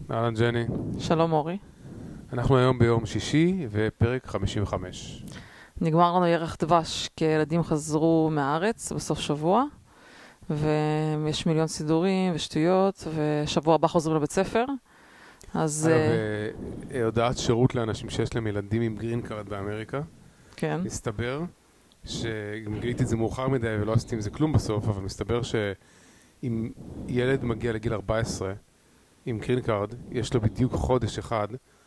אהלן ג'ני. שלום אורי. אנחנו היום ביום שישי ופרק 55. נגמר לנו ירח דבש כי ילדים חזרו מהארץ בסוף שבוע, ויש מיליון סידורים ושטויות, ושבוע הבא חוזרים לבית ספר. אז... הודעת שירות לאנשים שיש להם ילדים עם גרין קארד באמריקה. כן. מסתבר, שגם גיליתי את זה מאוחר מדי ולא עשיתי עם זה כלום בסוף, אבל מסתבר שאם ילד מגיע לגיל 14 עם גרין קארד, יש לו בדיוק חודש אחד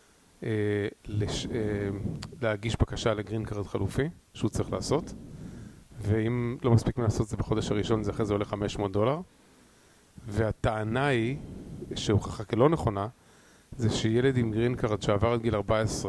להגיש בקשה לגרין קארד חלופי, שהוא צריך לעשות, ואם לא מספיק לעשות את זה בחודש הראשון, זה אחרי זה עולה $500, והטענה היא, שהוכחה כלא נכונה, זה שילד עם גרין קארד שעבר את גיל 14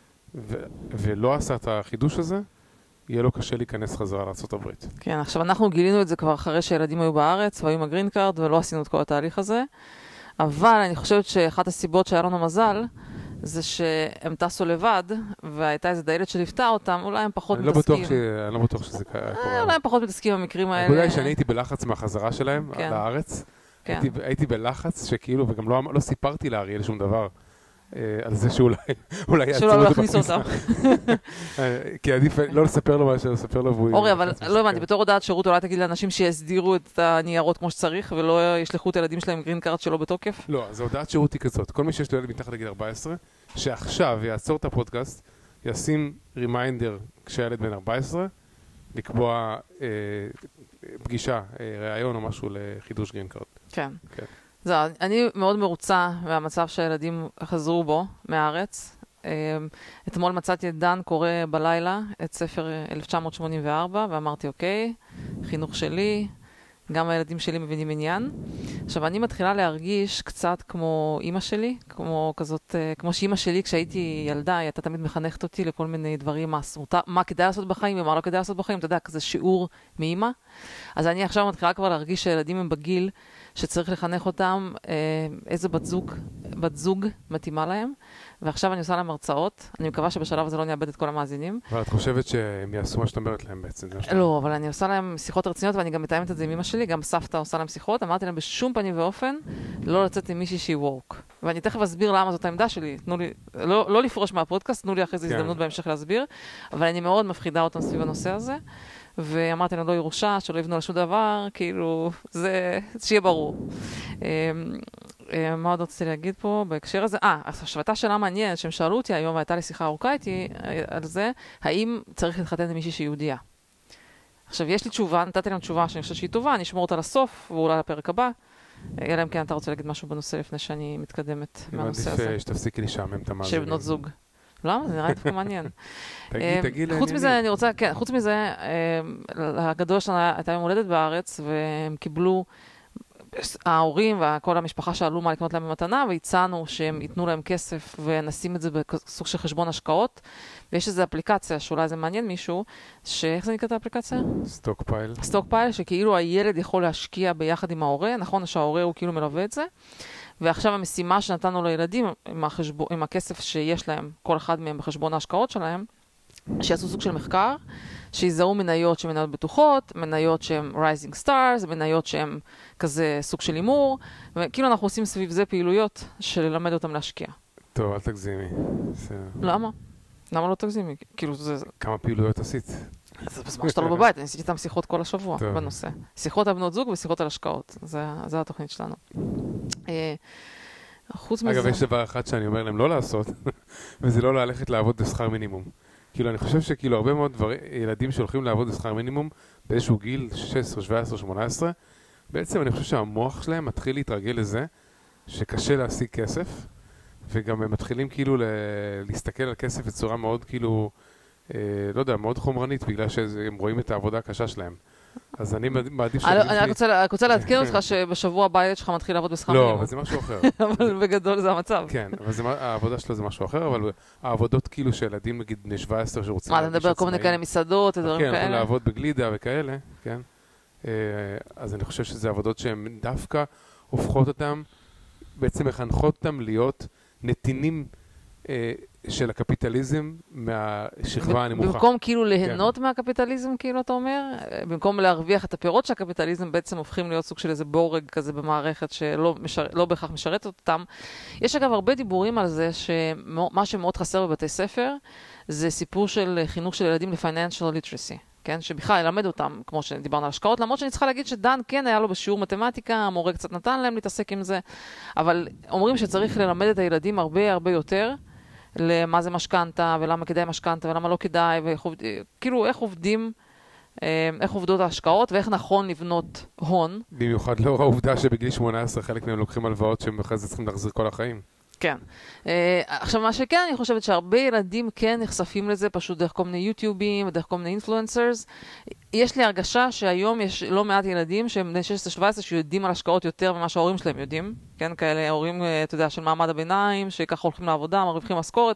ולא עשה את החידוש הזה, יהיה לו קשה להיכנס חזרה לארצות הברית. כן, עכשיו אנחנו גילינו את זה כבר אחרי שילדים היו בארץ והיו עם הגרין קארד ולא עשינו את כל התהליך הזה, אבל אני חושבת שאחת הסיבות שהיה לנו מזל, זה שהם טסו לבד, והייתה איזה דיילת שליפתה אותם, אולי הם פחות מתעסקים. אני לא בטוח שזה קורה. אולי הם פחות מתעסקים במקרים האלה. אולי שאני הייתי בלחץ מהחזרה שלהם לארץ, הייתי בלחץ שכאילו, וגם לא סיפרתי לאריאל שום דבר, על זה שאולי יעצרו את זה בכניסה. כי עדיף לא לספר לו מה שלספר לו. אורי, אבל לא הבנתי, בתור הודעת שירות אולי תגיד לאנשים שיסדירו את הניירות כמו שצריך, ולא ישלחו את הילדים שלהם גרין קארד שלא בתוקף? לא, אז הודעת שירות היא כזאת. כל מי שיש לו ילד מתחת לגיל 14, שעכשיו יעצור את הפודקאסט, ישים רימיינדר כשהילד בן 14, לקבוע פגישה, ראיון או משהו לחידוש גרין קארד. כן. זהו, אני מאוד מרוצה מהמצב שהילדים חזרו בו מהארץ. אתמול מצאתי את דן קורא בלילה את ספר 1984, ואמרתי, אוקיי, חינוך שלי, גם הילדים שלי מבינים עניין. עכשיו, אני מתחילה להרגיש קצת כמו אמא שלי, כמו שאמא שלי, כשהייתי ילדה, היא הייתה תמיד מחנכת אותי לכל מיני דברים, מה כדאי לעשות בחיים ומה לא כדאי לעשות בחיים, אתה יודע, כזה שיעור מאמא. אז אני עכשיו מתחילה כבר להרגיש שהילדים הם בגיל שצריך לחנך אותם איזה בת זוג מתאימה להם, ועכשיו אני עושה להם הרצאות. אני מקווה שבשלב הזה לא נאבד את כל המאזינים. אבל את חושבת שהם יעשו מה שאת אומרת להם בעצם? לא, אבל אני עושה להם שיחות רציניות, ואני גם מתאמת את זה עם אמא שלי, גם סבתא עושה להם שיחות. אמרתי להם בשום פנים ואופן לא לצאת עם מישהי שהיא וורק. ואני תכף אסביר למה זאת העמדה שלי. תנו לי, לא לפרוש מהפודקאסט, תנו לי אחרי זה הזדמנות בהמשך להסביר, אבל אני מאוד מפחידה אותם סביב הנושא הזה. ואמרתי להם לא ירושה, שלא יבנו על שום דבר, כאילו, זה שיהיה ברור. מה עוד רציתי להגיד פה בהקשר הזה? עכשיו, הייתה שאלה מעניינת שהם שאלו אותי היום, והייתה לי שיחה ארוכה איתי על זה, האם צריך להתחתן עם מישהי שהיא יהודייה? עכשיו, יש לי תשובה, נתתי להם תשובה שאני חושבת שהיא טובה, אני אשמור אותה לסוף, ואולי לפרק הבא. אלא אם כן אתה רוצה להגיד משהו בנושא לפני שאני מתקדמת מהנושא הזה. עדיף שתפסיקי לשעמם את המאזינים. של בנות זוג. למה? זה נראה לי דווקא מעניין. תגיד חוץ מזה, אני רוצה, כן, חוץ מזה, הגדול שלנו הייתה יום הולדת בארץ, והם קיבלו, ההורים וכל המשפחה שאלו מה לקנות להם במתנה, והצענו שהם ייתנו להם כסף ונשים את זה בסוג של חשבון השקעות, ויש איזו אפליקציה שאולי זה מעניין מישהו, איך זה נקראת האפליקציה? סטוקפייל. סטוקפייל, שכאילו הילד יכול להשקיע ביחד עם ההורה, נכון שההורה הוא כאילו מלווה את זה, ועכשיו המשימה שנתנו לילדים עם הכסף שיש להם, כל אחד מהם בחשבון ההשקעות שלהם, שיעשו סוג של מחקר, שיזהו מניות שהן מניות בטוחות, מניות שהן rising stars, מניות שהן כזה סוג של אימור, וכאילו אנחנו עושים סביב זה פעילויות של ללמד אותם להשקיע. טוב, אל תגזימי. למה? למה לא תגזימי? כאילו זה... כמה פעילויות עשית? זה בזמן שאתה לא בבית, אני עשיתי איתם שיחות כל השבוע בנושא. שיחות על בנות זוג ושיחות על השקעות. זה התוכנית שלנו. חוץ מזה... אגב, יש דבר אחד שאני אומר להם לא לעשות, וזה לא ללכת לעבוד בשכר מינימום. כאילו, אני חושב שכאילו הרבה מאוד ילדים שהולכים לעבוד בשכר מינימום באיזשהו גיל 16, 17, 18, בעצם אני חושב שהמוח שלהם מתחיל להתרגל לזה שקשה להשיג כסף, וגם הם מתחילים כאילו להסתכל על כסף בצורה מאוד כאילו, לא יודע, מאוד חומרנית, בגלל שהם רואים את העבודה הקשה שלהם. אז אני מעדיף אני רוצה לעדכן אותך שבשבוע הבא הילד שלך מתחיל לעבוד בשכר מינימום. לא, אבל זה משהו אחר. אבל בגדול זה המצב. כן, אבל העבודה שלו זה משהו אחר, אבל העבודות כאילו שילדים נגיד בני 17 שרוצים... אתה מדבר כל מיני כאלה מסעדות, דברים כאלה? כן, לעבוד בגלידה וכאלה, כן. אז אני חושב שזה עבודות שהן דווקא הופכות אותם, בעצם מחנכות אותם להיות נתינים של הקפיטליזם מהשכבה הנמוכה. במקום כאילו ליהנות מהקפיטליזם, כאילו אתה אומר, במקום להרוויח את הפירות שהקפיטליזם בעצם הופכים להיות סוג של איזה בורג כזה במערכת שלא בהכרח משרתת אותם. יש אגב הרבה דיבורים על זה שמה שמאוד חסר בבתי ספר זה סיפור של חינוך של ילדים ל-financial literacy. כן, שבכלל ילמד אותם, כמו שדיברנו על השקעות, למרות שאני צריכה להגיד שדן כן היה לו בשיעור מתמטיקה, המורה קצת נתן להם להתעסק עם זה, אבל אומרים שצריך ללמד את הילדים הרבה הרבה יותר, למה זה משכנתה, ולמה כדאי משכנתה, ולמה לא כדאי, כאילו איך עובדים, איך עובדות ההשקעות, ואיך נכון לבנות הון. במיוחד לאור העובדה שבגיל 18 חלק מהם לוקחים הלוואות שהם אחרי זה צריכים להחזיר כל החיים. כן. עכשיו, מה שכן, אני חושבת שהרבה ילדים כן נחשפים לזה, פשוט דרך כל מיני יוטיובים, ודרך כל מיני אינפלואנסרס. יש לי הרגשה שהיום יש לא מעט ילדים שהם בני 16-17 שיודעים על השקעות יותר ממה שההורים שלהם יודעים. כן, כאלה הורים, אתה יודע, של מעמד הביניים, שככה הולכים לעבודה, מרוויחים משכורת.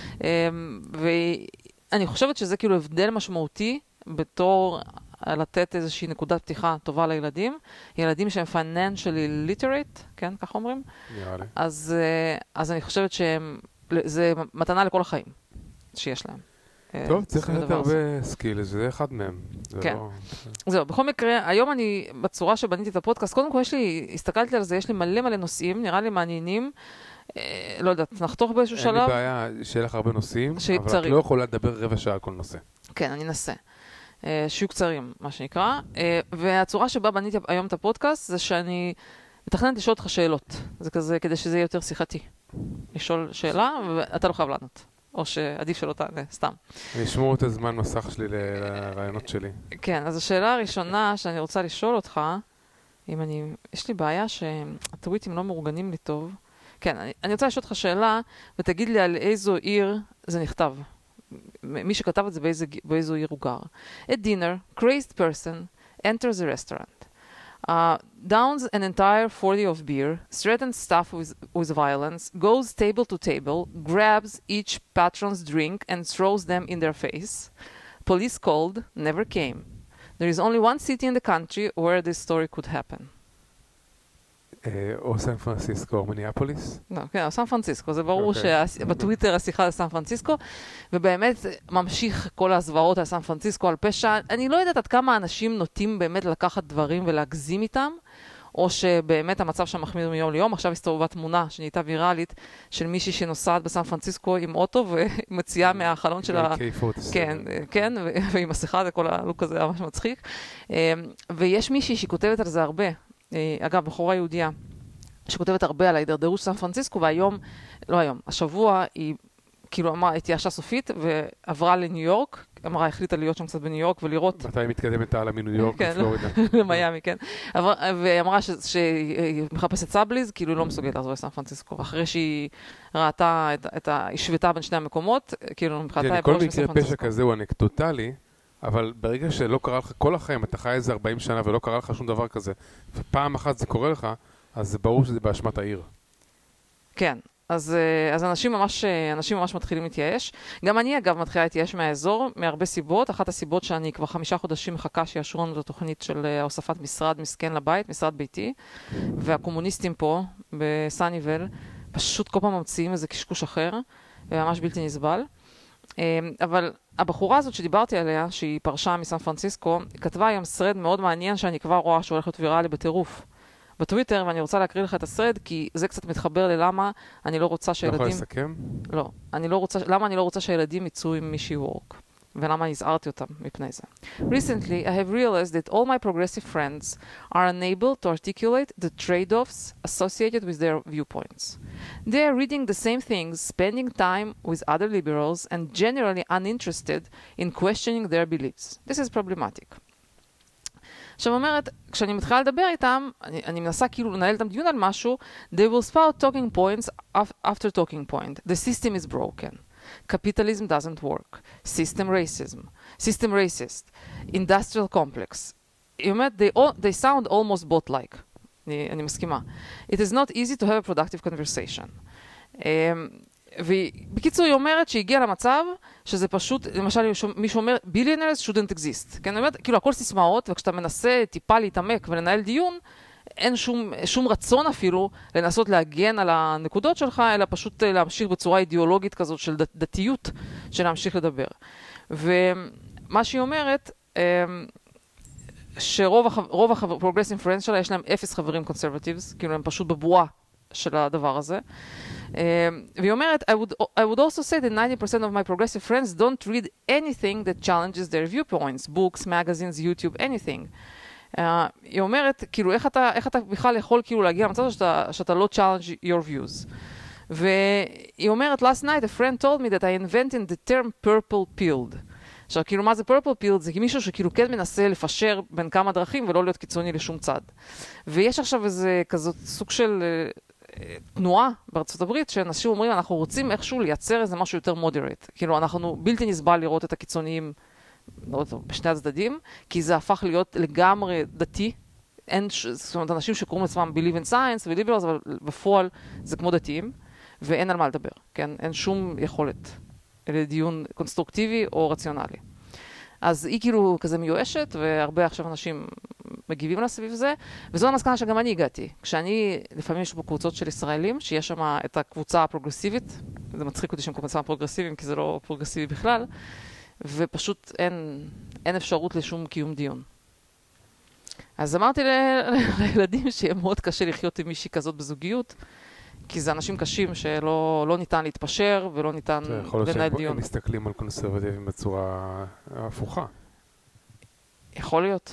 ואני חושבת שזה כאילו הבדל משמעותי בתור לתת איזושהי נקודת פתיחה טובה לילדים. ילדים שהם financially literate, כן, כך אומרים? נראה לי. אז אני חושבת שזה מתנה לכל החיים שיש להם. טוב, צריך לתת הרבה סקיל, זה אחד מהם. כן. זהו, בכל מקרה, היום אני, בצורה שבניתי את הפודקאסט, קודם כל הסתכלתי על זה, יש לי מלא נושאים, נראה לי מעניינים. לא יודעת, נחתוך באיזשהו שלב. אין לי בעיה שיהיה לך הרבה נושאים, אבל את לא יכולה לדבר רבע שעה על כל נושא. כן, אני אנסה. שיהיו קצרים, מה שנקרא. והצורה שבה בניתי היום את הפודקאסט, זה שאני מתכננת לשאול אותך שאלות. זה כזה, כדי שזה יהיה יותר שיחתי. לשאול שאלה, ואתה לא חייב לענות. או שעדיף שלא תענה, סתם. אני אשמור את הזמן מסך שלי לרעיונות שלי. כן, אז השאלה הראשונה שאני רוצה לשאול אותך, יש לי בעיה שהטוויטים לא מאורגנים לי טוב. כן, אני רוצה לשאול אותך שאלה, ותגיד לי על איזו עיר זה נכתב. מי שכתב את זה באיזו עיר הוא גר. At dinner, crazed person enters a restaurant. Downs an entire 40 of beer, threatens staff with violence, goes table to table, grabs each patron's drink and throws them in their face. Police called, never came. There is only one city in the country where this story could happen. או סן פרנסיסקו או מיניאפוליס? לא, כן, סן פרנסיסקו, זה ברור שבטוויטר השיחה על סן פרנסיסקו, ובאמת ממשיך כל הזוועות על סן פרנסיסקו, על פשע. אני לא יודעת עד כמה אנשים נוטים באמת לקחת דברים ולהגזים איתם, או שבאמת המצב שם מחמיר מיום ליום. עכשיו הסתובבה תמונה שנהייתה ויראלית של מישהי שנוסעת בסן פרנסיסקו עם אוטו ומציעה מהחלון של כן, ועם מסכה, זה כל הלוק הזה ממש מצחיק. ויש מישהי שכותבת על זה הרבה. אגב, בחורה יהודיה, שכותבת הרבה על ההידרדרות של סן פרנסיסקו, השבוע היא כאילו אמרה, התייאשה סופית, ועברה לניו יורק, החליטה להיות שם קצת בניו יורק ולראות... מתי מתקדמת הלאה מניו יורק לפלורידה? למיימי, כן. והיא אמרה שהיא מחפשת סאבליז, כאילו היא לא מסוגלת לעזור לסן פרנסיסקו. אחרי שהיא ראתה היא שוותה בין שני המקומות, כאילו מבחינתה היא כל מקרה פשע כזה הוא אנקדוטלי, אבל ברגע שלא קרה לך כל החיים, אתה חי איזה 40 שנה ולא קרה לך שום דבר כזה, ופעם אחת זה קורה לך, אז זה ברור שזה באשמת העיר. כן, אז אנשים ממש מתחילים להתייאש. גם אני אגב מתחילה להתייאש מהאזור, מהרבה סיבות. אחת הסיבות שאני כבר 5 חודשים מחכה שיאשרו לנו את התוכנית של הוספת משרד מסכן לבית, משרד ביתי, והקומוניסטים פה בסניבל פשוט כל פעם ממציאים איזה קשקוש אחר, וממש בלתי נסבל. אבל הבחורה הזאת שדיברתי עליה, שהיא פרשה מסן פרנסיסקו, היא כתבה היום סרד מאוד מעניין שאני כבר רואה שהולך להיות ויראלי בטירוף בטוויטר, ואני רוצה להקריא לך את הסרד, כי זה קצת מתחבר ללמה אני לא רוצה שילדים... לא יכול לסכם? לא. למה אני לא רוצה שהילדים יצאו עם מישהי וורק, ולמה אני הזהרתי אותם מפני זה. Recently, I have realized that all my progressive friends are unable to articulate the trade-offs associated with their viewpoints. They are reading the same things, spending time with other liberals, and generally uninterested in questioning their beliefs. This is problematic. עכשיו אומרת, כשאני מתחילה לדבר איתם, אני מנסה כאילו לנהל איתם דיון על משהו, they will spout talking points after talking point. The system is broken. Capitalism doesn't work. System racist. Industrial complex. You met, they sound almost bot-like. אני מסכימה. It is not easy to have a productive conversation. ובקיצור היא אומרת שהגיעה למצב שזה פשוט, למשל מישהו אומר, billionaires shouldn't exist. כן, אני אומרת, כאילו הכל סיסמאות, וכשאתה מנסה טיפה להתעמק ולנהל דיון, אין שום רצון אפילו לנסות להגן על הנקודות שלך, אלא פשוט להמשיך בצורה אידיאולוגית כזאת של דתיות, של להמשיך לדבר. ומה שהיא אומרת, שרוב הפרוגרסיב פרנדס שלה יש להם 0 חברים קונסרבטיבס, כאילו הם פשוט בבועה של הדבר הזה. והיא אומרת, I would also say that 90% of my progressive friends don't read anything that challenges their viewpoints, books, magazines, YouTube, anything. היא אומרת, כאילו, איך אתה בכלל יכול כאילו להגיע למצב שאתה לא challenge your views. והיא אומרת, last night a friend told me that I invented the term purple pilled. עכשיו, כאילו, מה זה purple pilled? זה מישהו שכאילו כן מנסה לפשר בין כמה דרכים ולא להיות קיצוני לשום צד. ויש עכשיו איזה כזאת סוג של תנועה בארצות הברית, שאנשים אומרים, אנחנו רוצים איכשהו לייצר איזה משהו יותר מודרט. כאילו, אנחנו בלתי נסבל לראות את הקיצוניים בשני הצדדים, כי זה הפך להיות לגמרי דתי. זאת אומרת, אנשים שקוראים לעצמם believe in science ו-liberals, אבל בפועל זה כמו דתיים, ואין על מה לדבר, כן? אין שום יכולת לדיון קונסטרוקטיבי או רציונלי. אז היא כאילו כזה מיואשת, והרבה עכשיו אנשים מגיבים לה סביב זה, וזו המסקנה שגם אני הגעתי. כשאני, לפעמים יש פה קבוצות של ישראלים, שיש שם את הקבוצה הפרוגרסיבית, זה מצחיק אותי שהם קבוצה פרוגרסיביים, כי זה לא פרוגרסיבי בכלל, ופשוט אין אפשרות לשום קיום דיון. אז אמרתי לילדים שיהיה מאוד קשה לחיות עם מישהי כזאת בזוגיות, כי זה אנשים קשים שלא ניתן להתפשר ולא ניתן לנהל דיון. יכול להיות שהם מסתכלים על קונסרבטיבים בצורה הפוכה. יכול להיות,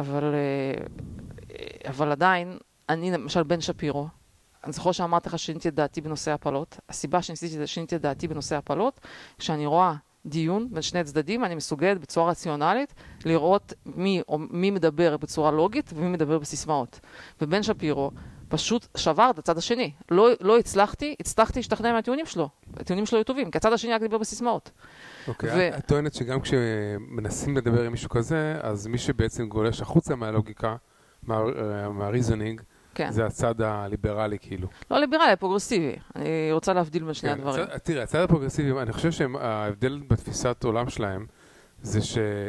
אבל עדיין, אני למשל בן שפירו, אני זוכר שאמרתי לך שיניתי את דעתי בנושא הפלות. הסיבה שיניתי את דעתי בנושא הפלות, כשאני רואה דיון בין שני צדדים, אני מסוגלת בצורה רציונלית לראות מי מדבר בצורה לוגית ומי מדבר בסיסמאות. ובן שפירו פשוט שבר את הצד השני. לא הצלחתי להשתכנע מהטיעונים שלו. הטיעונים שלו היו טובים, כי הצד השני רק דיבר בסיסמאות. אוקיי, את טוענת שגם כשמנסים לדבר עם מישהו כזה, אז מי שבעצם גולש החוצה מהלוגיקה, מהריזונינג, זה הצד הליברלי כאילו. לא ליברלי, הפרוגרסיבי. אני רוצה להבדיל בין שני הדברים. תראה, הצד הפרוגרסיבי, אני חושב שההבדל בתפיסת עולם שלהם, זה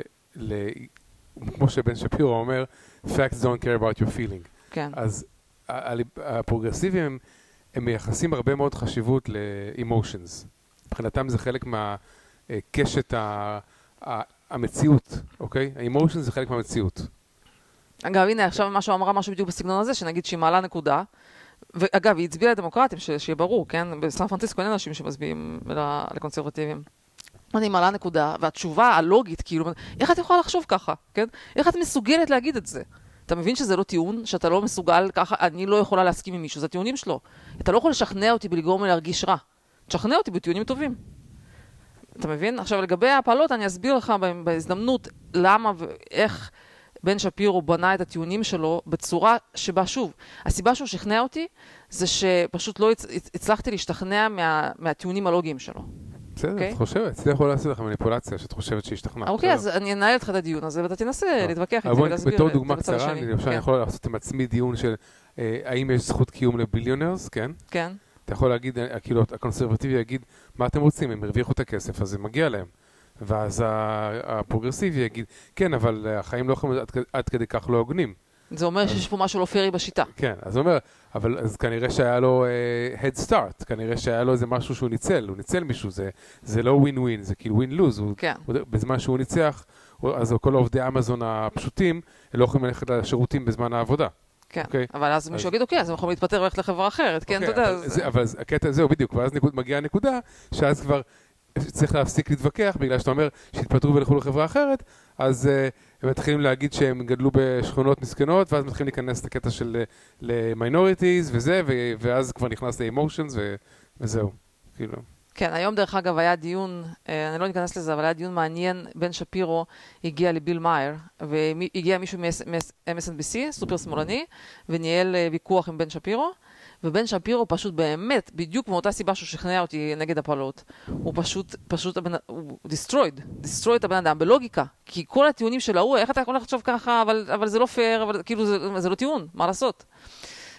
כמו שבן שפירו אומר, facts don't care about your feeling. כן. אז הפרוגרסיביים הם מייחסים הרבה מאוד חשיבות ל-emotions. מבחינתם זה חלק מהקשת המציאות, אוקיי? ה-emotions זה חלק מהמציאות. אגב, הנה, עכשיו משהו אמרה משהו בדיוק בסגנון הזה, שנגיד שהיא מעלה נקודה, ואגב, היא הצביעה לדמוקרטים, שיהיה ברור, כן? בסן פרנסיסקו אין אנשים שמצביעים לקונסרבטיבים. אני מעלה נקודה, והתשובה הלוגית, כאילו, איך את יכולה לחשוב ככה, כן? איך את מסוגלת להגיד את זה? אתה מבין שזה לא טיעון, שאתה לא מסוגל ככה, אני לא יכולה להסכים עם מישהו, זה הטיעונים שלו. אתה לא יכול לשכנע אותי בלגרום לי להרגיש רע. תשכנע אותי בטיעונים טובים. אתה מבין? עכשיו, לגבי הפעלות, אני אסביר לך בהזדמנות למה ואיך בן שפירו בנה את הטיעונים שלו בצורה שבה, שוב, הסיבה שהוא שכנע אותי זה שפשוט לא הצלחתי להשתכנע מהטיעונים הלוגיים שלו. בסדר, את חושבת, זה יכול לעשות לך מניפולציה שאת חושבת שהשתכנעת. אוקיי, אז אני אנהל אותך את הדיון הזה, ואתה תנסה להתווכח איתי ולהסביר בתור דוגמה קצרה, אני יכול לעשות עם עצמי דיון של האם יש זכות קיום לביליונרס, כן? כן. אתה יכול להגיד, כאילו, הקונסרבטיבי יגיד, מה אתם רוצים? הם הרוויחו את הכסף, אז זה מגיע להם. ואז הפרוגרסיבי יגיד, כן, אבל החיים לא יכולים עד כדי כך לא הוגנים. זה אומר שיש פה משהו לא פיירי בשיטה. כן, אז הוא אומר, אבל אז כנראה שהיה לו head start, כנראה שהיה לו איזה משהו שהוא ניצל, הוא ניצל מישהו, זה לא win-win, זה כאילו win-lose, בזמן שהוא ניצח, אז כל עובדי אמזון הפשוטים, לא יכולים ללכת לשירותים בזמן העבודה. כן, אבל אז מישהו יגיד, אוקיי, אז הם יכולים להתפטר וללכת לחברה אחרת, כן, אתה יודע. אבל הקטע זהו בדיוק, ואז מגיעה הנקודה, שאז כבר צריך להפסיק להתווכח, בגלל שאתה אומר שהתפטרו ולכו לחברה אחרת, אז הם מתחילים להגיד שהם גדלו בשכונות מסכנות, ואז מתחילים להיכנס לקטע של minorities וזה, ואז כבר נכנס ל-emotions וזהו, כאילו. כן, היום דרך אגב היה דיון, אני לא ניכנס לזה, אבל היה דיון מעניין, בן שפירו הגיע לביל מאייר, והגיע מישהו מ-MSNBC, סופר שמאלני, וניהל ויכוח עם בן שפירו, ובן שפירו פשוט באמת, בדיוק מאותה סיבה שהוא שכנע אותי נגד הפעלות, הוא פשוט הוא destroyed את הבן אדם בלוגיקה, כי כל הטיעונים של ההוא, איך אתה יכול לחשוב ככה, אבל זה לא פייר, אבל כאילו זה לא טיעון, מה לעשות?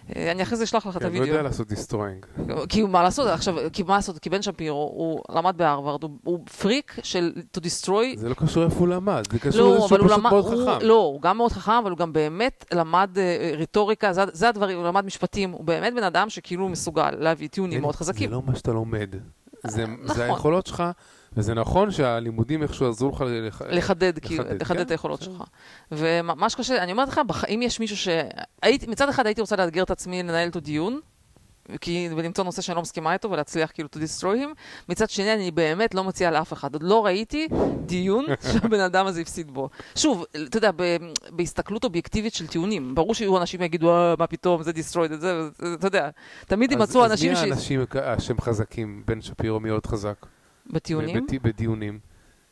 אני אחרי זה אשלח לך את אני לא הוידאו. יודע לעשות דיסטרוינג. כי מה לעשות עכשיו, כי בן שפירו, הוא למד בהרווארד, הוא פריק של to destroy. זה לא קשור איפה הוא למד, זה קשור לזה שהוא פשוט מאוד חכם. לא, הוא גם מאוד חכם, אבל הוא גם באמת למד ריטוריקה, זה הדברים, הוא למד משפטים, הוא באמת בן אדם שכאילו מסוגל להביא טיעונים מאוד חזקים. זה לא מה שאתה לומד, זה היכולות שלך, וזה נכון שהלימודים איכשהו עזרו לך לחדד את היכולות שלך. ומה שקשה, אני אומרת לך, אם יש מישהו מצד אחד הייתי רוצה לאתגר את עצמי לנהל אותו דיון, ולמצוא נושא שאני לא מסכימה איתו, ולהצליח כאילו to destroy him. מצד שני, אני באמת לא מציעה לאף אחד. עוד לא ראיתי דיון שהבן אדם הזה הפסיד בו. שוב, אתה יודע, בהסתכלות אובייקטיבית של טיעונים, ברור שיהיו אנשים יגידו, מה פתאום, זה destroyed, זה, אתה יודע, תמיד יימצאו אנשים אז מי האנשים שהם חזקים, בן שפירו מאוד חזק? בטיעונים? בדיונים.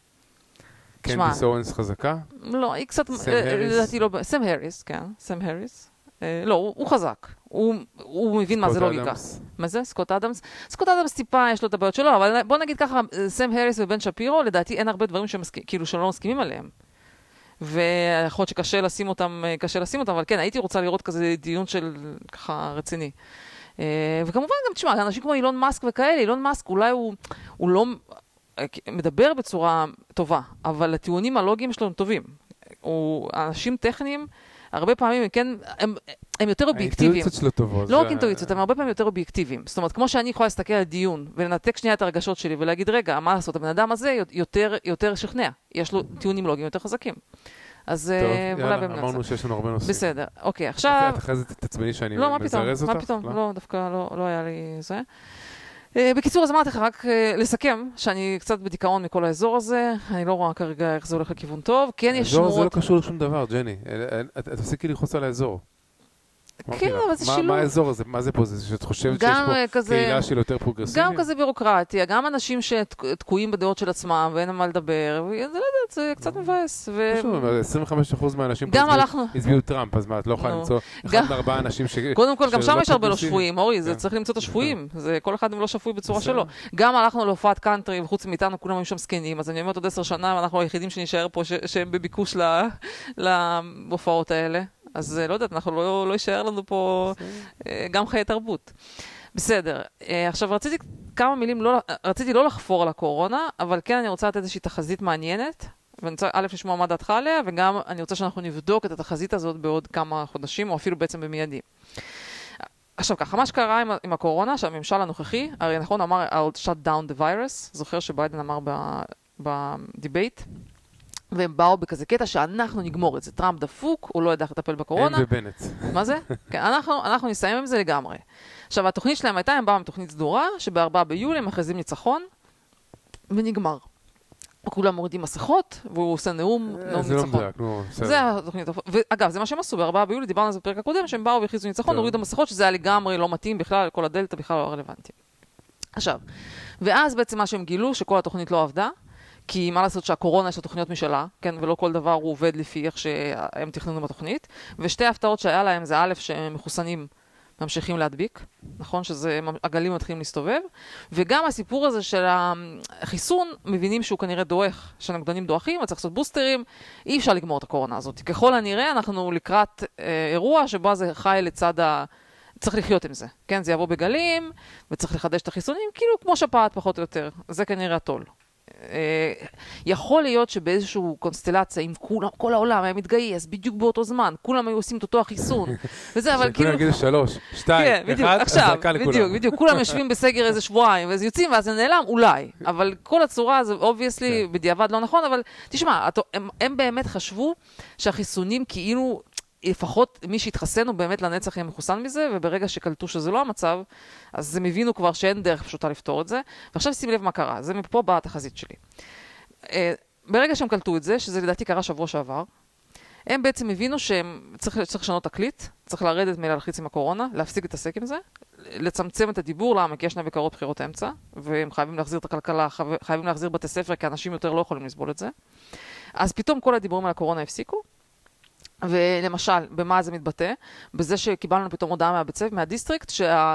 קנדיס אורנס חזקה? לא, היא קצת, לדעתי לא, סם הריס, כן, סם הריס. לא, הוא חזק. הוא מבין מה זה לוגיקה. מה זה? סקוט אדמס? סקוט אדמס טיפה יש לו את הבעיות שלו, אבל בוא נגיד ככה, סם הריס ובן שפירו, לדעתי אין הרבה דברים כאילו שלא מסכימים עליהם. ויכול להיות שקשה לשים אותם, אבל כן, הייתי רוצה לראות כזה דיון של ככה רציני. וכמובן גם, תשמע, אנשים כמו אילון מאסק וכאלה, אילון מאסק אולי הוא לא מדבר בצורה טובה, אבל הטיעונים הלוגיים שלו הם טובים. אנשים טכניים, הרבה פעמים הם יותר אובייקטיביים. האינטואיציות שלו טובות. לא רק אינטואיציות, הם הרבה פעמים יותר אובייקטיביים. זאת אומרת, כמו שאני יכולה להסתכל על דיון ולנתק שנייה את הרגשות שלי ולהגיד, רגע, מה לעשות? הבן אדם הזה יותר שכנע. יש לו טיעונים לוגיים יותר חזקים. אז טוב, יאללה, אמרנו שיש לנו הרבה נושאים. בסדר, אוקיי, עכשיו... את אחרי זה תתעצבני שאני מזרז אותך? מה פתאום? לא, דווקא לא היה לי זה. בקיצור, אז אמרתי לך, רק לסכם, שאני קצת בדיכאון מכל האזור הזה, אני לא רואה כרגע איך זה הולך לכיוון טוב, כן יש שמועות... האזור הזה לא קשור לשום דבר, ג'ני, תפסיקי ללחוץ על האזור. כן, אבל זה שילוב. מה האזור הזה? מה זה פה? זה שאת חושבת שיש פה קהילה של יותר פרוגרסיבית? גם כזה בירוקרטיה, גם אנשים שתקועים בדעות של עצמם ואין מה לדבר, זה לא יודעת, זה קצת מבאס. 25% מהאנשים פה הצביעו טראמפ, אז מה, את לא יכולה למצוא 1-4 אנשים ש... קודם כל, גם שם יש הרבה לא שפויים, אורי, זה צריך למצוא את השפויים, כל אחד הם לא שפוי בצורה שלו. גם הלכנו להופעת קאנטרי, וחוץ מאיתנו כולם היו שם סקנים, אז אני אומרת עוד 10 שנה, ואנחנו היחידים שנשאר פה שהם בביקוש להופעות האלה. אז לא יודעת, אנחנו לא יישאר לנו פה גם חיי תרבות. בסדר. עכשיו, רציתי כמה מילים, רציתי לא לחפור על הקורונה, אבל כן אני רוצה לתת איזושהי תחזית מעניינת, ואני רוצה א' לשמוע מה דעתך עליה, וגם אני רוצה שאנחנו נבדוק את התחזית הזאת בעוד כמה חודשים, או אפילו בעצם במיידי. עכשיו ככה, מה שקרה עם הקורונה, שהממשל הנוכחי, הרי נכון אמר, I'll shut down the virus, זוכר שביידן אמר בדיבייט, והם באו בכזה קטע שאנחנו נגמור את זה. טראמפ דפוק, הוא לא ידע איך לטפל בקורונה. הם ובנט. מה זה? כן, אנחנו נסיים עם זה לגמרי. עכשיו, התוכנית שלהם הייתה, הם באו עם תוכנית סדורה, שב4 ביולי הם מכריזים ניצחון, ונגמר. כולם מורידים מסכות, והוא עושה נאום ניצחון. זה לא מדויק, זה התוכנית. ואגב, זה מה שהם עשו, ב4 ביולי, דיברנו על זה בפרק הקודם, שהם באו והכריזו ניצחון, הורידו מסכות, שזה היה לגמרי לא מתאים בכלל, כל הדלתא בכלל לא רלוונטי. עכשיו, ואז בעצם מה שהם גילו, שכל התוכנית לא עבדה, כי מה לעשות שהקורונה יש לה תוכניות משלה, כן, ולא כל דבר הוא עובד לפי איך שהם תכננו בתוכנית, ושתי ההפתעות שהיה להם זה א' שמחוסנים ממשיכים להדביק, נכון, שזה הגלים מתחילים להסתובב, וגם הסיפור הזה של החיסון, מבינים שהוא כנראה דועך, שהנוגדנים דועכים, צריך לעשות בוסטרים, אי אפשר לגמור את הקורונה הזאת. ככל הנראה אנחנו לקראת אירוע שבו זה חי לצד צריך לחיות עם זה, כן, זה יבוא בגלים, וצריך לחדש את החיסונים, כאילו כמו שפעת פחות או יותר, זה כנראה הטול. יכול להיות שבאיזושהי קונסטלציה, אם כל העולם היה מתגייס בדיוק באותו זמן, כולם היו עושים את אותו החיסון, וזה, אבל כאילו... שכולם יגידו 3, 2, 1, עכשיו, בדיוק, כולם יושבים בסגר איזה שבועיים, ואז יוצאים, ואז זה נעלם, אולי, אבל כל הצורה זה, obviously, בדיעבד לא נכון, אבל תשמע, הם באמת חשבו שהחיסונים כאילו... לפחות מי שהתחסן הוא באמת לנצח יהיה מחוסן מזה, וברגע שקלטו שזה לא המצב, אז הם הבינו כבר שאין דרך פשוטה לפתור את זה. ועכשיו שים לב מה קרה, זה מפה באה התחזית שלי. ברגע שהם קלטו את זה, שזה לדעתי קרה שבוע שעבר, הם בעצם הבינו שצריך לשנות תקליט, צריך לרדת מלהלחיץ עם הקורונה, להפסיק להתעסק עם זה, לצמצם את הדיבור, למה? כי יש בקרוב בחירות האמצע, והם חייבים להחזיר את הכלכלה, חייבים להחזיר בתי ספר, כי אנשים יותר לא יכולים לסבול את זה. אז פתאום כל הדיבורים על הקורונה הפסיקו, ולמשל, במה זה מתבטא? בזה שקיבלנו פתאום הודעה מהבית ספר, מהדיסטריקט,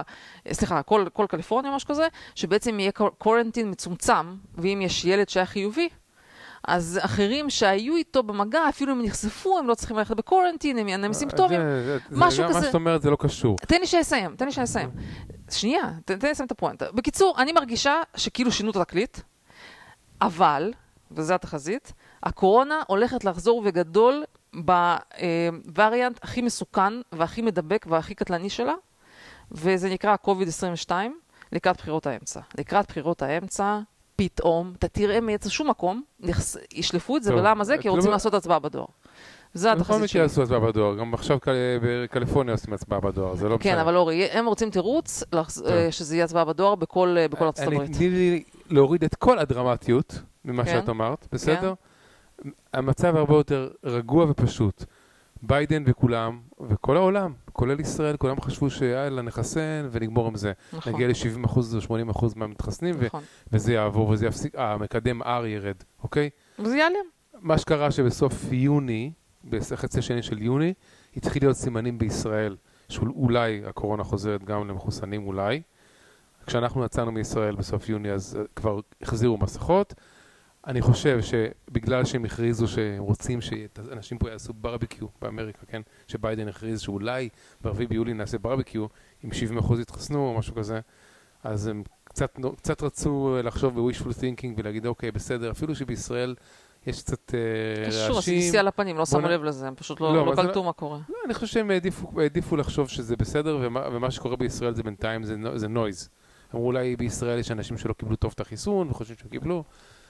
כל קליפורניה או משהו כזה, שבעצם יהיה קורנטין מצומצם, ואם יש ילד שהיה חיובי, אז אחרים שהיו איתו במגע, אפילו אם נחשפו, הם לא צריכים ללכת בקורנטין, הם יענם סימפטומים, משהו כזה. מה שאת אומרת זה לא קשור. תן לי שיסיים. שנייה, תן לי לסיים את הפואנטה. בקיצור, אני מרגישה שכאילו שינו את התקליט, אבל, וזה התחזית, הקורונה הולכת לחזור וגדול בווריאנט הכי מסוכן והכי מדבק והכי קטלני שלה, וזה נקרא COVID-22, לקראת בחירות האמצע. לקראת בחירות האמצע, פתאום, אתה תראה מאיזה שום מקום, ישלפו את זה, ולמה זה? כי רוצים לעשות הצבעה בדואר. זה התחזית שלי. בכל מקרה עשו הצבעה בדואר, גם עכשיו בקליפורניה עושים הצבעה בדואר, זה לא כן, אבל אורי, הם רוצים תירוץ שזה יהיה הצבעה בדואר בכל ארצות הברית. תני לי להוריד את כל הדרמטיות ממה שאת אמרת, בסדר? המצב הרבה יותר רגוע ופשוט. ביידן וכולם, וכל העולם, כולל ישראל, כולם חשבו שיאללה נחסן ונגמור עם זה. נגיע ל-70% או 80% מהמתחסנים, וזה יעבור וזה יפסיק, המקדם R ירד, אוקיי? וזה ייעלם. מה שקרה שבסוף יוני, בחצי השני של יוני, התחיל להיות סימנים בישראל, שאולי הקורונה חוזרת גם למחוסנים אולי. כשאנחנו יצאנו מישראל בסוף יוני, אז כבר החזירו מסכות. אני חושב שבגלל שהם הכריזו שהם רוצים שאנשים פה יעשו ברביקיו באמריקה, כן? שביידן הכריז שאולי ב4 ביולי נעשה ברביקיו, אם 70% יתחסנו או משהו כזה, אז הם קצת רצו לחשוב ב-wishful thinking ולהגיד, אוקיי, בסדר, אפילו שבישראל יש קצת רעשים. עשיתי על הפנים, לא שמו לב לזה, הם פשוט לא קלטו מה קורה. לא, אני חושב שהם העדיפו לחשוב שזה בסדר, ומה שקורה בישראל זה בינתיים, זה נויז. אמרו אולי בישראל יש אנשים שלא קיבלו טוב את החיסון, וחושבים שהם קיבלו.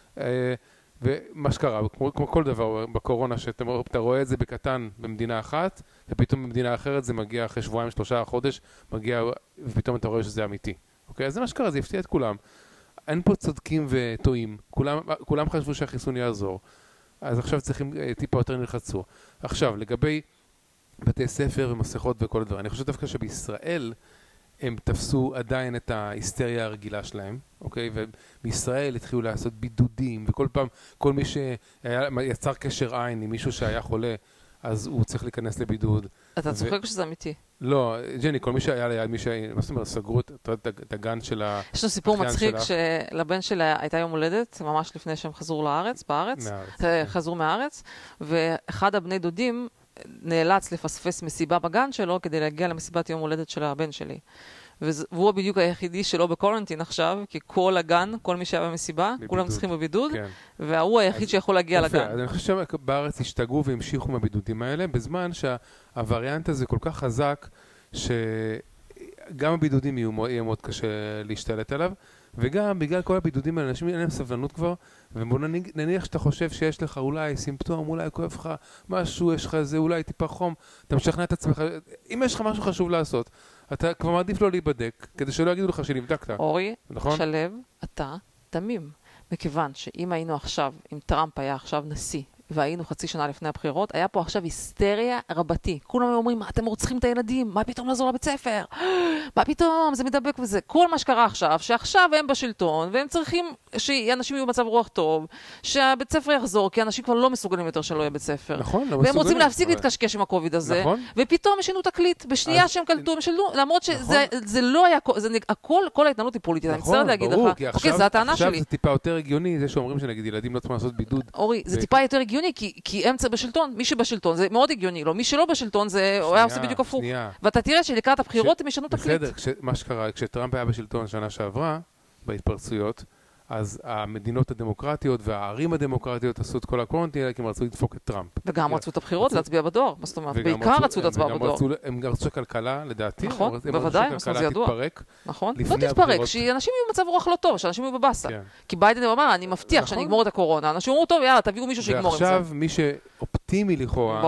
ומה שקרה, כמו כל דבר בקורונה, שאתה רואה את זה בקטן במדינה אחת, ופתאום במדינה אחרת זה מגיע אחרי שבועיים, 3 חודש, מגיע, ופתאום אתה רואה שזה אמיתי. אוקיי? אז זה מה שקרה, זה הפתיע את כולם. אין פה צודקים וטועים. כולם חשבו שהחיסון יעזור. אז עכשיו צריכים טיפה יותר נלחצו. עכשיו, לגבי בתי ספר ומסכות וכל הדבר, אני חושב דווקא שבישראל הם תפסו עדיין את ההיסטריה הרגילה שלהם, אוקיי? ובישראל התחילו לעשות בידודים, וכל פעם, כל מי שיצר קשר עין עם מישהו שהיה חולה, אז הוא צריך להיכנס לבידוד. אתה צוחק שזה אמיתי? לא, ג'ני, כל מי שהיה ליד, מה זאת אומרת, סגרו את הגן של האחיין שלה. יש לו סיפור מצחיק שלבן שלה הייתה יום הולדת, ממש לפני שהם חזרו בארץ, חזרו מהארץ, ואחד הבני דודים נאלץ לפספס מסיבה בגן שלו כדי להגיע למסיבת יום הולדת של הבן שלי. והוא בדיוק היחידי שלו בקורנטין עכשיו, כי כל הגן, כל מי שהיה במסיבה, כולם צריכים בבידוד, והוא היחיד שיכול להגיע לגן. אז אני חושב שבארץ השתגעו והמשיכו מהבידודים האלה, בזמן שהווריאנט הזה כל כך חזק, שגם הבידודים יהיה מאוד קשה להשתלט עליו, וגם בגלל כל הבידודים האלה, אנשים אין להם סבלנות כבר, ובוא נניח שאתה חושב שיש לך אולי סימפטום, אולי כואב לך משהו, יש לך איזה אולי טיפה חום, אתה משכנע את עצמך, אם יש לך משהו חשוב לעשות, אתה כבר מעדיף לא להיבדק, כדי שלא יגידו לך שנבדקת. אורי, שלב, אתה תמים. מכיוון שאם היינו עכשיו, אם טראמפ היה עכשיו נשיא, והיינו חצי שנה לפני הבחירות, היה פה עכשיו היסטריה רבתי. כולם אומרים, מה אתם רוצחים את הילדים? מה פתאום לעזור לבית ספר? מה פתאום? זה מדבק וזה. כל מה שקרה עכשיו, שעכשיו הם בשלטון, והם צריכים שאנשים יהיו במצב רוח טוב, שהבית ספר יחזור, כי אנשים כבר לא מסוגלים יותר שלא יהיה בית ספר. נכון, לא מסוגלים. והם רוצים להפסיק להתקשקש עם הקוביד הזה, נכון. ופתאום יש לנו תקליט, בשנייה שהם קלטו, הם שלטו, למרות שזה לא היה, כל ההתנהלות היא פוליטית. אני מצטערת להגיד לך, אוקיי, זו הטענה שלי. עכשיו זה טיפה יותר הגיוני, זה שאומרים שנגיד ילדים לא צריכים לעשות בידוד. אורי, זה טיפה יותר הגיוני, כי אמצע בשלטון, מי שבשלטון, זה מאוד הגיוני לו. מי שלא בשלטון, זה היה עושה בדיוק הפוך. ואתה תראה שלקראת הבחירות הם ישנו תקליט. בסדר, מה שקרה, כשטראמפ היה בשלטון שנה שעברה, בהתפרצויות, אז המדינות הדמוקרטיות והערים הדמוקרטיות עשו את כל הקורנטין, כי הם רצו לדפוק את טראמפ. וגם רצו את הבחירות להצביע בדואר, מה זאת אומרת? בעיקר רצו את הצבעה בדואר. הם גם רצו כלכלה, לדעתי. נכון, בוודאי, זה ידוע. נכון, לא תתפרק, שאנשים יהיו במצב רוח לא טוב, שאנשים יהיו בבאסה. כי ביידן אמר, אני מבטיח שאני אגמור את הקורונה. אנשים אמרו, טוב, יאללה, תביאו מישהו שיגמור עם זה. ועכשיו, מי שאופטימי לכאורה,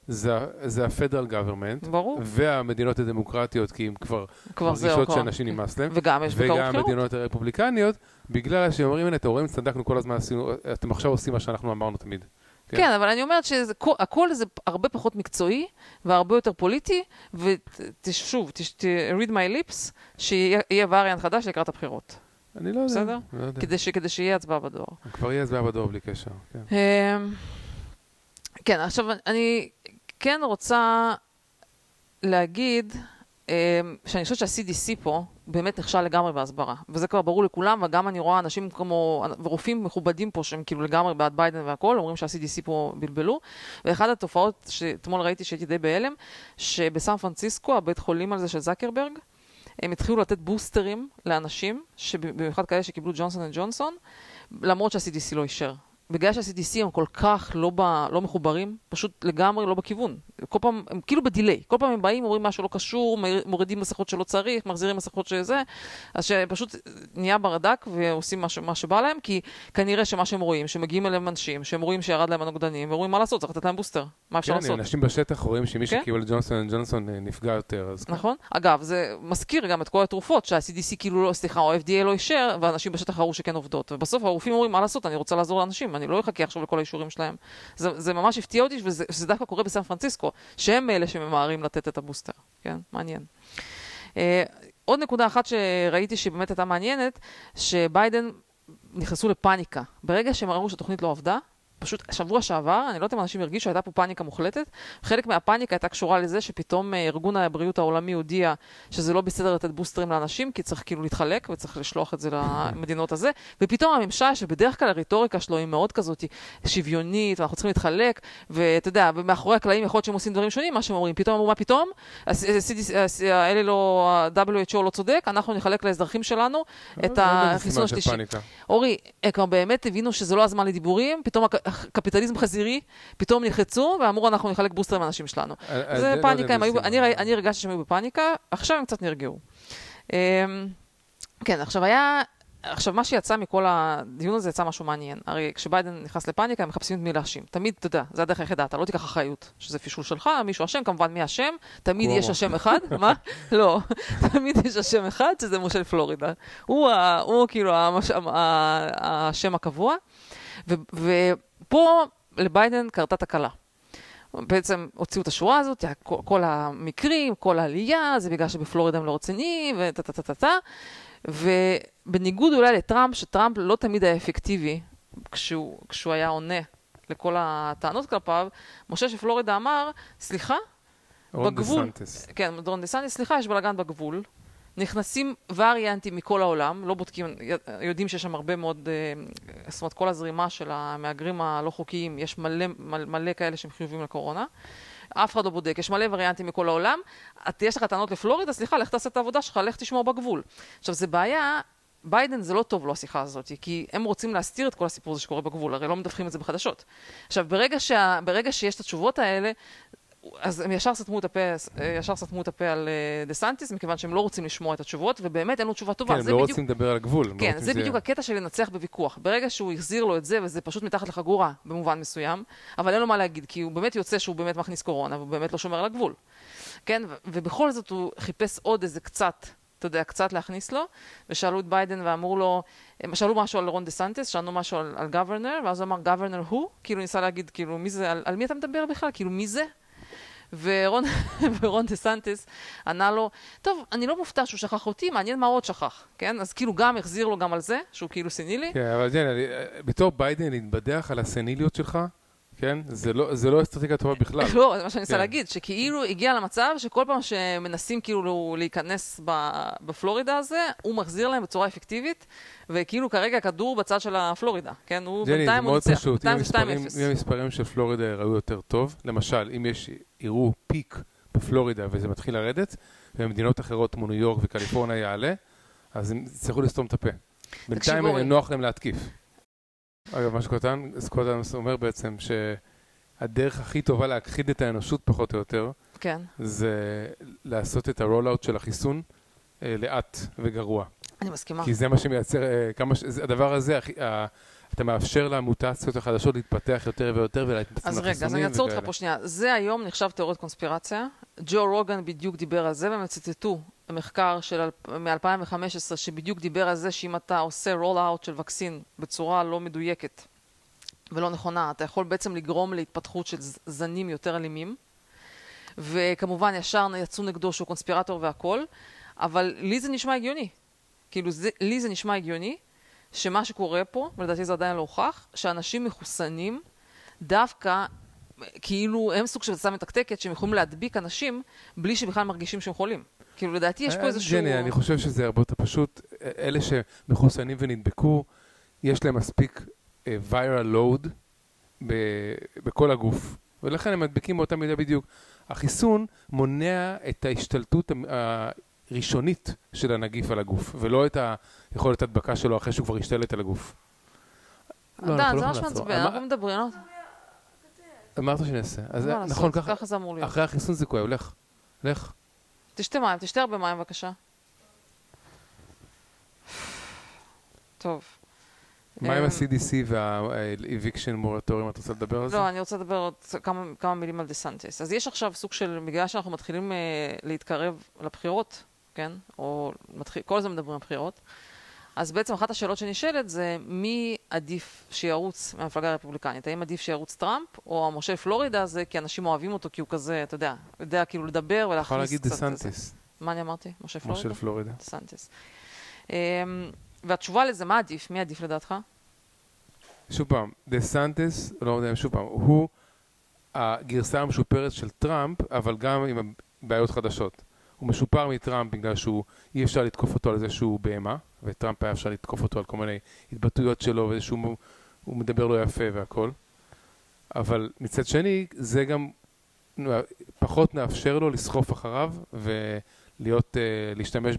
זה ה-Federal Government, והמדינות הדמוקרטיות, כי הם כבר מרגישות שאנשים נמאס להם, וגם המדינות הרפובליקניות, בגלל שאומרים, הנה, אתם רואים, צדקנו כל הזמן, אתם עכשיו עושים מה שאנחנו אמרנו תמיד. כן, אבל אני אומרת שהכל זה הרבה פחות מקצועי, והרבה יותר פוליטי, ושוב, read my lips, שיהיה וריאנט חדש לקראת הבחירות. אני לא יודע. בסדר? כדי שיהיה הצבעה בדואר. כבר יהיה הצבעה בדואר בלי קשר. כן, עכשיו אני כן רוצה להגיד שאני חושבת שה-CDC פה באמת נכשל לגמרי בהסברה, וזה כבר ברור לכולם, וגם אני רואה אנשים כמו, ורופאים מכובדים פה שהם כאילו לגמרי בעד ביידן והכל, אומרים שה-CDC פה בלבלו, ואחת התופעות שאתמול ראיתי שהייתי די בהלם, שבסן פרנסיסקו, הבית חולים על זה של זקרברג, הם התחילו לתת בוסטרים לאנשים, במיוחד כאלה שקיבלו ג'ונסון אנד ג'ונסון, למרות שה-CDC לא אישר. בגלל שה-CDC הם כל כך לא מחוברים, פשוט לגמרי לא בכיוון. כל פעם, הם כאילו בדיליי. כל פעם הם באים, אומרים משהו לא קשור, מורידים מסכות שלא צריך, מחזירים מסכות שזה, אז שפשוט נהיה ברדק ועושים מה שבא להם, כי כנראה שמה שהם רואים, שמגיעים אליהם אנשים, שהם רואים שירד להם הנוגדנים, ורואים מה לעשות, צריך לתת להם בוסטר. מה אפשר לעשות? אנשים בשטח רואים שמי שקיבל ג'ונסון אנד ג'ונסון נפגע יותר. נכון? אגב, זה מזכיר גם את כל התרופות, שה-CDC כאילו לא, סליחה, או FDA לא אישר, ואנשים בשטח ראו שכן עובדות. ובסוף הרופאים אומרים, מה לעשות? אני רוצה לעזור לאנשים, אני לא אחכה עכשיו לכל האישורים שלהם. זה ממש הפתיע אותי, וזה דווקא קורה בסן פרנסיסקו, שהם אלה שממהרים לתת את הבוסטר. כן? מעניין. עוד נקודה אחת שראיתי שבאמת הייתה מעניינת, שביידן נכנסו לפאניקה. ברגע שהם ראו שהתוכנית לא עבדה, פשוט שבוע שעבר, אני לא יודעת אם אנשים הרגישו, הייתה פה פאניקה מוחלטת. חלק מהפאניקה הייתה קשורה לזה שפתאום ארגון הבריאות העולמי הודיע שזה לא בסדר לתת בוסטרים לאנשים, כי צריך כאילו להתחלק וצריך לשלוח את זה למדינות הזה. ופתאום הממשל, שבדרך כלל הרטוריקה שלו היא מאוד כזאת שוויונית, ואנחנו צריכים להתחלק, ואתה יודע, ומאחורי הקלעים יכול להיות שהם עושים דברים שונים, מה שהם אומרים. פתאום אמרו, מה פתאום? האלה לא, ה-WHO לא צודק, אנחנו נחלק לאזרחים שלנו את החיסון השלישי. אורי, כבר באמת הבינו שזה לא הזמן לדיבורים, פתאום קפיטליזם חזירי, פתאום נלחצו, ואמרו אנחנו נחלק בוסטר לאנשים שלנו. זה פאניקה, אני הרגשתי שהם היו בפאניקה, עכשיו הם קצת נרגעו. כן, עכשיו מה שיצא מכל הדיון הזה יצא משהו מעניין. הרי כשביידן נכנס לפאניקה, הם מחפשים את מי להאשים. תמיד, אתה יודע, זה הדרך היחידה, אתה לא תיקח אחריות, שזה פישול שלך, מישהו אשם, כמובן מי אשם, תמיד יש אשם אחד, מה? לא, תמיד יש אשם אחד, שזה מושל פלורידה. הוא כאילו השם הקבוע, ופה לביידן קרתה תקלה. בעצם הוציאו את השורה הזאת, כל המקרים, כל העלייה, זה בגלל שבפלורידה הם לא רציניים, ובניגוד אולי לטראמפ, שטראמפ לא תמיד היה אפקטיבי כשהוא היה עונה לכל הטענות כלפיו, משה שפלורידה אמר, סליחה, בגבול, כן, דרון דה-סנטיס, סליחה, יש בלגן בגבול, נכנסים וריאנטים מכל העולם, לא בודקים, יודעים שיש שם הרבה מאוד, זאת אומרת, כל הזרימה של המהגרים הלא חוקיים, יש מלא כאלה שהם חיובים לקורונה, אף אחד לא בודק, יש מלא וריאנטים מכל העולם, יש לך טענות לפלורידה, סליחה, לך תעשה את העבודה שלך, לך תשמור בגבול. עכשיו, זה בעיה, ביידן זה לא טוב לו השיחה הזאת, כי הם רוצים להסתיר את כל הסיפור הזה שקורה בגבול, הרי לא מדווחים את זה בחדשות. עכשיו, ברגע שיש את התשובות האלה, אז הם ישר סתמו את הפה על דה-סנטיס, מכיוון שהם לא רוצים לשמוע את התשובות, ובאמת אין לו תשובה טובה. כן, הם לא רוצים לדבר על הגבול. כן, זה בדיוק הקטע של לנצח בוויכוח. ברגע שהוא החזיר לו את זה, וזה פשוט מתחת לחגורה במובן מסוים, אבל אין לו מה להגיד, כי הוא באמת יוצא שהוא באמת מכניס קורונה, והוא באמת לא שומר על הגבול. כן, ובכל זאת הוא חיפש עוד איזה קצת, אתה יודע, קצת להכניס לו, ושאלו את ביידן ואמרו לו, שאלו משהו על רון דה-סנטיס, שאלו משהו על גוורנר, ואז הוא אמר, גוורנר הוא? כאילו ניסה להגיד, כאילו, מי זה, על מי אתה מדבר בכלל? כאילו, מי זה? ורון דה-סנטיס ענה לו, טוב, אני לא מופתע שהוא שכח אותי, מעניין מה עוד שכח, כן? אז כאילו גם החזיר לו גם על זה, שהוא כאילו סנילי. כן, אבל בתור ביידן להתבדח על הסניליות שלך, כן? זה לא אסטרטגיה טובה בכלל. לא, זה מה שאני ניסה להגיד, שכאילו הגיע למצב שכל פעם שמנסים כאילו להיכנס בפלורידה הזה, הוא מחזיר להם בצורה אפקטיבית, וכאילו כרגע הכדור בצד של הפלורידה, כן? הוא בינתיים הוא ניצח, בינתיים זה 2-0. אם המספרים של פלורידה יראו יותר טוב, למשל, אם יראו פיק בפלורידה וזה מתחיל לרדת, ומדינות אחרות כמו ניו יורק וקליפורניה יעלה, אז הם צריכו לסתום את הפה. בינתיים נוח להם להתקיף. אגב, מה שקוטן אומר בעצם שהדרך הכי טובה להכחיד את האנושות פחות או יותר, כן. זה לעשות את הרול-אוט של החיסון לאט וגרוע. אני מסכימה. כי זה מה שמייצר, הדבר הזה, אתה מאפשר למוטציות החדשות להתפתח יותר ויותר ולהתפתח לחיסונים. אז רגע, אז אני אעצור אותך פה שנייה. זה היום נחשב תיאוריית קונספירציה. ג'ו רוגן בדיוק דיבר על זה, והם ציטטו המחקר מ-2015 שבדיוק דיבר על זה שאם אתה עושה רול-אאוט של וקסין בצורה לא מדויקת ולא נכונה, אתה יכול בעצם לגרום להתפתחות של זנים יותר אלימים, וכמובן ישר יצאו נגדו שהוא קונספירטור והכל, אבל לי זה נשמע הגיוני. כאילו לי זה נשמע הגיוני שמה שקורה פה, ולדעתי זה עדיין לא הוכח, שאנשים מחוסנים דווקא כאילו הם סוג של פצצה מתקתקת שהם יכולים להדביק אנשים בלי שבכלל מרגישים שהם חולים. כאילו, לדעתי יש פה איזשהו... ג'ני, אני חושב שזה הרבה יותר פשוט. אלה שמחוסנים ונדבקו, יש להם מספיק viral load בכל הגוף. ולכן הם מדבקים באותה מידה בדיוק. החיסון מונע את ההשתלטות הראשונית של הנגיף על הגוף, ולא את היכולת הדבקה שלו אחרי שהוא כבר השתלט על הגוף. דן, זה ממש מעצבן, אנחנו מדברים. אמרת שנעשה. אז לא, נכון, ככה זה אמור להיות. אחרי החיסון זה כואב, לך. תשתה מים, תשתה הרבה מים בבקשה. טוב. מה עם ה-CDC וה-eviction מורטוריום, את רוצה לדבר על זה? לא, אני רוצה לדבר עוד כמה מילים על דה-סנטיס. אז יש עכשיו סוג של, בגלל שאנחנו מתחילים להתקרב לבחירות, כן? או כל זה מדברים על בחירות. אז בעצם אחת השאלות שנשאלת זה מי עדיף שירוץ מהמפלגה הרפובליקנית? האם עדיף שירוץ טראמפ או המושל פלורידה הזה, כי אנשים אוהבים אותו, כי הוא כזה, אתה יודע כאילו לדבר ולהכניס יכול להגיד דה-סנטיס. מה אני אמרתי? מושל פלורידה? מושל פלורידה. דה-סנטיס. והתשובה לזה, מה עדיף? מי עדיף לדעתך? שוב פעם, דה-סנטיס, לא יודע, שוב פעם, הוא הגרסה המשופרת של טראמפ, אבל גם עם בעיות חדשות. הוא משופר מטראמפ בגלל שהוא, אי אפשר לתקוף אותו על זה שהוא בהמה, וטראמפ היה אפשר לתקוף אותו על כל מיני התבטאויות שלו, ושהוא מדבר לא יפה והכל. אבל מצד שני, זה גם פחות נאפשר לו לסחוף אחריו, ולהיות, להשתמש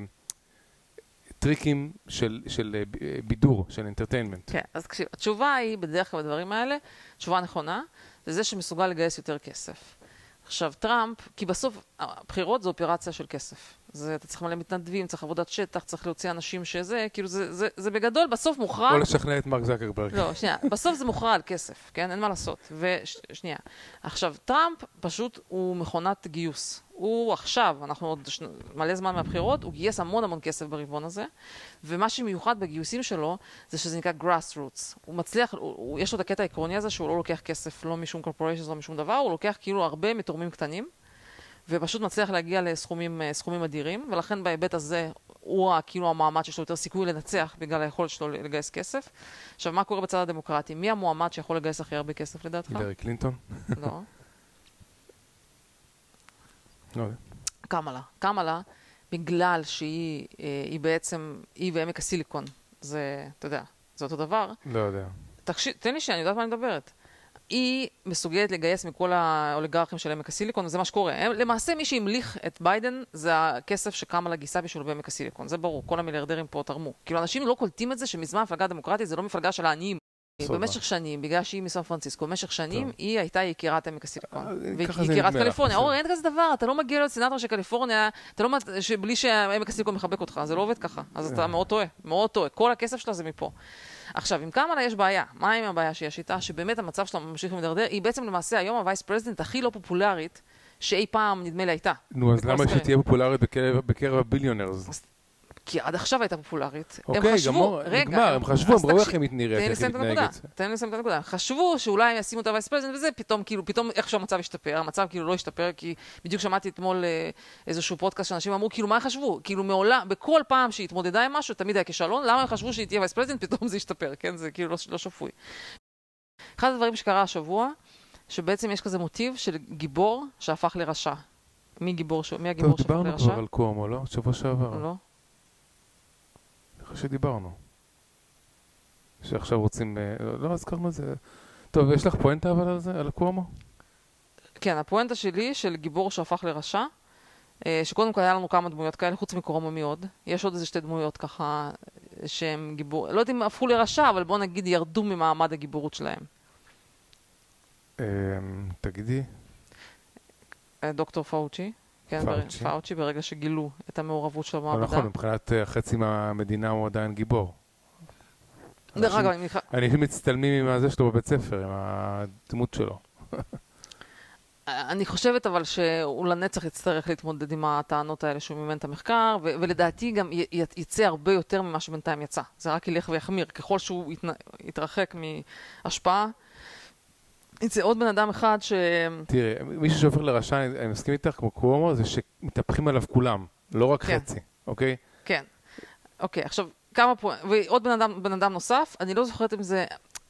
בטריקים של בידור, של אינטרטיינמנט. כן, אז התשובה היא, בדרך כלל בדברים האלה, תשובה נכונה, זה זה שמסוגל לגייס יותר כסף. עכשיו, טראמפ, כי בסוף הבחירות זו אופרציה של כסף. אתה צריך מלא מתנדבים, צריך עבודת שטח, צריך להוציא אנשים שזה, כאילו זה בגדול, בסוף מוכרע... או לשכנע את מרק זקרברג. לא, שנייה, בסוף זה מוכרע על כסף, כן? אין מה לעשות. ושנייה, עכשיו, טראמפ פשוט הוא מכונת גיוס. הוא עכשיו, אנחנו עוד מלא זמן מהבחירות, הוא גייס המון כסף ברבעון הזה, ומה שמיוחד בגיוסים שלו, זה שזה נקרא grassroots. הוא מצליח, יש לו את הקטע העקרוני הזה, שהוא לא לוקח כסף, לא משום corporations, לא משום דבר, הוא לוקח כאילו הרבה מתורמים קטנים, ופשוט מצליח להגיע לסכומים אדירים, ולכן בהיבט הזה הוא כאילו המועמד שיש לו יותר סיכוי לנצח בגלל היכולת שלו לגייס כסף. עכשיו, מה קורה בצד הדמוקרטי? מי המועמד שיכול לגייס הכי הרבה כסף לדעתך? הילרי קלינטון? לא. לא יודע. קמלה, בגלל שהיא בעצם, היא בעמק הסיליקון. זה, אתה יודע, זה אותו דבר. לא יודע. תן לי שאני יודעת מה אני מדברת. היא מסוגלת לגייס מכל האוליגרכים של עמק הסיליקון, וזה מה שקורה. למעשה, מי שהמליך את ביידן, זה הכסף שקמלה גיסה בשביל בעמק הסיליקון. זה ברור, כל המיליארדרים פה תרמו. כאילו, אנשים לא קולטים את זה שמזמן המפלגה הדמוקרטית זה לא מפלגה של העניים. במשך שנים, בגלל שהיא מסן פרנסיסקו, במשך שנים היא הייתה יקירת עמק הסיליקון. ויקירת קליפורניה. אין כזה דבר, אתה לא מגיע להיות סנאטור של קליפורניה, בלי שעמק הסיליקון מחבק אותך, זה לא עובד ככה. אז אתה מאוד טועה. כל הכסף שלה זה מפה. עכשיו, עם קמלה יש בעיה. מה עם הבעיה שיש איתה? שבאמת המצב שלה ממשיך ומדרדר. היא בעצם למעשה היום הווייס פרזידנט הכי לא פופולרית שאי פעם נדמה לי הייתה. נו, אז למה שתהיה פופולרית בקרב הביליונרס? כי עד עכשיו הייתה פופולרית. אוקיי, נגמר, הם חשבו, הם ראו איך היא מתנהגת. תן לי לסיים את הנקודה. חשבו שאולי הם ישימו את הווייס פרזידנט וזה, פתאום איך שהמצב ישתפר. המצב כאילו לא ישתפר, כי בדיוק שמעתי אתמול איזשהו פודקאסט שאנשים אמרו, כאילו מה הם חשבו? כאילו מעולם, בכל פעם שהיא התמודדה עם משהו, תמיד היה כישלון, למה הם חשבו שהיא תהיה וייס פרזידנט, פתאום זה ישתפר, כן? זה כאילו לא שפוי. אחד הדברים שקרה השבוע, שבעצם יש כזה מוטיב של גיבור שהפך לרשע. מי הגיבור שהפך לרשע? דיברנו כבר על קומו, לא? שבוע שעבר. לא. אחרי שדיברנו. שעכשיו רוצים... לא הזכרנו את זה. טוב, יש לך פואנטה אבל על זה? על קומו? כן, הפואנטה שלי של גיבור שהפך לרשע, שקודם כל היה לנו כמה דמויות כאלה, חוץ מקומו מי עוד. יש עוד איזה שתי דמויות ככה שהם גיבור... לא יודעים אם הפכו לרשע, אבל בואו נגיד ירדו ממעמד הגיבורות שלהם. תגידי. דוקטור פאוצ'י. כן, פאוצ'י ברגע שגילו את המעורבות של המעבדה. נכון, מבחינת חצי מהמדינה הוא עדיין גיבור. דרך אגב, אנשים מצטלמים עם זה שלו בבית ספר, עם הדמות שלו. אני חושבת אבל שהוא לנצח יצטרך להתמודד עם הטענות האלה שהוא מימן את המחקר, ולדעתי גם יצא הרבה יותר ממה שבינתיים יצא. זה רק ילך ויחמיר. ככל שהוא יתרחק מהשפעה, יצא עוד בן אדם אחד ש... תראי, מישהו שהופך לרשע, אני מסכים איתך, כמו קומו, זה שמתהפכים עליו כולם, לא רק חצי, אוקיי? כן. אוקיי, עכשיו, כמה פה... ועוד בן אדם נוסף, אני לא זוכרת אם זה...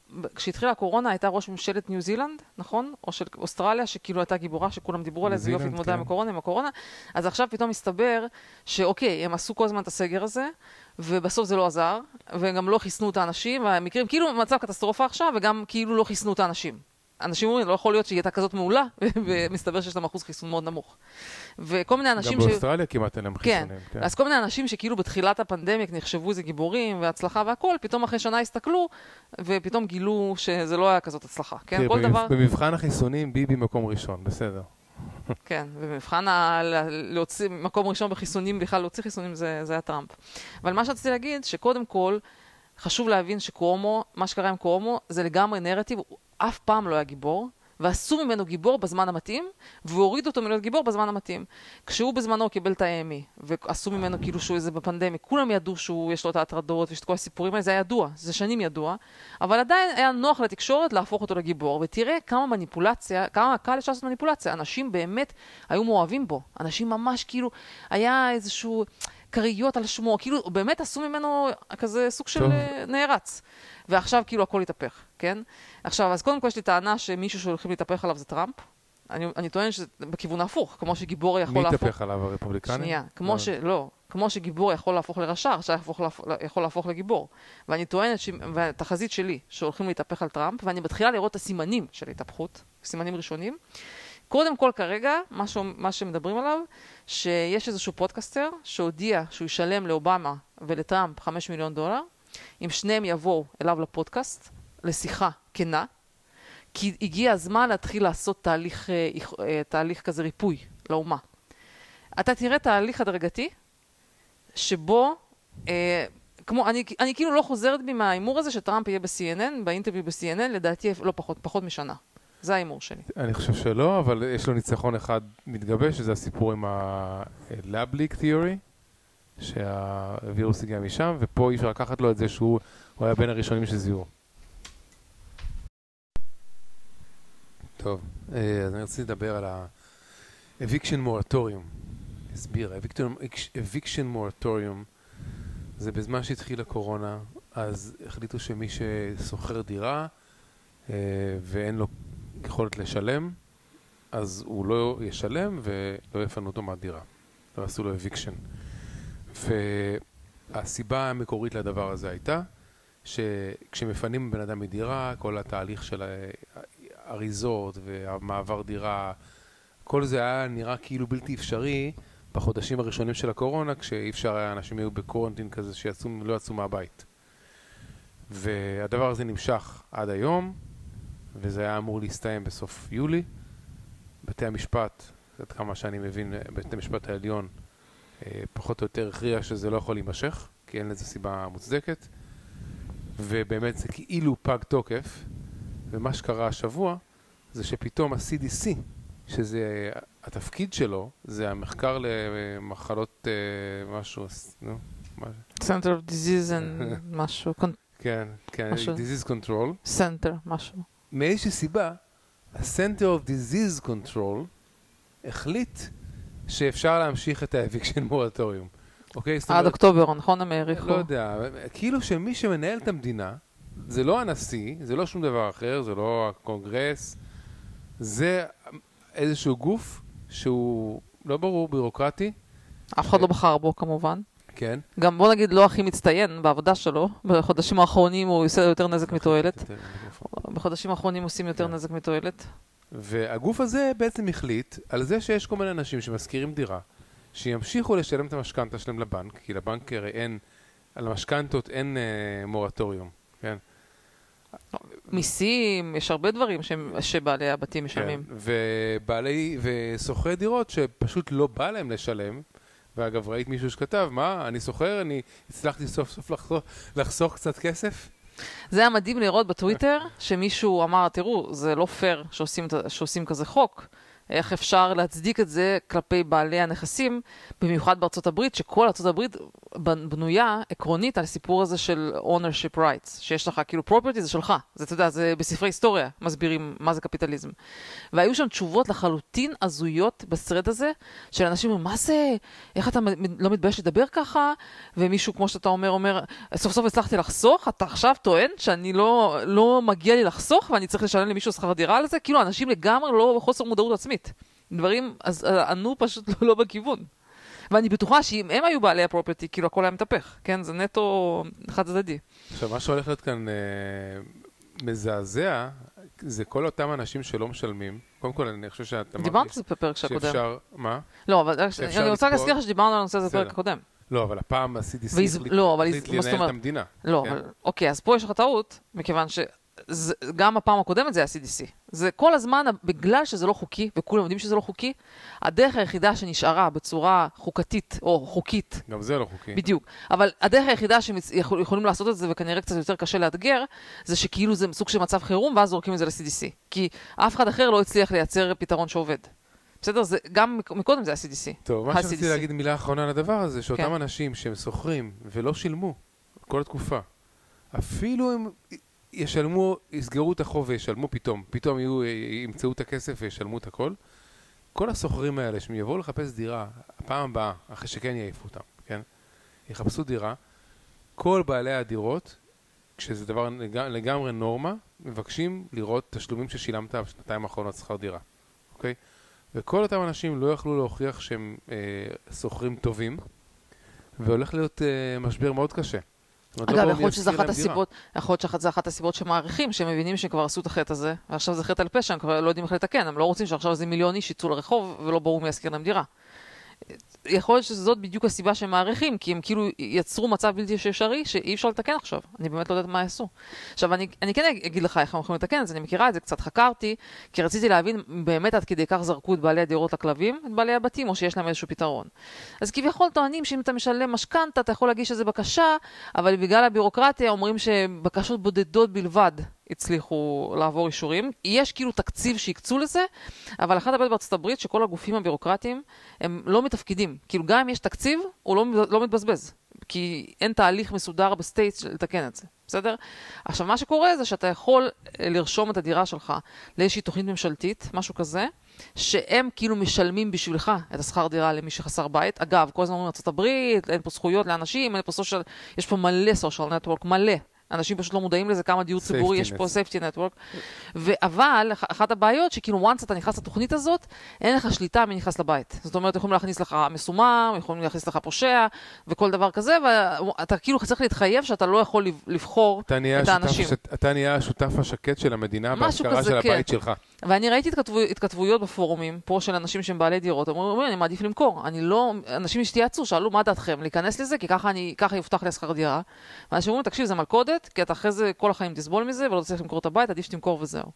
כשהתחילה הקורונה הייתה ראש ממשלת ניו זילנד, נכון? או של אוסטרליה, שכאילו הייתה גיבורה, שכולם דיברו עליה, זה יופי להתמודד עם הקורונה. אז עכשיו פתאום מסתבר שאוקיי, הם עשו כל הזמן את הסגר הזה, ובסוף זה לא עזר, וגם לא חיסנו את האנשים, והמקרים, כאילו מצב קטסטרופה עכשיו, וגם כאילו לא חיסנו את האנשים. אנשים אומרים, לא יכול להיות שהיא הייתה כזאת מעולה, ומסתבר שיש להם אחוז חיסון מאוד נמוך. וכל מיני אנשים גם באוסטרליה כמעט אין להם חיסונים. כן, אז כל מיני אנשים שכאילו בתחילת הפנדמיק נחשבו איזה גיבורים והצלחה והכל, פתאום אחרי שנה הסתכלו, ופתאום גילו שזה לא היה כזאת הצלחה. כן, כל דבר... במבחן החיסונים, ביבי מקום ראשון, בסדר. כן, ובמבחן להוציא מקום ראשון בחיסונים, בכלל להוציא חיסונים, זה היה טראמפ. אבל מה שרציתי להגיד, שקודם כל, חשוב להבין שקוומו, מה שקרה עם קוומו, זה לגמרי נרטיב, הוא אף פעם לא היה גיבור, ועשו ממנו גיבור בזמן המתאים, והורידו אותו מלהיות גיבור בזמן המתאים. כשהוא בזמנו קיבל את האמי, ועשו ממנו כאילו שהוא איזה בפנדמי, כולם ידעו שיש לו את ההטרדות, ויש את כל הסיפורים האלה, זה היה ידוע, זה שנים ידוע, אבל עדיין היה נוח לתקשורת להפוך אותו לגיבור, ותראה כמה מניפולציה, כמה קל אפשר לעשות מניפולציה, אנשים באמת היו מאוהבים בו, אנשים ממש כאילו, היה איזשהו קריות על שמו, כאילו באמת עשו ממנו כזה סוג של נערץ. ועכשיו כאילו הכל התהפך, כן? עכשיו, אז קודם כל יש לי טענה שמישהו שהולכים להתהפך עליו זה טראמפ. אני טוען שזה בכיוון ההפוך, כמו שגיבור יכול להפוך... מי התהפך עליו, הרפובליקנים? שנייה, כמו שגיבור יכול להפוך לרשע, רשע יכול להפוך לגיבור. ואני טוענת, והתחזית שלי, שהולכים להתהפך על טראמפ, ואני מתחילה לראות את הסימנים של התהפכות, סימנים ראשונים. קודם כל כרגע, מה שמדברים עליו, שיש איזשהו פודקאסטר שהודיע שהוא ישלם לאובמה ולטראמפ $5 מיליון, אם שניהם יבואו אליו לפודקאסט, לשיחה כנה, כי הגיע הזמן להתחיל לעשות תהליך כזה ריפוי לאומה. אתה תראה תהליך הדרגתי, שבו, אני כאילו לא חוזרת בי מהאימור הזה שטראמפ יהיה ב-CNN, באינטרוויו ב-CNN, לדעתי לא פחות משנה. זה האימור שלי. אני חושב שלא, אבל יש לו ניצחון אחד מתגבש, שזה הסיפור עם ה-lab leak theory, שהווירוס הגיע משם, ופה אי אפשר לקחת לו את זה שהוא היה בין הראשונים שזיהו. טוב, אז אני רציתי לדבר על ה-eviction moratorium. הסביר, eviction moratorium זה בזמן שהתחיל הקורונה, אז החליטו שמי שסוחר דירה ואין לו יכולת לשלם, אז הוא לא ישלם ולא יפנו אותו מהדירה. ועשו לו eviction. והסיבה המקורית לדבר הזה הייתה שכשמפנים בן אדם מדירה, כל התהליך של האריזות והמעבר דירה, כל זה היה נראה כאילו בלתי אפשרי בחודשים הראשונים של הקורונה, כשאי אפשר היה, אנשים היו בקורנטין כזה שלא יצאו מהבית. והדבר הזה נמשך עד היום, וזה היה אמור להסתיים בסוף יולי. בתי המשפט, עד כמה שאני מבין, בית המשפט העליון, פחות או יותר הכריע שזה לא יכול להימשך, כי אין לזה סיבה מוצדקת, ובאמת זה כאילו פג תוקף, ומה שקרה השבוע זה שפתאום ה-CDC, שזה התפקיד שלו, זה המחקר למחלות משהו, Center of Disease and משהו. כן, Disease Control. Center, משהו. מאיזושהי סיבה, ה-Center of Disease Control החליט שאפשר להמשיך את ה-eviction moratorium. אוקיי? עד אוקטובר, נכון? הם העריכו. לא יודע, כאילו שמי שמנהל את המדינה, זה לא הנשיא, זה לא שום דבר אחר, זה לא הקונגרס, זה איזשהו גוף שהוא לא ברור, בירוקרטי. אף אחד לא בחר בו כמובן. כן. גם בוא נגיד לא הכי מצטיין בעבודה שלו, בחודשים האחרונים הוא עושה יותר נזק מתועלת. בחודשים האחרונים עושים יותר נזק מתועלת. והגוף הזה בעצם החליט על זה שיש כל מיני אנשים שמזכירים דירה, שימשיכו לשלם את המשכנתה שלהם לבנק, כי לבנק הרי אין, על המשכנתות אין מורטוריום, כן? מיסים, יש הרבה דברים שבעלי הבתים משלמים. ובעלי וסוחרי דירות שפשוט לא בא להם לשלם, ואגב ראית מישהו שכתב, מה, אני סוחר, אני הצלחתי סוף סוף לחסוך קצת כסף? זה היה מדהים לראות בטוויטר, שמישהו אמר, תראו, זה לא פייר שעושים כזה חוק, איך אפשר להצדיק את זה כלפי בעלי הנכסים, במיוחד בארצות הברית, שכל ארצות הברית בנויה עקרונית על הסיפור הזה של ownership rights, שיש לך כאילו property זה שלך, זה אתה יודע, זה בספרי היסטוריה מסבירים מה זה קפיטליזם. והיו שם תשובות לחלוטין הזויות בסרט הזה, של אנשים אומרים, מה זה? איך אתה לא מתבייש לדבר ככה? ומישהו, כמו שאתה אומר, סוף סוף הצלחתי לחסוך, אתה עכשיו טוען שאני לא מגיע לי לחסוך, ואני צריך לשלם למישהו שכר דירה על זה? כאילו, אנשים לגמרי לא בחוסר מודעות עצמית. דברים, אז ענו פשוט לא בכיוון. ואני בטוחה שאם הם היו בעלי הפרופרטי, כאילו הכל היה מתהפך, כן? זה נטו חד צדדי. עכשיו, מה שהולך להיות כאן מזעזע, זה כל אותם אנשים שלא משלמים. קודם כל, אני חושב שאתה דיברנו על זה בפרק הקודם. שאפשר, מה? לא, אבל אני רוצה להזכיר לך שדיברנו על הנושא הזה בפרק הקודם. לא, אבל הפעם ה-CDC החליט לנהל את המדינה. לא, אוקיי, אז פה יש לך טעות, מכיוון שגם הפעם הקודמת זה ה-CDC. זה כל הזמן, בגלל שזה לא חוקי, וכולם יודעים שזה לא חוקי, הדרך היחידה שנשארה בצורה חוקתית, או חוקית. גם זה לא חוקי. בדיוק. אבל הדרך היחידה שיכולים לעשות את זה, וכנראה קצת יותר קשה לאתגר, זה שכאילו זה סוג של מצב חירום, ואז זורקים את זה ל-CDC. כי אף אחד אחר לא הצליח לייצר פתרון שעובד. בסדר? זה, גם מקודם זה ה-CDC. טוב, מה שרציתי להגיד מילה אחרונה לדבר הזה, שאותם אנשים שהם שוכרים ולא שילמו כל התקופה, אפילו הם יסגרו את החוב וישלמו פתאום ימצאו את הכסף וישלמו את הכל, כל הסוחרים האלה שהם יבואו לחפש דירה, הפעם הבאה, אחרי שכן יעיפו אותם, כן? יחפשו דירה, כל בעלי הדירות, כשזה דבר לגמרי נורמה, מבקשים לראות תשלומים ששילמת בשנתיים האחרונות שכר דירה, אוקיי? וכל אותם אנשים לא יכלו להוכיח שהם סוחרים טובים, והולך להיות משבר מאוד קשה. אגב, יכול להיות שזה אחת הסיבות שמעריכים, שהם מבינים שכבר עשו את החטא הזה, ועכשיו זה חטא על פשע, הם כבר לא יודעים איך לתקן, הם לא רוצים שעכשיו זה מיליון איש יצאו לרחוב, ולא ברור מי יזכיר להם דירה. יכול להיות שזאת בדיוק הסיבה שהם מעריכים, כי הם כאילו יצרו מצב בלתי אפשרי שאי אפשר לתקן עכשיו. אני באמת לא יודעת מה יעשו. עכשיו, אני כן אגיד לך איך הם יכולים לתקן את זה, אני מכירה את זה, קצת חקרתי, כי רציתי להבין באמת עד כדי כך זרקו את בעלי הדירות לכלבים, את בעלי הבתים, או שיש להם איזשהו פתרון. אז כביכול טוענים שאם אתה משלם משכנתה, אתה יכול להגיש איזה בקשה, אבל בגלל הבירוקרטיה אומרים שבקשות בודדות בלבד הצליחו לעבור אישורים. יש כאילו תקציב שיקצו לזה, אבל אחת הבעיות בארצות הברית שכל הגופים הבירוקרטיים הם לא מתפקידים. כאילו גם אם יש תקציב, הוא לא מתבזבז. כי אין תהליך מסודר בסטייט לתקן את זה. בסדר? עכשיו מה שקורה זה שאתה יכול לרשום את הדירה שלך לאיזושהי תוכנית ממשלתית, משהו כזה, שהם כאילו משלמים בשבילך את השכר דירה למי שחסר בית. אגב, כל הזמן אומרים ארצות הברית, אין פה זכויות לאנשים, אין פה סושיאל, יש פה מלא סושיאל נטוורק, מלא. אנשים פשוט לא מודעים לזה, כמה דיור ציבורי יש פה, safety network. אבל אחת הבעיות שכאילו once אתה נכנס לתוכנית הזאת, אין לך שליטה מי נכנס לבית. זאת אומרת, יכולים להכניס לך מסומם, יכולים להכניס לך פושע, וכל דבר כזה, ואתה כאילו צריך להתחייב שאתה לא יכול לבחור את האנשים. אתה נהיה השותף השקט של המדינה בהשכרה של הבית שלך. ואני ראיתי התכתבויות בפורומים פה של אנשים שהם בעלי דירות, אומרים, אני מעדיף למכור. אנשים השתייעצו, שאלו מה דעתכם, להיכנס לזה, כי ככה יובטח לי השכר דירה. ואנשים אומרים, תקשיב, זה מלכודת, כי אתה אחרי זה כל החיים תסבול מזה, ולא צריך למכור את הבית, עדיף שתמכור וזהו.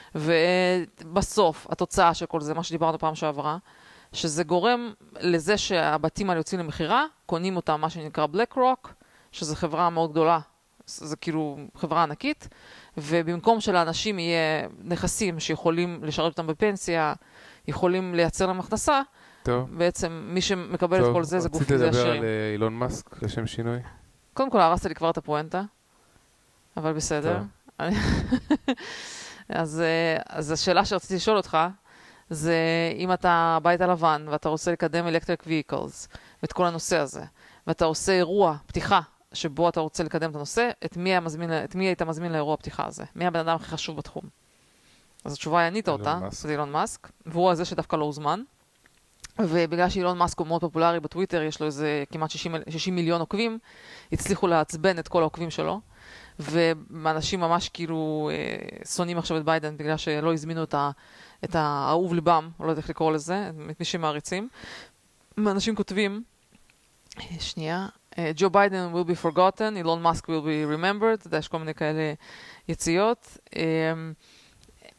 ובסוף, התוצאה של כל זה, מה שדיברנו פעם שעברה, שזה גורם לזה שהבתים האלה יוצאים למחירה, קונים אותם מה שנקרא BlackRock, שזו חברה מאוד גדולה, זה כאילו חברה ענקית, ובמקום שלאנשים יהיה נכסים שיכולים לשרת אותם בפנסיה, יכולים לייצר להם הכנסה, בעצם מי שמקבל את כל זה, זה גופים עשירים. רציתי לדבר על אילון מאסק לשם שינוי? קודם כל, הרסת לי כבר את הפואנטה, אבל בסדר. אז השאלה שרציתי לשאול אותך, זה אם אתה בית הלבן, ואתה רוצה לקדם electric vehicles, ואת כל הנושא הזה, ואתה עושה אירוע, פתיחה, שבו אתה רוצה לקדם את הנושא, את מי היית מזמין לאירוע הפתיחה הזה? מי הבן אדם הכי חשוב בתחום? אז התשובה היא ענית אותה, זה אילון מאסק, והוא הזה שדווקא לא הוזמן, ובגלל שאילון מאסק הוא מאוד פופולרי בטוויטר, יש לו איזה כמעט 60 מיליון עוקבים, הצליחו לעצבן את כל העוקבים שלו, ואנשים ממש כאילו שונאים עכשיו את ביידן, בגלל שלא הזמינו את האהוב ליבם, או לא יודע איך לקרוא לזה, את מי שמעריצים. אנשים כותבים, שנייה, Joe Biden will be forgotten, Elon Musk will be remembered, יש כל מיני כאלה יציאות.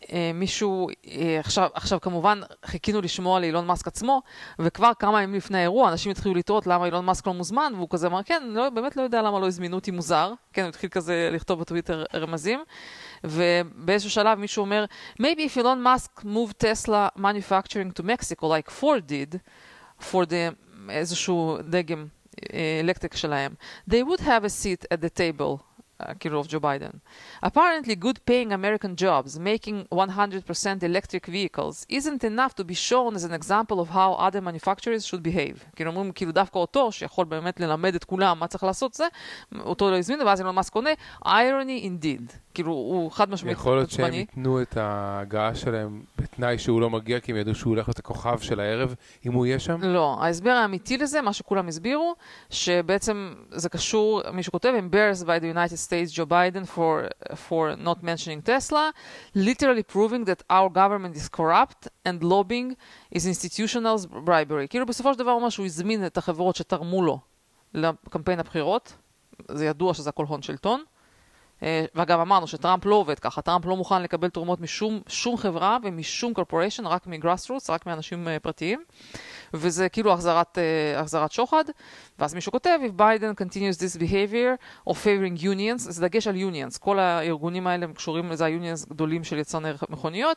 מישהו, עכשיו כמובן חיכינו לשמוע על אילון מאסק עצמו, וכבר כמה ימים לפני האירוע, אנשים התחילו לטעות למה אילון מאסק לא מוזמן, והוא כזה אמר, כן, באמת לא יודע למה לא הזמינו אותי מוזר, כן, הוא התחיל כזה לכתוב בטוויטר רמזים, ובאיזשהו שלב מישהו אומר, maybe if Elon Musk moved Tesla manufacturing to Mexico, like Ford did, for the איזשהו דגם אלקטריק שלהם, they would have a seat at the table, כאילו of Joe Biden. Apparently good paying American jobs making 100% electric vehicles isn't enough to be shown as an example of how other manufacturers should behave. כאילו אומרים, כאילו דווקא אותו שיכול באמת ללמד את כולם מה צריך לעשות זה, אותו לא הזמינו, ואז אילון מאסק עונה, irony indeed. כאילו הוא חד משמעית יכול להיות שהם ייתנו את ההגעה שלהם בתנאי שהוא לא מגיע, כי הם ידעו שהוא הולך להיות הכוכב של הערב, אם הוא יהיה שם? לא, ההסבר האמיתי לזה, מה שכולם הסבירו, שבעצם זה קשור, מישהו כותב, embarrassed by the United States Joe Biden for not mentioning Tesla, literally proving that our government is corrupt and lobbying is institutional bribery. כאילו בסופו של דבר הוא אומר שהוא הזמין את החברות שתרמו לו לקמפיין הבחירות, זה ידוע שזה הכל הון שלטון, ואגב אמרנו שטראמפ לא עובד ככה, טראמפ לא מוכן לקבל תרומות משום חברה ומשום קורפוריישן, רק מגראסרוטס, רק מאנשים פרטיים, וזה כאילו החזרת שוחד, ואז מישהו כותב, if Biden continues this behavior of favoring unions, זה דגש על unions, כל הארגונים האלה קשורים לזה, ה-unions גדולים של יצרני מכוניות,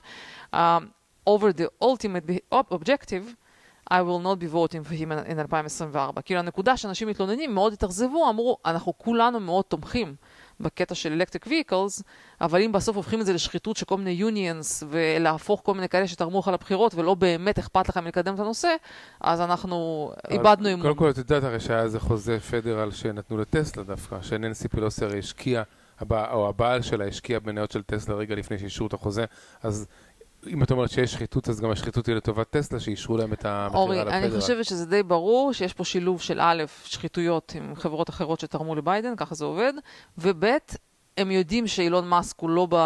over the ultimate objective, I will not be voting for him in 2024. כאילו הנקודה שאנשים מתלוננים מאוד התאכזבו, אמרו, אנחנו כולנו מאוד תומכים בקטע של electric vehicles, אבל אם בסוף הופכים את זה לשחיתות של כל מיני unions, ולהפוך כל מיני כאלה שתרמו לך לבחירות, ולא באמת אכפת לכם לקדם את הנושא, אז אנחנו איבדנו אמון. קודם כל, את יודעת הרי שהיה איזה חוזה פדרל שנתנו לטסלה דווקא, שננסי פלוסי הרי השקיע, או הבעל שלה השקיע בניות של טסלה רגע לפני שאישרו את החוזה, אז אם את אומרת שיש שחיתות, אז גם השחיתות היא לטובת טסלה, שאישרו להם את המחירה אורי, לפדרל. אני חושבת שזה די ברור שיש פה שילוב של א', שחיתויות עם חברות אחרות שתרמו לביידן, ככה זה עובד, וב', הם יודעים שאילון מאסק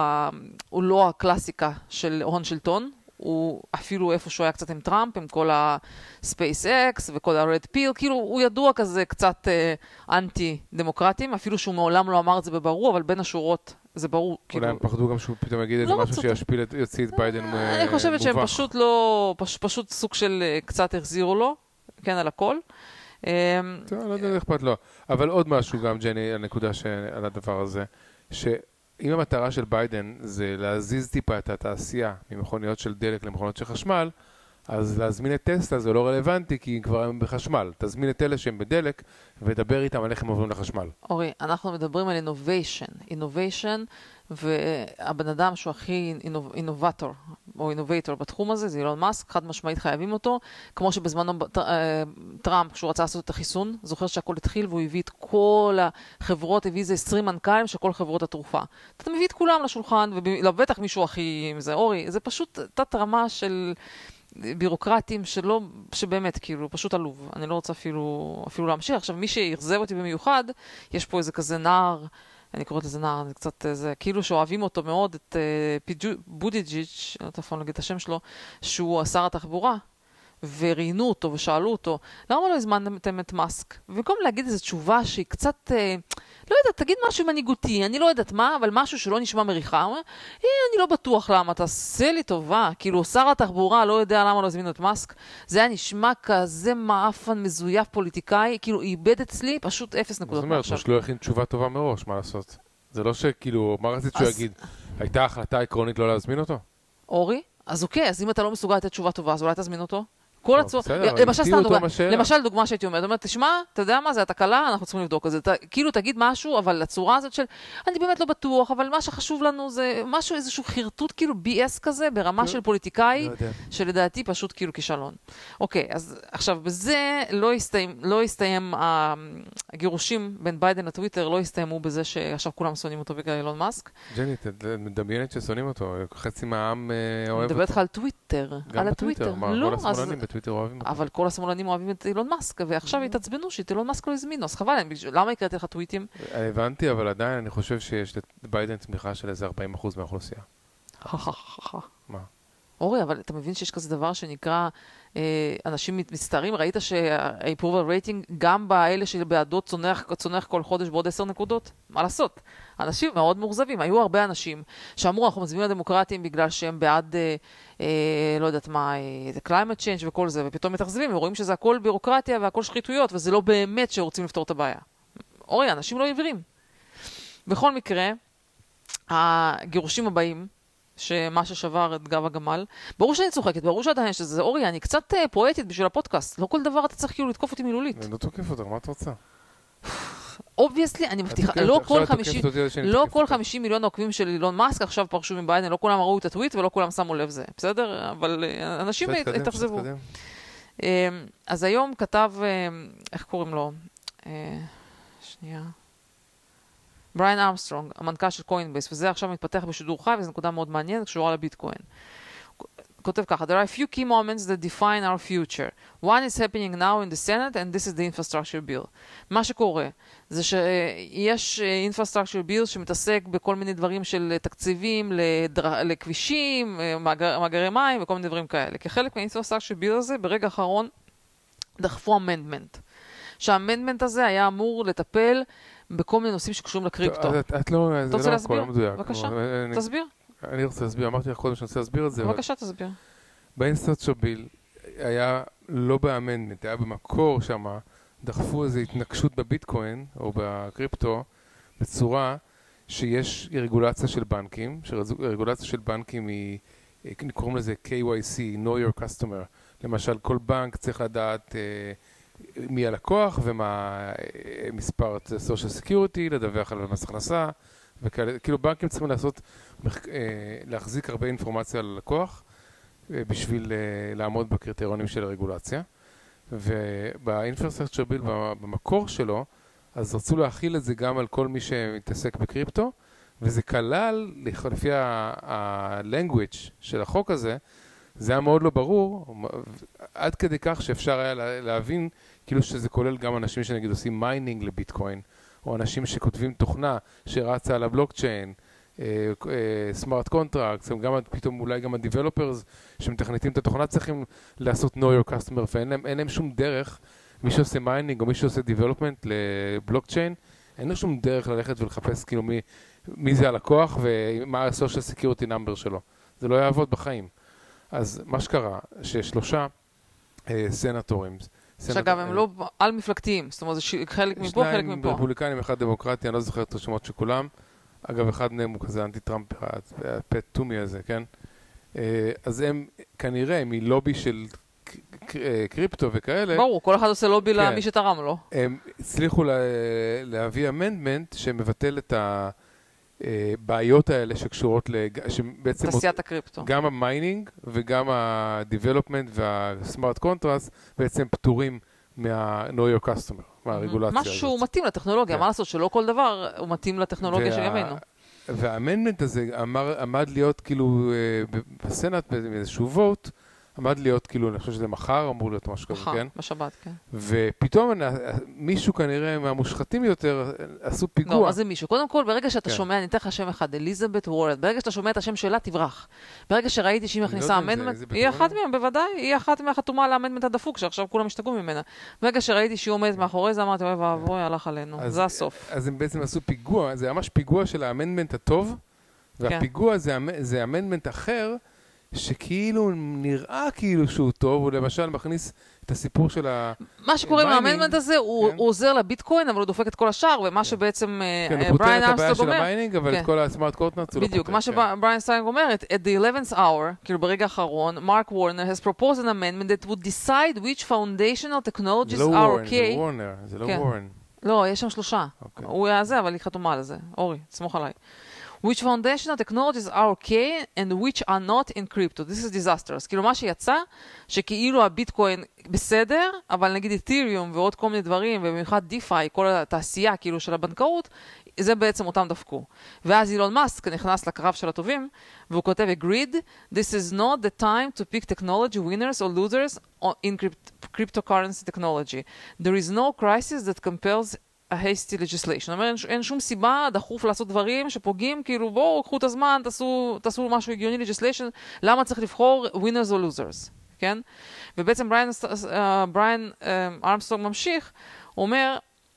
הוא לא הקלאסיקה של הון שלטון, הוא אפילו איפשהו היה קצת עם טראמפ, עם כל ה-SpaceX וכל ה-Red Pill, כאילו הוא ידוע כזה קצת אנטי-דמוקרטים, אפילו שהוא מעולם לא אמר את זה בברור, אבל בין השורות זה ברור. אולי הם פחדו גם שהוא פתאום יגיד איזה משהו שישפיל, יוציא את ביידן מובך. אני חושבת שהם פשוט לא, פשוט סוג של קצת החזירו לו, כן, על הכל. לא יודע, אכפת לו. אבל עוד משהו גם, ג'ני, הנקודה על הדבר הזה, שאם המטרה של ביידן זה להזיז טיפה את התעשייה ממכוניות של דלק למכוניות של חשמל, אז להזמין את טסלה זה לא רלוונטי, כי כבר הם בחשמל. תזמין את אלה שהם בדלק, ודבר איתם על איך הם עוברים לחשמל. אורי, אנחנו מדברים על innovation, והבן אדם שהוא הכי אינובטור, או אינובייטור בתחום הזה, זה אילון מאסק, חד משמעית חייבים אותו, כמו שבזמנו טראמפ, כשהוא רצה לעשות את החיסון, זוכר שהכל התחיל, והוא הביא את כל החברות, הביא איזה 20 מנכ"לים של כל חברות התרופה. אתה מביא את כולם לשולחן, ובטח מישהו הכי, זה אורי, זה פשוט תת רמה של בירוקרטים שבאמת, כאילו, פשוט עלוב. אני לא רוצה אפילו להמשיך. עכשיו, מי שיחזב אותי במיוחד, יש פה איזה כזה נער, אני קוראת לזה נער, זה קצת איזה, כאילו שאוהבים אותו מאוד, את בודיג'יץ', לא יודעת להגיד את השם שלו, שהוא שר התחבורה, וראיינו אותו ושאלו אותו, למה לא הזמנתם את מאסק? ובמקום להגיד איזו תשובה שהיא קצת, לא יודעת, תגיד משהו מנהיגותי, אני לא יודעת מה, אבל משהו שלא נשמע מריחה, הוא אומר, אני לא בטוח למה, תעשה לי טובה, כאילו שר התחבורה לא יודע למה לא הזמינו את מאסק, זה היה נשמע כזה מאפן מזויף פוליטיקאי, כאילו איבד אצלי פשוט 0 נקודות. זאת אומרת, פשוט לא הכין תשובה טובה מראש, מה לעשות? זה לא שכאילו, מה רצית שהוא יגיד? הייתה החלטה עקרונית לא להזמין אותו? אורי, אז אוקיי, אז אם אתה לא מסוגל לתת תשובה טובה, אז אולי תזמין אותו? למשל דוגמה שהייתי אומרת, תשמע, אתה יודע מה, זה התקלה, אנחנו צריכים לבדוק את זה. כאילו תגיד משהו, אבל לצורה הזאת של, אני באמת לא בטוח, אבל מה שחשוב לנו זה משהו, איזשהו חרטוט כאילו BS כזה, ברמה של פוליטיקאי, שלדעתי פשוט כאילו כישלון. אוקיי, אז עכשיו, בזה לא הסתיים, הגירושים בין ביידן לטוויטר, לא הסתיימו בזה שעכשיו כולם שונאים אותו בגלל אילון מאסק. ג'ני, מדמיינת ששונאים אותו, חצי מהעם אוהב אותו. מדברת לך על טוויטר, על הטוויטר. לא, אבל כל השמאלנים אוהבים את אילון מאסק, ועכשיו התעצבנו שאת אילון מאסק לא הזמינו, אז חבל, למה הקראתי לך טוויטים? הבנתי, אבל עדיין אני חושב שיש לביידן תמיכה של איזה 40% מהאוכלוסייה. מה? אורי, אבל אתה מבין שיש כזה דבר שנקרא אנשים מצטערים? ראית שה-approval rating גם באלה שבעדות צונח כל חודש בעוד 10 נקודות? מה לעשות? אנשים מאוד מורזבים. היו הרבה אנשים שאמרו, אנחנו מצביעים לדמוקרטים בגלל שהם בעד, לא יודעת מה, climate change וכל זה, ופתאום מתאכזבים ורואים שזה הכל בירוקרטיה והכל שחיתויות, וזה לא באמת שרוצים לפתור את הבעיה. אורי, אנשים לא עיוורים. בכל מקרה, הגירושים הבאים, שמה ששבר את גב הגמל. ברור שאני צוחקת, ברור שעדיין שזה, אורי, אני קצת פואטית בשביל הפודקאסט. לא כל דבר אתה צריך כאילו לתקוף אותי מילולית. אני לא תוקף אותך, מה את רוצה? אובייסלי, אני מבטיחה, לא כל 50 מיליון העוקבים של אילון מאסק עכשיו פרשו מביידן, לא כולם ראו את הטוויט ולא כולם שמו לב זה, בסדר? אבל אנשים התאכזבו. אז היום כתב, איך קוראים לו? שנייה. בריין ארמסטרונג, המנכ"ל של קוינבייס, וזה עכשיו מתפתח בשידור חי, וזו נקודה מאוד מעניינת, קשורה לביטקוין. כותב ככה, There are a few key moments that define our future. One is happening now in the Senate, and this is the infrastructure bill. מה שקורה, זה שיש infrastructure bill שמתעסק בכל מיני דברים של תקציבים, לכבישים, מאגרי מים, וכל מיני דברים כאלה. כחלק מה-infrastructure bill הזה, ברגע האחרון, דחפו amendment. שהאמנדמנט הזה היה אמור לטפל בכל מיני נושאים שקשורים לקריפטו. את לא, זה לא הכל מדויק. בבקשה, תסביר. אני רוצה להסביר, אמרתי לך קודם שאני רוצה להסביר את זה. בבקשה, תסביר. באינסטרצ'ר ביל היה לא באמנדמנט, היה במקור שם, דחפו איזו התנגשות בביטקוין או בקריפטו, בצורה שיש רגולציה של בנקים, שרגולציה של בנקים היא, קוראים לזה KYC, Know Your Customer. למשל, כל בנק צריך לדעת מי הלקוח ומה מספר social security, לדווח על מס הכנסה, וכאלה, כאילו בנקים צריכים להחזיק הרבה אינפורמציה על הלקוח, בשביל לעמוד בקריטריונים של הרגולציה. ובאינפרסטרקצ'ר ביל, במקור שלו, אז רצו להכיל את זה גם על כל מי שמתעסק בקריפטו, וזה כלל, לפי ה-language של החוק הזה, זה היה מאוד לא ברור, עד כדי כך שאפשר היה להבין, כאילו שזה כולל גם אנשים שנגיד עושים מיינינג לביטקוין, או אנשים שכותבים תוכנה שרצה על הבלוקצ'יין, סמארט קונטרקטס, גם פתאום אולי גם הדיבלופרס שמתכנתים את התוכנה צריכים לעשות know your customer, ואין להם שום דרך, מי שעושה מיינינג או מי שעושה דיבלופמנט לבלוקצ'יין, אין לו שום דרך ללכת ולחפש כאילו מי זה הלקוח ומה ה-social security number שלו. זה לא יעבוד בחיים. אז מה שקרה, ששלושה סנטורים, שאגב, הם לא על מפלגתיים, זאת אומרת, זה חלק מפה, חלק מפה. שניים רפובליקנים, אחד דמוקרטי, אני לא זוכר את השמות של כולם. אגב, אחד מהם הוא כזה אנטי-טראמפ, הפט טומי הזה, כן? אז הם כנראה מלובי של קריפטו וכאלה. ברור, כל אחד עושה לובי למי שתרם לו. הם הצליחו להביא אמנדמנט שמבטל את הבעיות האלה שקשורות שבעצם תעשיית הקריפטו. גם המיינינג וגם הדיבלופמנט והסמארט קונטרסט בעצם פטורים מה-know your customer, מהרגולציה הזאת. משהו מתאים לטכנולוגיה, מה לעשות שלא כל דבר הוא מתאים לטכנולוגיה של ימינו. והאמנדמנט הזה עמד להיות כאילו בסנאט באיזשהו ווט, עמד להיות כאילו, אני חושב שזה מחר אמור להיות משהו כזה, כן? בשבת, כן. ופתאום מישהו כנראה מהמושחתים יותר עשו פיגוע. לא, אז זה מישהו. קודם כל, ברגע שאתה שומע, אני אתן לך שם אחד, אליזבת וורד, ברגע שאתה שומע את השם שלה, תברח. ברגע שראיתי שהיא מכניסה אמנדמנט, היא אחת מהם, בוודאי, היא אחת מהחתומה על האמנדמנט הדפוק, שעכשיו כולם השתגעו ממנה. ברגע שראיתי שהיא עומדת מאחורי זה, אמרתי, אוי ואבוי, הלך עלינו. זה הסוף. אז הם בעצם עשו פיגוע, זה ממש פיגוע של האמנדמנט הטוב, והפיגוע זה אמנדמנט אחר, שכאילו נראה כאילו שהוא טוב, הוא למשל מכניס את הסיפור של מה שקורה עם האמנדמנט הזה, הוא עוזר לביטקוין, אבל הוא דופק את כל השאר, ומה שבעצם בריין ארמסטרונג אומר, המיינינג, אבל את כל הסמארט קונטרקטס הוא לא פותח. בדיוק, מה שבריין ארמסטרונג אומרת, at the 11th hour, כאילו ברגע האחרון, מרק וורנר has proposed an amendment that would decide which foundational technologies are okay. זה לא וורן. לא, יש שם שלושה. הוא היה זה, אבל היא חתומה על זה. אורי, תסמוך עליי. which foundational technologies are okay and which are not in crypto. This is disastrous. כאילו מה שיצא, שכאילו הביטקוין בסדר, אבל נגיד את'ריום ועוד כל מיני דברים, ובמיוחד דיפיי, כל התעשייה כאילו של הבנקאות, זה בעצם אותם דפקו. ואז אילון מאסק נכנס לקרב של הטובים, והוא כותב, agreed, this is not the time to pick technology winners or losers in cryptocurrency technology. There is no crisis that compels a hasty legislation. אומר, אין שום סיבה דחוף לעשות דברים שפוגעים, כאילו בואו, קחו את הזמן, תעשו משהו הגיוני legislation, למה צריך לבחור winners or losers, כן? ובעצם בריין ארמסטרונג ממשיך, הוא אומר,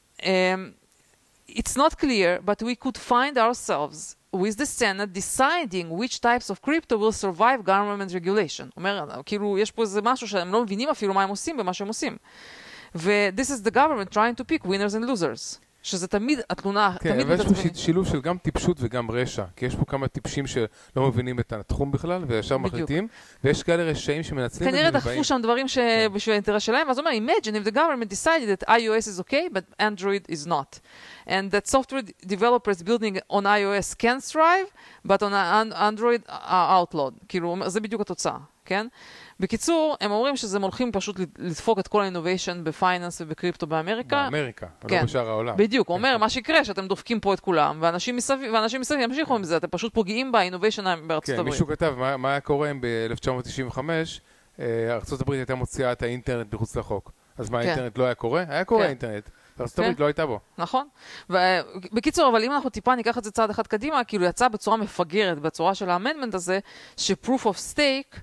it's not clear, but we could find ourselves with the Senate deciding which types of crypto will survive government regulation. אומר, כאילו, יש פה איזה משהו שהם לא מבינים אפילו מה הם עושים במה שהם עושים. ו-this is the government trying to pick winners and losers. שזה תמיד, התלונה, כן, תמיד אבל יש פה מתעצבנית. שילוב של גם טיפשות וגם רשע, כי יש פה כמה טיפשים שלא מבינים את התחום בכלל, וישר מחליטים, ויש כאלה רשעים שמנצלים את זה כנראה דחפו שם דברים שבשביל האינטרס שלהם, אז הוא אומר, imagine if the government decided that iOS is okay, but Android is not. And that software developers building on iOS can thrive, but on Android are outlawed. כאילו, זה בדיוק התוצאה, כן? בקיצור, הם אומרים שזה הולכים פשוט לדפוק את כל האינוביישן בפייננס ובקריפטו באמריקה. באמריקה, לא בשאר העולם. בדיוק, הוא אומר, מה שיקרה, שאתם דופקים פה את כולם, ואנשים מסביב ימשיכו עם זה, אתם פשוט פוגעים באינוביישן בארצות הברית. כן, מישהו כתב, מה היה קורה אם ב-1995, ארצות הברית הייתה מוציאה את האינטרנט מחוץ לחוק. אז מה, האינטרנט לא היה קורה? היה קורה האינטרנט. ארצות הברית לא הייתה בו. נכון. בקיצור, אבל אם אנחנו טיפה ניקח את זה צעד אחד קדימה, כאילו יצא בצורה מפגרת, בצורה של האמנדמנט הזה, ש-proof of stake,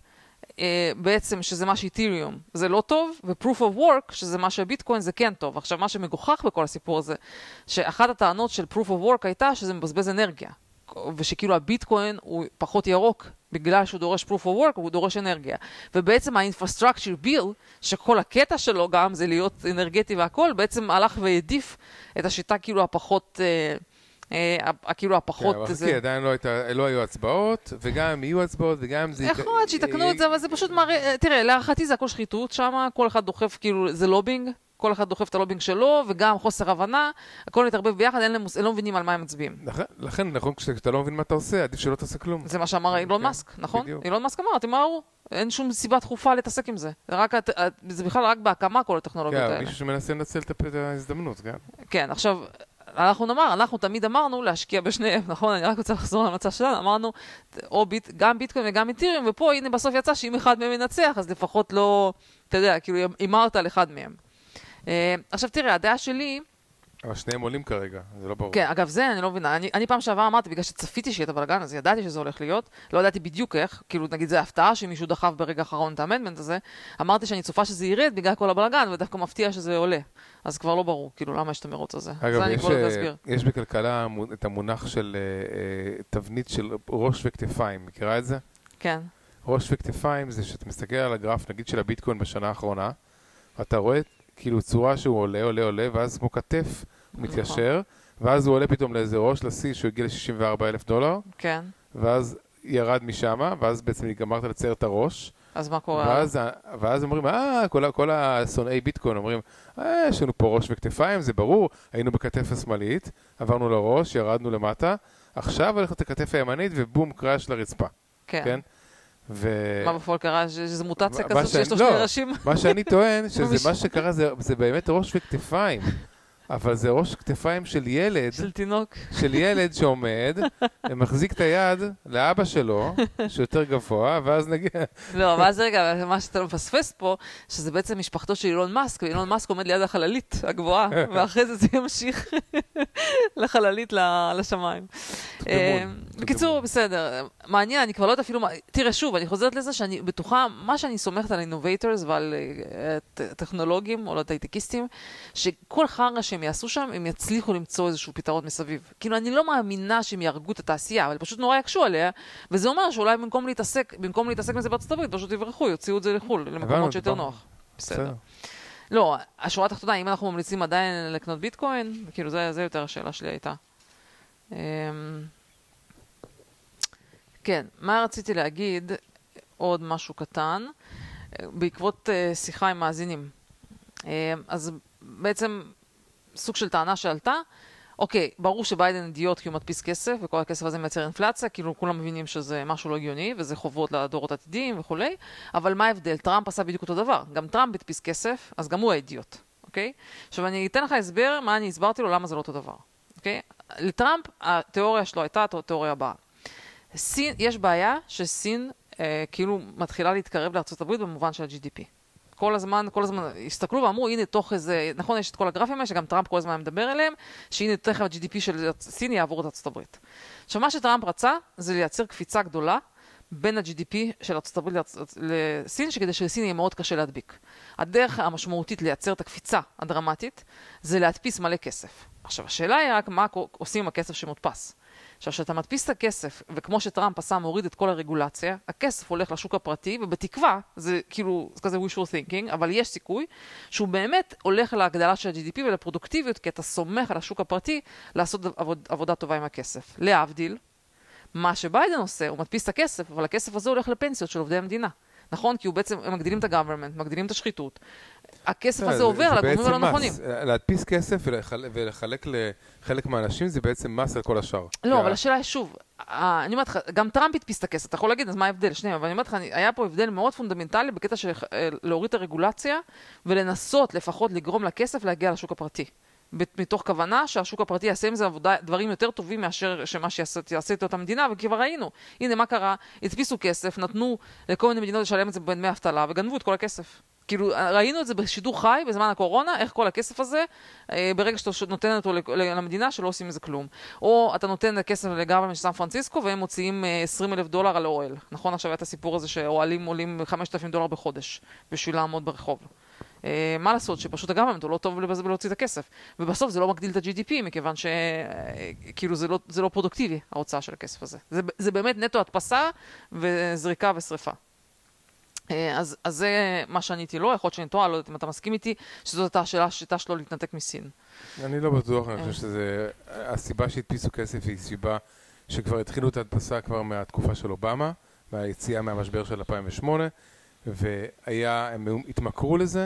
בעצם שזה מה שאיתריום זה לא טוב, ו-proof of work שזה מה שהביטקוין זה כן טוב. עכשיו מה שמגוחך בכל הסיפור הזה, שאחת הטענות של proof of work הייתה שזה מבזבז אנרגיה, ושכאילו הביטקוין הוא פחות ירוק בגלל שהוא דורש proof of work, הוא דורש אנרגיה. ובעצם ה-infrastructure bill, שכל הקטע שלו גם זה להיות אנרגטי והכל, בעצם הלך והעדיף את השיטה כאילו הפחות כאילו הפחות... כן, אבל חכי, עדיין לא היו הצבעות, וגם אם יהיו הצבעות, וגם אם זה... יכול להיות שיתקנו את זה, אבל זה פשוט מראה... תראה, להערכתי זה הכל שחיתות שם, כל אחד דוחף, כאילו, זה לובינג, כל אחד דוחף את הלובינג שלו, וגם חוסר הבנה, הכל מתערבב ביחד, הם לא מבינים על מה הם מצביעים. לכן, נכון, כשאתה לא מבין מה אתה עושה, עדיף שלא תעשה כלום. זה מה שאמר אילון מאסק, נכון? אילון מאסק אמר, תמהרו, אין שום סיבה דחופה להתעסק עם זה. זה בכלל רק בהקמה כל הטכנולוגיות האלה. כן, מישהו שמנסה לנצל את ההזדמנות, כן. כן, עכשיו, אנחנו תמיד אמרנו להשקיע בשניהם, נכון? אני רק רוצה לחזור למצב שלנו, אמרנו, גם ביטקוין וגם איתריום, ופה הנה בסוף יצא שאם אחד מהם ינצח, אז לפחות לא, אתה יודע, כאילו, אמרת על אחד מהם. עכשיו תראה, הדעה שלי... אבל שניהם עולים כרגע, זה לא ברור. כן, אגב, זה אני לא מבינה. אני פעם שעבר אמרתי, בגלל שצפיתי שיהיה את הבלגן, אז ידעתי שזה הולך להיות, לא ידעתי בדיוק איך, כאילו נגיד זה הפתעה שמישהו דחף ברגע האחרון את האמנדמנט הזה, אמרתי שאני צופה שזה ירד בגלל כל הבלגן, ודווקא מפתיע שזה עולה. אז כבר לא ברור, כאילו למה יש את המרוץ הזה. אגב, יש בכלכלה את המונח של תבנית של ראש וכתפיים, מכירה את זה? כן. ראש וכתפיים זה שאתה מסתכל על הגרף, נגיד של הביטקוין בשנה האחרונה, אתה רואה כאילו צורה שהוא עולה, ואז כמו כתף הוא מתיישר, ואז הוא עולה פתאום לאיזה ראש, לשיא שהוא הגיע ל$64,000. כן. ואז ירד משם, ואז בעצם גמרת לצייר את הראש. אז מה קורה? ואז אומרים, כל השונאי ביטקוין אומרים, יש לנו פה ראש וכתפיים, זה ברור, היינו בכתף השמאלית, עברנו לראש, ירדנו למטה, עכשיו הולכת הכתף הימנית, ובום, קראש לרצפה. כן. מה בפועל קרה? שזה מוטציה כזאת שיש לו שני ראשים? מה שאני טוען, שזה מה שקרה זה באמת ראש וכתפיים. אבל זה ראש כתפיים של ילד. של תינוק. של ילד שעומד, ומחזיק את היד לאבא שלו, שיותר גבוה, ואז נגיע... לא, ואז רגע, מה שאתה מפספס פה, שזה בעצם משפחתו של אילון מאסק, ואילון מאסק עומד ליד החללית הגבוהה, ואחרי זה ימשיך לחללית לשמיים. בקיצור, בסדר. מעניין, אני כבר לא יודעת אפילו... תראה, שוב, אני חוזרת לזה שאני בטוחה, מה שאני סומכת על אינובייטרס ועל טכנולוגים או לטייטקיסטים, שכל חרא שהם יעשו שם, הם יצליחו למצוא איזשהו פתרון מסביב. כאילו, אני לא מאמינה שהם יהרגו את התעשייה, אבל פשוט נורא יקשו עליה, וזה אומר שאולי במקום להתעסק מזה בארצות הברית, פשוט יברחו, יוציאו את זה לחול, למקומות שיותר נוח. בסדר. לא, השורה התחתונה, אם אנחנו ממליצים עדיין לקנות ביטקוין, כאילו, זה יותר השאלה שלי הייתה. כן, מה רציתי להגיד? עוד משהו קטן, בעקבות שיחה עם מאזינים. אז בעצם סוג של טענה שעלתה, אוקיי, ברור שביידן אידיוט כי הוא מדפיס כסף, וכל הכסף הזה מייצר אינפלציה, כאילו כולם מבינים שזה משהו לא הגיוני, וזה חובות לדורות עתידיים וכולי, אבל מה ההבדל? טראמפ עשה בדיוק אותו דבר, גם טראמפ הדפיס כסף, אז גם הוא האידיוט, אוקיי? עכשיו אני אתן לך הסבר מה אני הסברתי לו, למה זה לא אותו דבר, אוקיי? לטראמפ, התיאוריה שלו הייתה התיאוריה הבאה. יש בעיה שסין כאילו מתחילה להתקרב לארצות הברית במובן של ה-GDP. כל הזמן הסתכלו ואמרו, הנה תוך איזה, נכון, יש את כל הגרפים האלה, שגם טראמפ כל הזמן מדבר אליהם, שהנה תכף ה-GDP של סין יעבור את ארצות הברית. עכשיו, מה שטראמפ רצה, זה לייצר קפיצה גדולה בין ה-GDP של ארצות הברית לסין, שכדי שלסין יהיה מאוד קשה להדביק. הדרך המשמעותית לייצר את הקפיצה הדרמטית, זה להדפיס מלא כסף. עכשיו, השאלה היא רק מה עושים עם הכסף שמודפס. עכשיו, כשאתה מדפיס את הכסף, וכמו שטראמפ עשה, מוריד את כל הרגולציה, הכסף הולך לשוק הפרטי, ובתקווה, זה כאילו, זה כזה wishful thinking, אבל יש סיכוי שהוא באמת הולך להגדלה של ה-GDP ולפרודוקטיביות, כי אתה סומך על השוק הפרטי לעשות עבודה טובה עם הכסף. להבדיל, מה שביידן עושה, הוא מדפיס את הכסף, אבל הכסף הזה הולך לפנסיות של עובדי המדינה. נכון? כי הוא בעצם, הם מגדילים את ה-government, מגדילים את השחיתות. הכסף הזה עובר לגורמים הלא נכונים. להדפיס כסף ולחלק לחלק מהאנשים זה בעצם מס על כל השאר. לא, אבל השאלה היא שוב, אני אומרת לך, גם טראמפ הדפיס את הכסף, אתה יכול להגיד, אז מה ההבדל? שנייה, אבל אני אומרת לך, היה פה הבדל מאוד פונדמנטלי בקטע של להוריד את הרגולציה ולנסות לפחות לגרום לכסף להגיע לשוק הפרטי. מתוך כוונה שהשוק הפרטי יעשה עם זה דברים יותר טובים מאשר שמה שיעשה את המדינה, וכבר ראינו. הנה מה קרה, הדפיסו כסף, נתנו לכל מיני מדינות לשלם את זה בין דמי אבטלה, וגנבו את כל הכסף. כאילו, ראינו את זה בשידור חי בזמן הקורונה, איך כל הכסף הזה, ברגע שאתה נותן אותו למדינה, שלא עושים מזה כלום. או אתה נותן כסף לגוורמנט של סן פרנסיסקו, והם מוציאים $20,000 על האוהל. נכון, עכשיו היה את הסיפור הזה שאוהלים עולים $5,000 בחודש, בשביל לעמוד ברחוב. מה לעשות? שפשוט הגוורמנט הוא לא טוב להוציא את הכסף. ובסוף זה לא מגדיל את ה-GDP, מכיוון שכאילו זה לא פרודוקטיבי, ההוצאה של הכסף הזה. זה באמת נטו הדפסה וזריקה ושריפה. אז זה מה שעניתי לו, יכול להיות שאני טועה, לא יודעת אם אתה מסכים איתי, שזאת הייתה השאלה השיטה שלו להתנתק מסין. אני לא בטוח, אני חושב שזה, הסיבה שהדפיסו כסף היא סיבה שכבר התחילו את ההדפסה כבר מהתקופה של אובמה, מהיציאה מהמשבר של 2008, הם התמכרו לזה,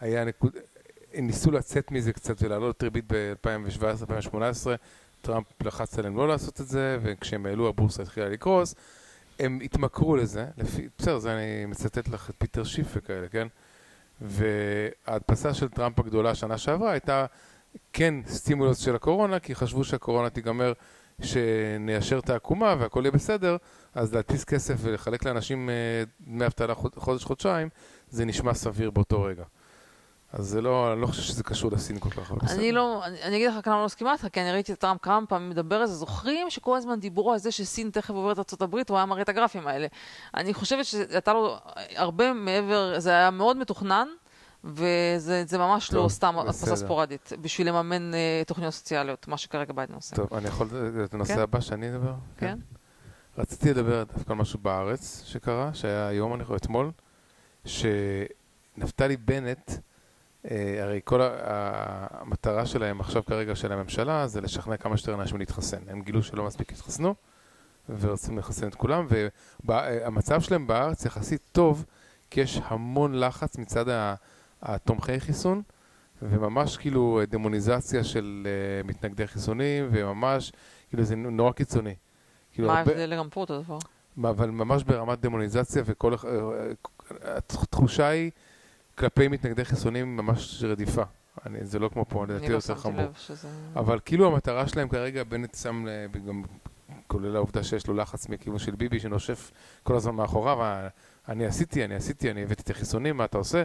הם ניסו לצאת מזה קצת ולעלות ריבית ב-2017-2018, טראמפ לחץ עליהם לא לעשות את זה, וכשהם העלו הבורסה התחילה לקרוס, הם התמכרו לזה, בסדר, זה אני מצטט לך את פיטר שיף וכאלה, כן? וההדפסה של טראמפ הגדולה שנה שעברה הייתה כן סטימולוס של הקורונה, כי חשבו שהקורונה תיגמר, שניישר את העקומה והכל יהיה בסדר, אז להדפיס כסף ולחלק לאנשים דמי אבטלה חודש-חודשיים, זה נשמע סביר באותו רגע. אז זה לא, אני לא חושב שזה קשור לסין כל כך. אני אגיד לך כמה לא מסכימה לך, כי אני ראיתי את טראמפ כמה פעמים מדבר על זה, זוכרים שכל הזמן דיברו על זה שסין תכף עוברת ארצות הברית, הוא היה מראה את הגרפים האלה. אני חושבת שהייתה לו הרבה מעבר, זה היה מאוד מתוכנן, וזה ממש לא סתם הדפסה ספורדית, בשביל לממן תוכניות סוציאליות, מה שכרגע ביידן עושה. טוב, אני יכול את הנושא הבא שאני אדבר? כן. רציתי לדבר דווקא על משהו בארץ שקרה, שהיה היום, אני חושב, אתמול, שנפתלי בנט, הרי כל המטרה שלהם עכשיו כרגע של הממשלה זה לשכנע כמה שיותר אנשים להתחסן. הם גילו שלא מספיק התחסנו ורוצים לחסן את כולם, והמצב שלהם בארץ יחסית טוב, כי יש המון לחץ מצד התומכי חיסון, וממש כאילו דמוניזציה של מתנגדי חיסונים, וממש כאילו זה נורא קיצוני. מה ההבדל גם פה אותו דבר? אבל ממש ברמת דמוניזציה, וכל התחושה היא כלפי מתנגדי חיסונים ממש רדיפה. זה לא כמו פה, לדעתי יותר חמור. אבל כאילו המטרה שלהם כרגע, בנט שם, גם כולל העובדה שיש לו לחץ מכיוון של ביבי שנושף כל הזמן מאחוריו, אני הבאתי את החיסונים, מה אתה עושה?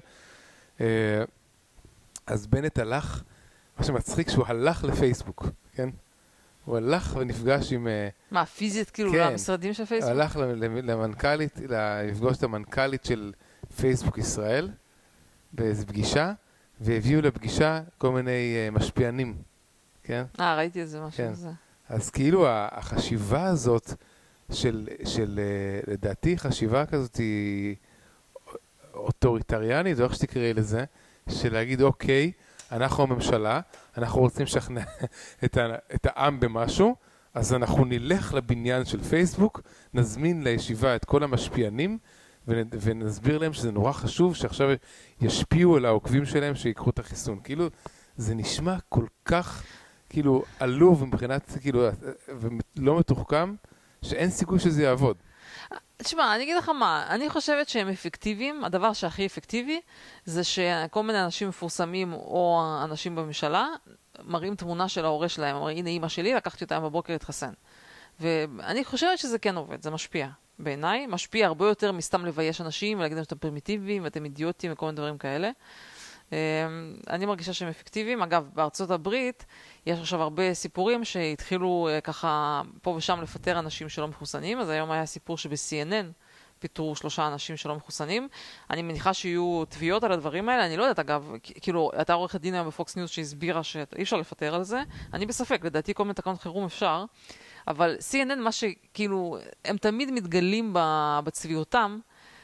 אז בנט הלך, מה שמצחיק שהוא הלך לפייסבוק, כן? הוא הלך ונפגש עם... מה, פיזית כאילו למשרדים של פייסבוק? הוא הלך למנכ"לית, לפגוש את המנכ"לית של פייסבוק ישראל, באיזו פגישה, והביאו לפגישה כל מיני משפיענים, כן? ראיתי את זה, משהו כזה. אז כאילו החשיבה הזאת של לדעתי חשיבה כזאת היא אוטוריטריאנית, או איך שתקראי לזה, של להגיד אוקיי, אנחנו הממשלה, אנחנו רוצים לשכנע את העם במשהו, אז אנחנו נלך לבניין של פייסבוק, נזמין לישיבה את כל המשפיענים, ונסביר להם שזה נורא חשוב שעכשיו ישפיעו על העוקבים שלהם שיקחו את החיסון. כאילו, זה נשמע כל כך, כאילו, עלוב מבחינת, כאילו, ולא מתוחכם, שאין סיכוי שזה יעבוד. תשמע, אני אגיד לך מה, אני חושבת שהם אפקטיביים, הדבר שהכי אפקטיבי, זה שכל מיני אנשים מפורסמים או אנשים בממשלה, מראים תמונה של ההורה שלהם, אומרים, הנה אמא שלי, לקחתי אותה בבוקר להתחסן. ואני חושבת שזה כן עובד, זה משפיע. בעיניי, משפיע הרבה יותר מסתם לבייש אנשים ולהגיד להם שאתם פרימיטיביים ואתם אידיוטים וכל מיני דברים כאלה. אני מרגישה שהם אפקטיביים. אגב, בארצות הברית יש עכשיו הרבה סיפורים שהתחילו ככה פה ושם לפטר אנשים שלא מחוסנים, אז היום היה סיפור שב-CNN פיתרו 3 אנשים שלא מחוסנים. אני מניחה שיהיו תביעות על הדברים האלה, אני לא יודעת אגב, כאילו, הייתה עורכת דין היום בפוקס ניוז שהסבירה שאי אפשר לפטר על זה, אני בספק, לדעתי כל מיני תקנות חירום אפשר, אבל CNN, מה שכאילו, הם תמיד מתגלים בצביעותם,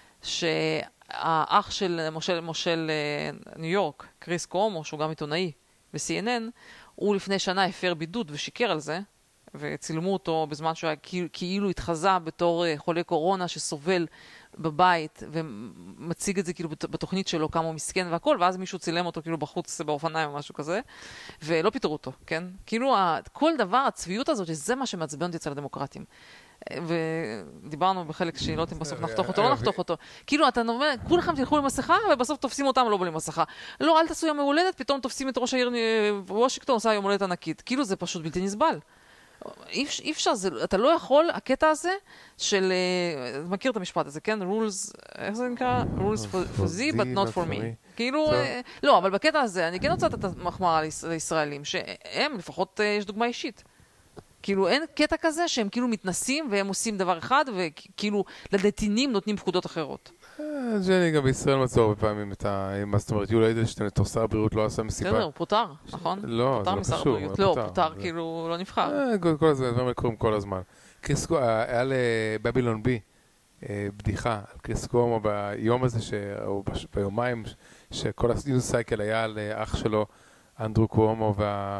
שהאח של מושל ניו יורק, קריס קואומו, שהוא גם עיתונאי ב-CNN, הוא לפני שנה הפר בידוד ושיקר על זה, וצילמו אותו בזמן שהוא היה כאילו התחזה בתור חולה קורונה שסובל בבית, ומציג את זה כאילו בתוכנית שלו כמה הוא מסכן והכל, ואז מישהו צילם אותו כאילו בחוץ באופניים או משהו כזה, ולא פיתרו אותו, כן? כאילו כל דבר, הצביעות הזאת, שזה מה שמעצבן אותי אצל הדמוקרטים. ודיברנו בחלק שאלות אם בסוף נחתוך אותו, לא נחתוך אותו. כאילו, אתה אומר, כולכם תלכו עם מסכה, ובסוף תופסים אותם לא בלי מסכה. לא, אל תעשו יום הולדת, פתאום תופסים את ראש העיר וושינגטון, עושה יום הולדת ענקית. כאילו, זה פשוט בלתי נסבל. אי אפשר, אתה לא יכול, הקטע הזה של, מכיר את המשפט הזה, כן? rules, איך זה נקרא? rules for thee, but not for me. כאילו, לא, אבל בקטע הזה, אני כן רוצה לתת מחמאה לישראלים, שהם לפחות יש דוגמה אישית. כאילו, אין קטע כזה שהם כאילו מתנסים והם עושים דבר אחד, וכאילו לדתינים נותנים פקודות אחרות. ג'ני, גם בישראל מצאו הרבה פעמים את מה זאת אומרת, יולי אדלשטיין, תוך שר הבריאות לא עשה מסיבה. בסדר, הוא פוטר, נכון? לא, זה לא קשור. לא, פוטר, כאילו, לא נבחר. כל הזמן, דברים קורים כל הזמן. היה לבבילון בי בדיחה על קריס קואומו ביום הזה, או ביומיים, שכל הניוז סייקל היה על אח שלו, אנדרו קואומו,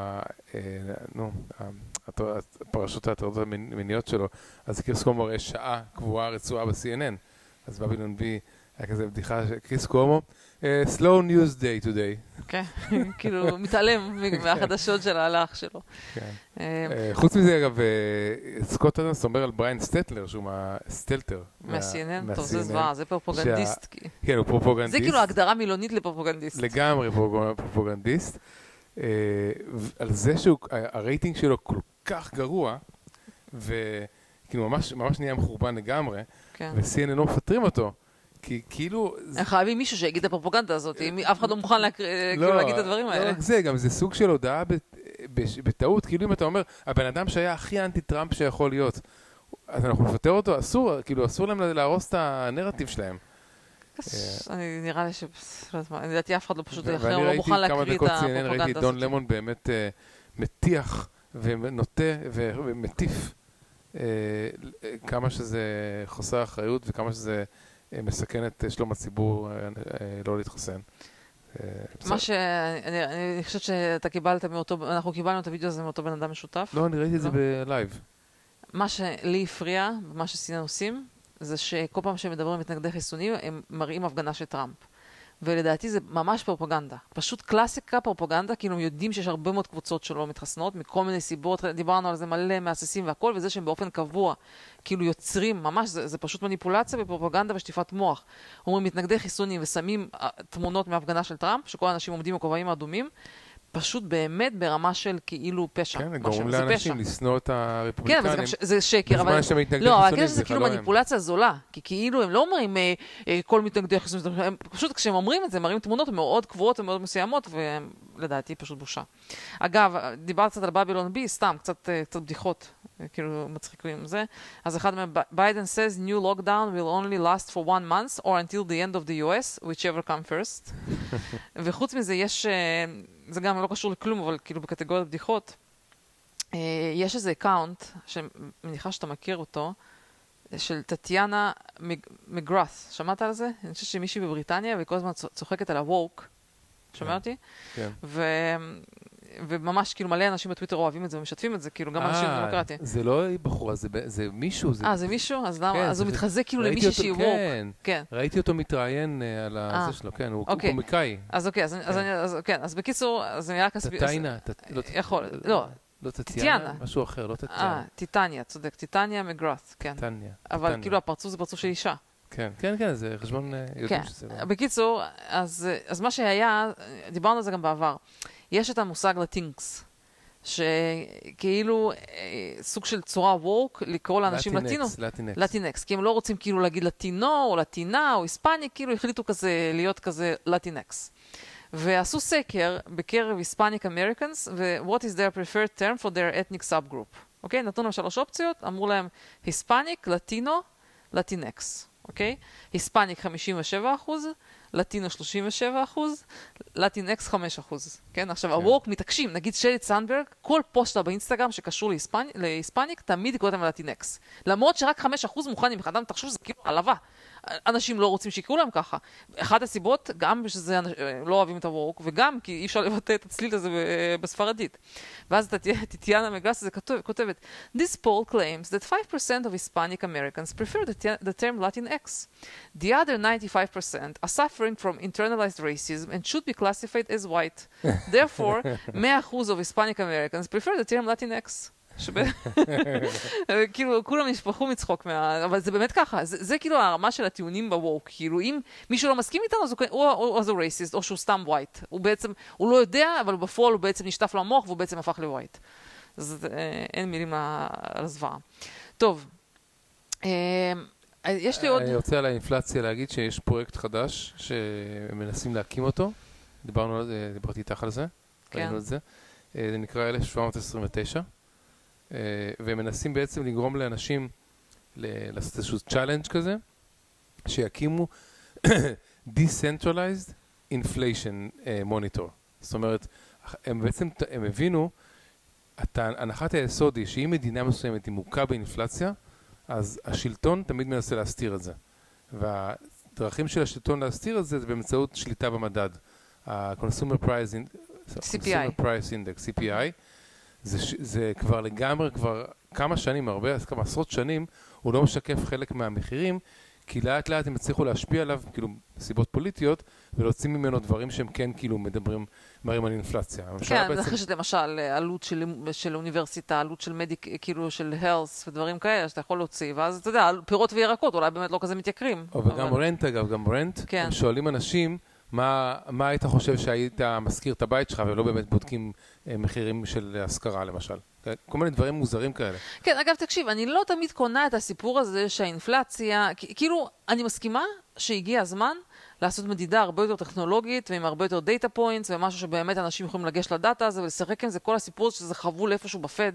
פרשות ההטרדות המיניות שלו. אז קריס קואומו ראה שעה קבועה רצועה ב-CNN. אז בבילון בי היה כזה בדיחה קריס קואומו, slow news day today. כן, כאילו מתעלם מהחדשות של האח שלו. חוץ מזה אגב, סקוט אדמס אומר על בריין סטטלר, שהוא סטלטר. מה-CNN, טוב זה זוועה, זה פרופוגנדיסט. כן, הוא פרופוגנדיסט. זה כאילו הגדרה מילונית לפרופוגנדיסט. לגמרי פרופוגנדיסט. על זה שהרייטינג שלו כל כך גרוע, וכאילו ממש נהיה מחורבן לגמרי, ו-CNN לא מפטרים אותו. כי כאילו... הם חייבים מישהו שיגיד את הפרופוגנדה הזאת, אם אף אחד לא מוכן להגיד את הדברים האלה. לא רק זה, גם זה סוג של הודעה בטעות, כאילו אם אתה אומר, הבן אדם שהיה הכי אנטי טראמפ שיכול להיות, אז אנחנו נפטר אותו, אסור להם להרוס את הנרטיב שלהם. נראה לי אני יודעתי אף אחד לא פשוט אחר, הוא לא מוכן להקריא את הפרופוגנדה הזאת. ראיתי את דון למון באמת מטיח ונוטה ומטיף כמה שזה חוסר אחריות וכמה שזה מסכן את שלום הציבור לא להתחסן. מה שאני חושבת שאתה קיבלת מאותו, אנחנו קיבלנו את הוידאו הזה מאותו בן אדם משותף. לא, אני ראיתי את זה בלייב. מה שלי הפריע, ומה שסינן עושים, זה שכל פעם שהם מדברים עם מתנגדי חיסונים, הם מראים הפגנה של טראמפ. ולדעתי זה ממש פרופגנדה. פשוט קלאסיקה פרופגנדה, כאילו הם יודעים שיש הרבה מאוד קבוצות שלא מתחסנות, מכל מיני סיבות, דיברנו על זה מלא, מהססים והכל, וזה שהם באופן קבוע, כאילו יוצרים, ממש, זה פשוט מניפולציה ופרופגנדה ושטיפת מוח. אומרים מתנגדי חיסונים ושמים תמונות מהפגנה של טראמפ, שכל האנשים עומדים בכובעים האדומים, פשוט באמת ברמה של כאילו פשע. כן, גורמים לאנשים לשנוא את הרפובליקנים. כן, זה שקר, אבל... לא, אבל זה כאילו מניפולציה זולה, כי כאילו הם לא אומרים כל מתנגדי חיסונים, פשוט כשהם אומרים את זה, מראים תמונות מאוד קבועות ומאוד מסוימות, ולדעתי פשוט בושה. אגב, דיברת קצת על בבילון בי, סתם, קצת בדיחות, כאילו מצחיקים עם זה. אז אחד מהם, Biden says new lockdown will only last for 1 month or until the end of the US, whichever come first. וחוץ מזה יש... זה גם לא קשור לכלום, אבל כאילו בקטגוריית בדיחות, יש איזה אקאונט, שמניחה שאתה מכיר אותו, של טטיאנה מגראת'. שמעת על זה? אני חושבת שמישהי בבריטניה, והיא כל הזמן צוחקת על הווק. שומע אותי? כן. וממש כאילו מלא אנשים בטוויטר אוהבים את זה ומשתפים את זה, כאילו גם אנשים דמוקרטיים. זה לא בחורה, זה מישהו. זה מישהו? אז למה? אז הוא מתחזק כאילו למישהי שהיא ווק. כן. ראיתי אותו מתראיין על זה שלו, כן, הוא קומיקאי. אז אוקיי, אז בקיצור, אז אני רק אסביר. טטיינה. יכול, לא. לא טטיאנה, משהו אחר, לא טטיאנה. טיטניה, צודק, טיטניה מגראת', כן. טיטניה. אבל כאילו הפרצוף זה פרצוף של אישה. כן, כן, זה חשבון יודעים שזה לא. בקיצור, אז מה שהיה, דיברנו על זה גם בעבר, יש את המושג לטינקס, שכאילו סוג של צורה ווק לקרוא לאנשים לטינקס, כי הם לא רוצים כאילו להגיד לטינו או לטינה או היספני, כאילו החליטו כזה להיות כזה לטינקס. ועשו סקר בקרב היספניק אמריקנס, ו-what is their preferred term for their ethnic subgroup. אוקיי? נתנו להם 3 אופציות, אמרו להם היספניק, לטינו, לטינקס. אוקיי? היספניק 57%, לטינו 37%, לטינקס 5%. כן? עכשיו, הווק מתעקשים, נגיד שלט סנדברג, כל פוסט שלה באינסטגרם שקשור להיספניק, תמיד יקראו אותם לטינקס. למרות שרק 5% מוכנים, אדם תחשוב שזה כאילו עלבה. אנשים לא רוצים שיקראו להם ככה. אחת הסיבות, גם שזה לא אוהבים את הווק, וגם כי אי אפשר לבטא את הצליל הזה בספרדית. ואז טטיאנה מגלס כותבת, This poll claims that 5% of Hispanic Americans prefer the term Latinx. The other 95% are suffering from internalized racism and should be classified as white. Therefore, 100% of Hispanic Americans prefer the term Latinx. כאילו כולם נשפכו מצחוק, אבל זה באמת ככה, זה כאילו הרמה של הטיעונים בווק, כאילו אם מישהו לא מסכים איתנו אז הוא רייסיסט או שהוא סתם ווייט, הוא בעצם, הוא לא יודע, אבל בפועל הוא בעצם נשטף למוח והוא בעצם הפך לווייט. אז אין מילים על הזוועה. טוב, יש לי עוד... אני רוצה על האינפלציה להגיד שיש פרויקט חדש שמנסים להקים אותו, דיברתי איתך על זה, ראינו את זה, זה נקרא 1729, ומנסים בעצם לגרום לאנשים לעשות איזשהו צ'אלנג' כזה, שיקימו Decentralized Inflation Monitor. זאת אומרת, הם הבינו, הנחת היסוד היא שאם מדינה מסוימת היא מוכה באינפלציה, אז השלטון תמיד מנסה להסתיר את זה. והדרכים של השלטון להסתיר את זה, זה באמצעות שליטה במדד. ה-Consumer Price Index, CPI, זה כבר לגמרי, כבר כמה שנים, כמה עשרות שנים, הוא לא משקף חלק מהמחירים, כי לאט לאט הם הצליחו להשפיע עליו, כאילו, סיבות פוליטיות, ולהוציא ממנו דברים שהם כן, כאילו, מראים על אינפלציה. כן, זה חשת למשל, עלות של אוניברסיטה, עלות של מדיק, כאילו, של health ודברים כאלה, שאתה יכול להוציא, ואז, אתה יודע, פירות וירקות, אולי באמת לא כזה מתייקרים. וגם רנט, אגב, גם רנט, הם שואלים אנשים, מה היית חושב שהיית מזכיר את הבית שלך, ולא באמת בודקים מחירים של השכרה, למשל? כל מיני דברים מוזרים כאלה. כן, אגב, תקשיב, אני לא תמיד קונה את הסיפור הזה שהאינפלציה, כאילו, אני מסכימה שהגיע הזמן לעשות מדידה הרבה יותר טכנולוגית, ועם הרבה יותר דאטה פוינטס, ומשהו שבאמת אנשים יכולים לגשת לדאטה הזה, ולשחק עם זה כל הסיפור שזה חבול איפשהו בפד.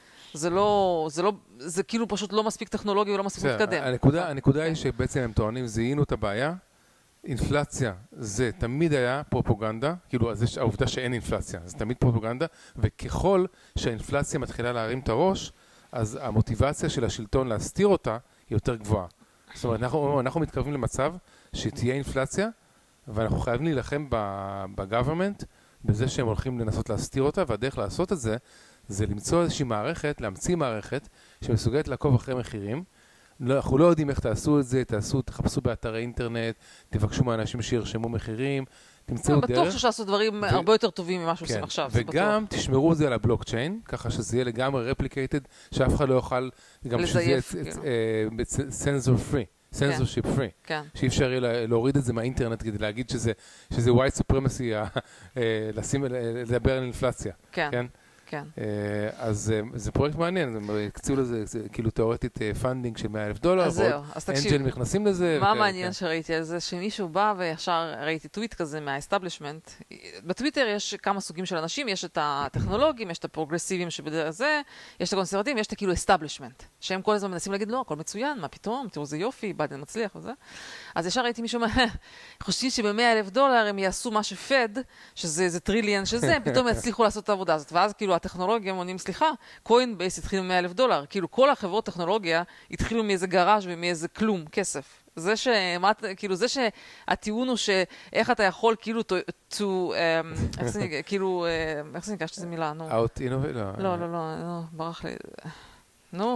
זה כאילו פשוט לא מספיק טכנולוגי ולא מספיק מתקדם. הנקודה היא שבעצם הם טוענים, זיהינו את הבעיה, אינפלציה זה תמיד היה פרופוגנדה, כאילו העובדה שאין אינפלציה, זה תמיד פרופוגנדה, וככל שהאינפלציה מתחילה להרים את הראש, אז המוטיבציה של השלטון להסתיר אותה היא יותר גבוהה. זאת אומרת, אנחנו מתקרבים למצב שתהיה אינפלציה, ואנחנו חייבים להילחם בגוברמנט, בזה שהם הולכים לנסות להסתיר אותה, והדרך לעשות את זה, זה למצוא איזושהי מערכת, להמציא מערכת, שמסוגלת לעקוב אחרי מחירים, אנחנו לא יודעים איך תעשו את זה, תחפשו באתרי אינטרנט, תבקשו מהאנשים שירשמו מחירים, תמצאו דרך. בטוח שעשו דברים הרבה יותר טובים ממה שעושים עכשיו. וגם תשמרו את זה על הבלוקצ'יין, ככה שזה יהיה לגמרי רפליקייטד, שאף אחד לא יוכל, גם שזה יהיה censorship free, שאי אפשר יהיה להוריד את זה מהאינטרנט כדי להגיד שזה white supremacy, לדבר על אינפלציה. כן. כן. אז זה פרויקט מעניין, הם הקציעו לזה כאילו תיאורטית פנדינג של $100,000, אנג'ל נכנסים לזה. מה מעניין שראיתי על זה? שמישהו בא וישר ראיתי טוויט כזה מהאסטאבלישמנט. בטוויטר יש כמה סוגים של אנשים, יש את הטכנולוגים, יש את הפרוגרסיביים שבדרך זה, יש את הקונסרבטיבים, יש את כאילו אסטאבלישמנט, שהם כל הזמן מנסים להגיד, לא, הכל מצוין, מה פתאום, תראו זה יופי, ביידן מצליח וזה. אז ישר ראיתי מישהו חושבים שב$100,000 הם יעשו מה שפד, שזה טריליאן שזה, פתאום יצליחו לעשות את העבודה הזאת. ואז כאילו הטכנולוגיה מונים, סליחה, קוינבייס התחילו $100,000. כאילו כל החברות טכנולוגיה התחילו מאיזה גראז' ומאיזה כלום, כסף. זה כאילו זה שהטיעון הוא שאיך אתה יכול כאילו כאילו, איך זה נקרא שזו מילה, נו. Out innovate? לא, ברח לי. נו,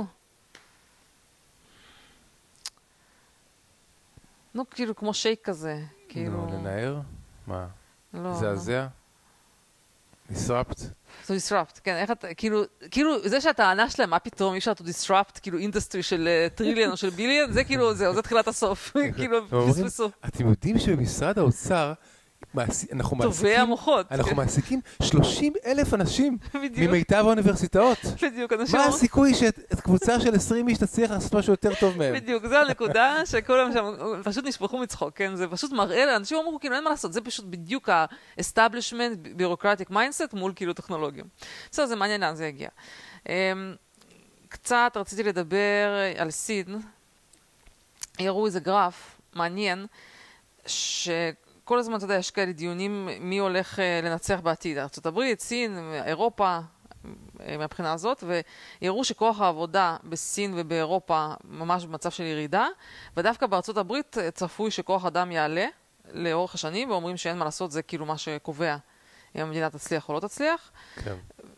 כאילו כמו שייק כזה. נו, לנער? מה? לא. זעזע? disrupt? to disrupt, כן, איך אתה, כאילו, זה שאתה ענש להם, מה פתאום, אי אפשר to disrupt, כאילו, אינדסטרי של טריליאן או של ביליאן, זה כאילו, זה תחילת הסוף, כאילו, פספסו. אתם יודעים שבמשרד האוצר טובי המוחות. אנחנו מעסיקים 30,000 אנשים בדיוק. ממיטב האוניברסיטאות. בדיוק, אנשים... מה הסיכוי שקבוצה של 20 איש תצליח לעשות משהו יותר טוב מהם? בדיוק, זו הנקודה שכולם שם פשוט נשפכו מצחוק, כן? זה פשוט מראה לאנשים אמרו, כאילו אין מה לעשות, זה פשוט בדיוק ה-establishment, bureaucratic mindset מול כאילו טכנולוגיה. בסדר, זה מעניין לאן זה יגיע. קצת רציתי לדבר על סין, יראו איזה גרף מעניין, שכל הזמן, אתה יודע, יש כאלה דיונים מי הולך לנצח בעתיד, ארצות הברית, סין, אירופה, מהבחינה הזאת, ויראו שכוח העבודה בסין ובאירופה ממש במצב של ירידה, ודווקא בארצות הברית צפוי שכוח אדם יעלה לאורך השנים, ואומרים שאין מה לעשות, זה כאילו מה שקובע אם המדינה תצליח או לא תצליח. כן.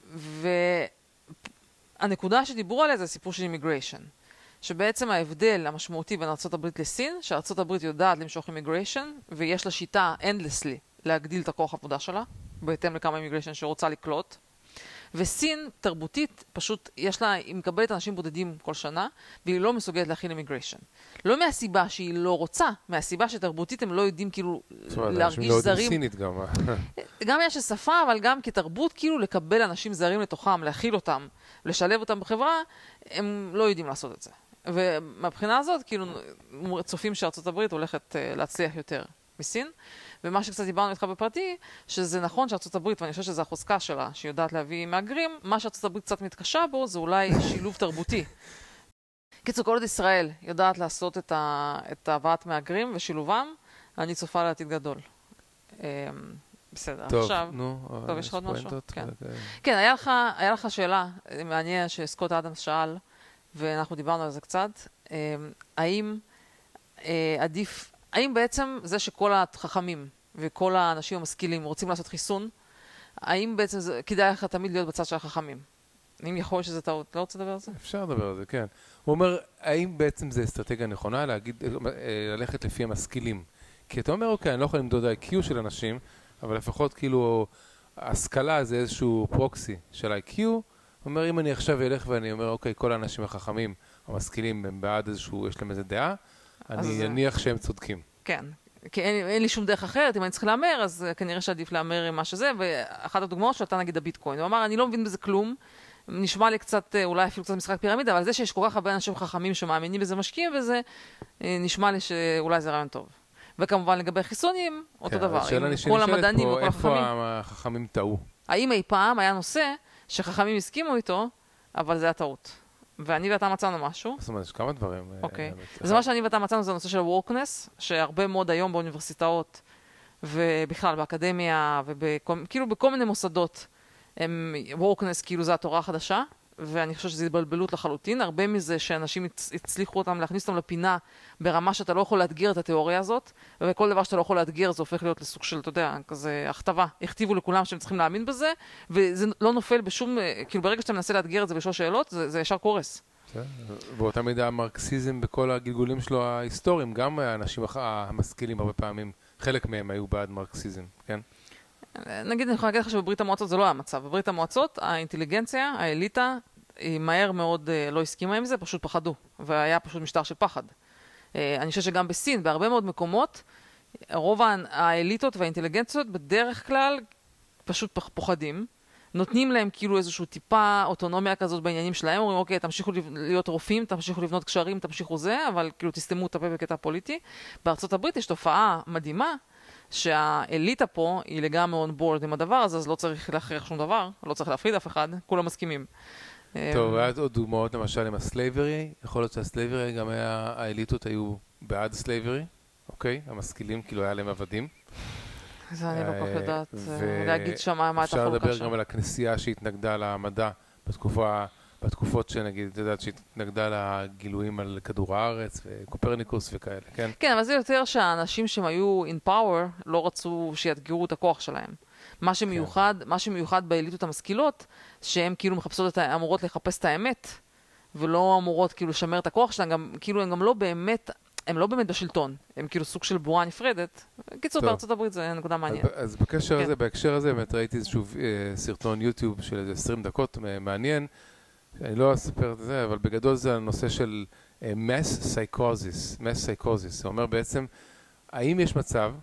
והנקודה שדיברו עליה זה הסיפור של אימיגריישן. שבעצם ההבדל המשמעותי בין ארצות הברית לסין, שארצות הברית יודעת למשוך אימיגריישן, ויש לה שיטה endlessly להגדיל את הכוח העבודה שלה, בהתאם לכמה אימיגריישן שרוצה לקלוט. וסין, תרבותית, פשוט יש לה, היא מקבלת אנשים בודדים כל שנה, והיא לא מסוגלת להכיל אימיגריישן. לא מהסיבה שהיא לא רוצה, מהסיבה שתרבותית הם לא יודעים כאילו להרגיש זרים. סינית גם. גם יש שפה, אבל גם כתרבות כאילו לקבל אנשים זרים לתוכם, להכיל אותם, לשלב אותם בחברה, הם לא יודעים לעשות את זה. ומבחינה הזאת, כאילו, צופים שארצות הברית הולכת להצליח יותר מסין. ומה שקצת דיברנו איתך בפרטי, שזה נכון שארצות הברית, ואני חושב שזה החוזקה שלה, שהיא יודעת להביא מהגרים, מה שארצות הברית קצת מתקשה בו, זה אולי שילוב תרבותי. קיצור, כל עוד ישראל יודעת לעשות את הבאת מהגרים ושילובם, אני צופה לעתיד גדול. בסדר, טוב, עכשיו... טוב, יש לך עוד משהו? כן, היה לך שאלה מעניינת שסקוט אדמס שאל, ואנחנו דיברנו על זה קצת. האם בעצם זה שכל החכמים וכל האנשים המשכילים רוצים לעשות חיסון, האם בעצם כדאי לך תמיד להיות בצד של החכמים? האם יכול להיות שזה טעות? לא רוצה לדבר על זה? אפשר לדבר על זה, כן. הוא אומר, האם בעצם זה אסטרטגיה נכונה ללכת לפי המשכילים? כי אתה אומר, אוקיי, אני לא יכול למדוד ה-IQ של אנשים, אבל לפחות כאילו ההשכלה זה איזשהו פרוקסי של ה-IQ. הוא אומר, אם אני עכשיו אלך ואני אומר, אוקיי, כל האנשים החכמים, המשכילים, הם בעד איזשהו, יש להם איזה דעה, אני אניח שהם צודקים. כן, כי אין לי שום דרך אחרת, אם אני צריך לאמר, אז כנראה שעדיף לאמר עם מה שזה, ואחת הדוגמאות שאתה נגיד הביטקוין, הוא אמר, אני לא מבין בזה כלום, נשמע לי קצת, אולי אפילו קצת משחק פירמידה, אבל זה שיש כל כך הרבה אנשים חכמים שמאמינים בזה, משקיעים בזה, נשמע לי שאולי זה רעיון טוב. וכמובן לגבי חיסונים, אותו דבר, עם כל המדענים וכל החכמים. איפה החכמים טעו? האם אי פעם היה נושא שחכמים הסכימו איתו, אבל זה הטעות. ואני ואתה מצאנו משהו. זאת אומרת, יש כמה דברים. אוקיי. אז מה שאני ואתה מצאנו זה הנושא של וורקנס, שהרבה מאוד היום באוניברסיטאות, ובכלל באקדמיה, וכאילו בכל מיני מוסדות, וורקנס כאילו זה התורה החדשה, ואני חושב שזה התבלבלות לחלוטין. הרבה מזה שאנשים הצליחו אותם, להכניס אותם לפינה ברמה שאתה לא יכול לאתגר את התיאוריה הזאת, וכל דבר שאתה לא יכול לאתגר זה הופך להיות לסוג של, אתה יודע, כזה הכתבה. הכתיבו לכולם שהם צריכים להאמין בזה, וזה לא נופל בשום, כאילו ברגע שאתה מנסה לאתגר את זה בשביל שאלות, זה ישר קורס. באותה מידה המרקסיזם בכל הגלגולים שלו ההיסטוריים, גם האנשים המשכילים הרבה פעמים, חלק מהם היו בעד מרקסיזם, כן? נגיד, אני יכולה להגיד לך שבברית המועצות זה לא היה המצב. בברית המועצות, האינטליגנציה, האליטה, היא מהר מאוד לא הסכימה עם זה, פשוט פחדו. והיה פשוט משטר של פחד. אני חושב שגם בסין, בהרבה מאוד מקומות, רוב האליטות והאינטליגנציות בדרך כלל פשוט פוחדים. נותנים להם כאילו איזושהי טיפה אוטונומיה כזאת בעניינים שלהם, אומרים, אוקיי, תמשיכו להיות רופאים, תמשיכו לבנות קשרים, תמשיכו זה, אבל כאילו תסתמו את הפה בקטע פוליטי. בארצות הברית יש תופעה מדהימה, שהאליטה פה היא לגמרי on board עם הדבר הזה, אז לא צריך להכריח שום דבר, לא צריך להפריד אף אחד, כולם מסכימים. טוב, ואז עוד דוגמאות למשל עם הסלייברי, יכול להיות שהסלייברי גם האליטות היו בעד סלייברי, אוקיי? המשכילים כאילו היה להם עבדים. זה אני לא כל כך יודעת להגיד שמה מה את החלוקה אפשר לדבר שם. גם על הכנסייה שהתנגדה למדע בתקופות שנגיד, את יודעת, שהתנגדה לגילויים על כדור הארץ וקופרניקוס וכאלה, כן? כן, אבל זה יותר שהאנשים שהם היו in power לא רצו שיאתגרו את הכוח שלהם. מה שמיוחד באליטות המשכילות, שהן כאילו אמורות לחפש את האמת, ולא אמורות כאילו לשמר את הכוח שלהם, גם, כאילו הם גם לא באמת, הם לא באמת בשלטון, הם כאילו סוג של בועה נפרדת. קיצור, בארצות הברית זה נקודה מעניינת. אז בהקשר הזה, באמת ראיתי איזשהו סרטון יוטיוב של איזה 20 דקות מעניין, אני לא אספר את זה, אבל בגדול זה הנושא של mass psychosis. זה אומר בעצם, האם יש מצב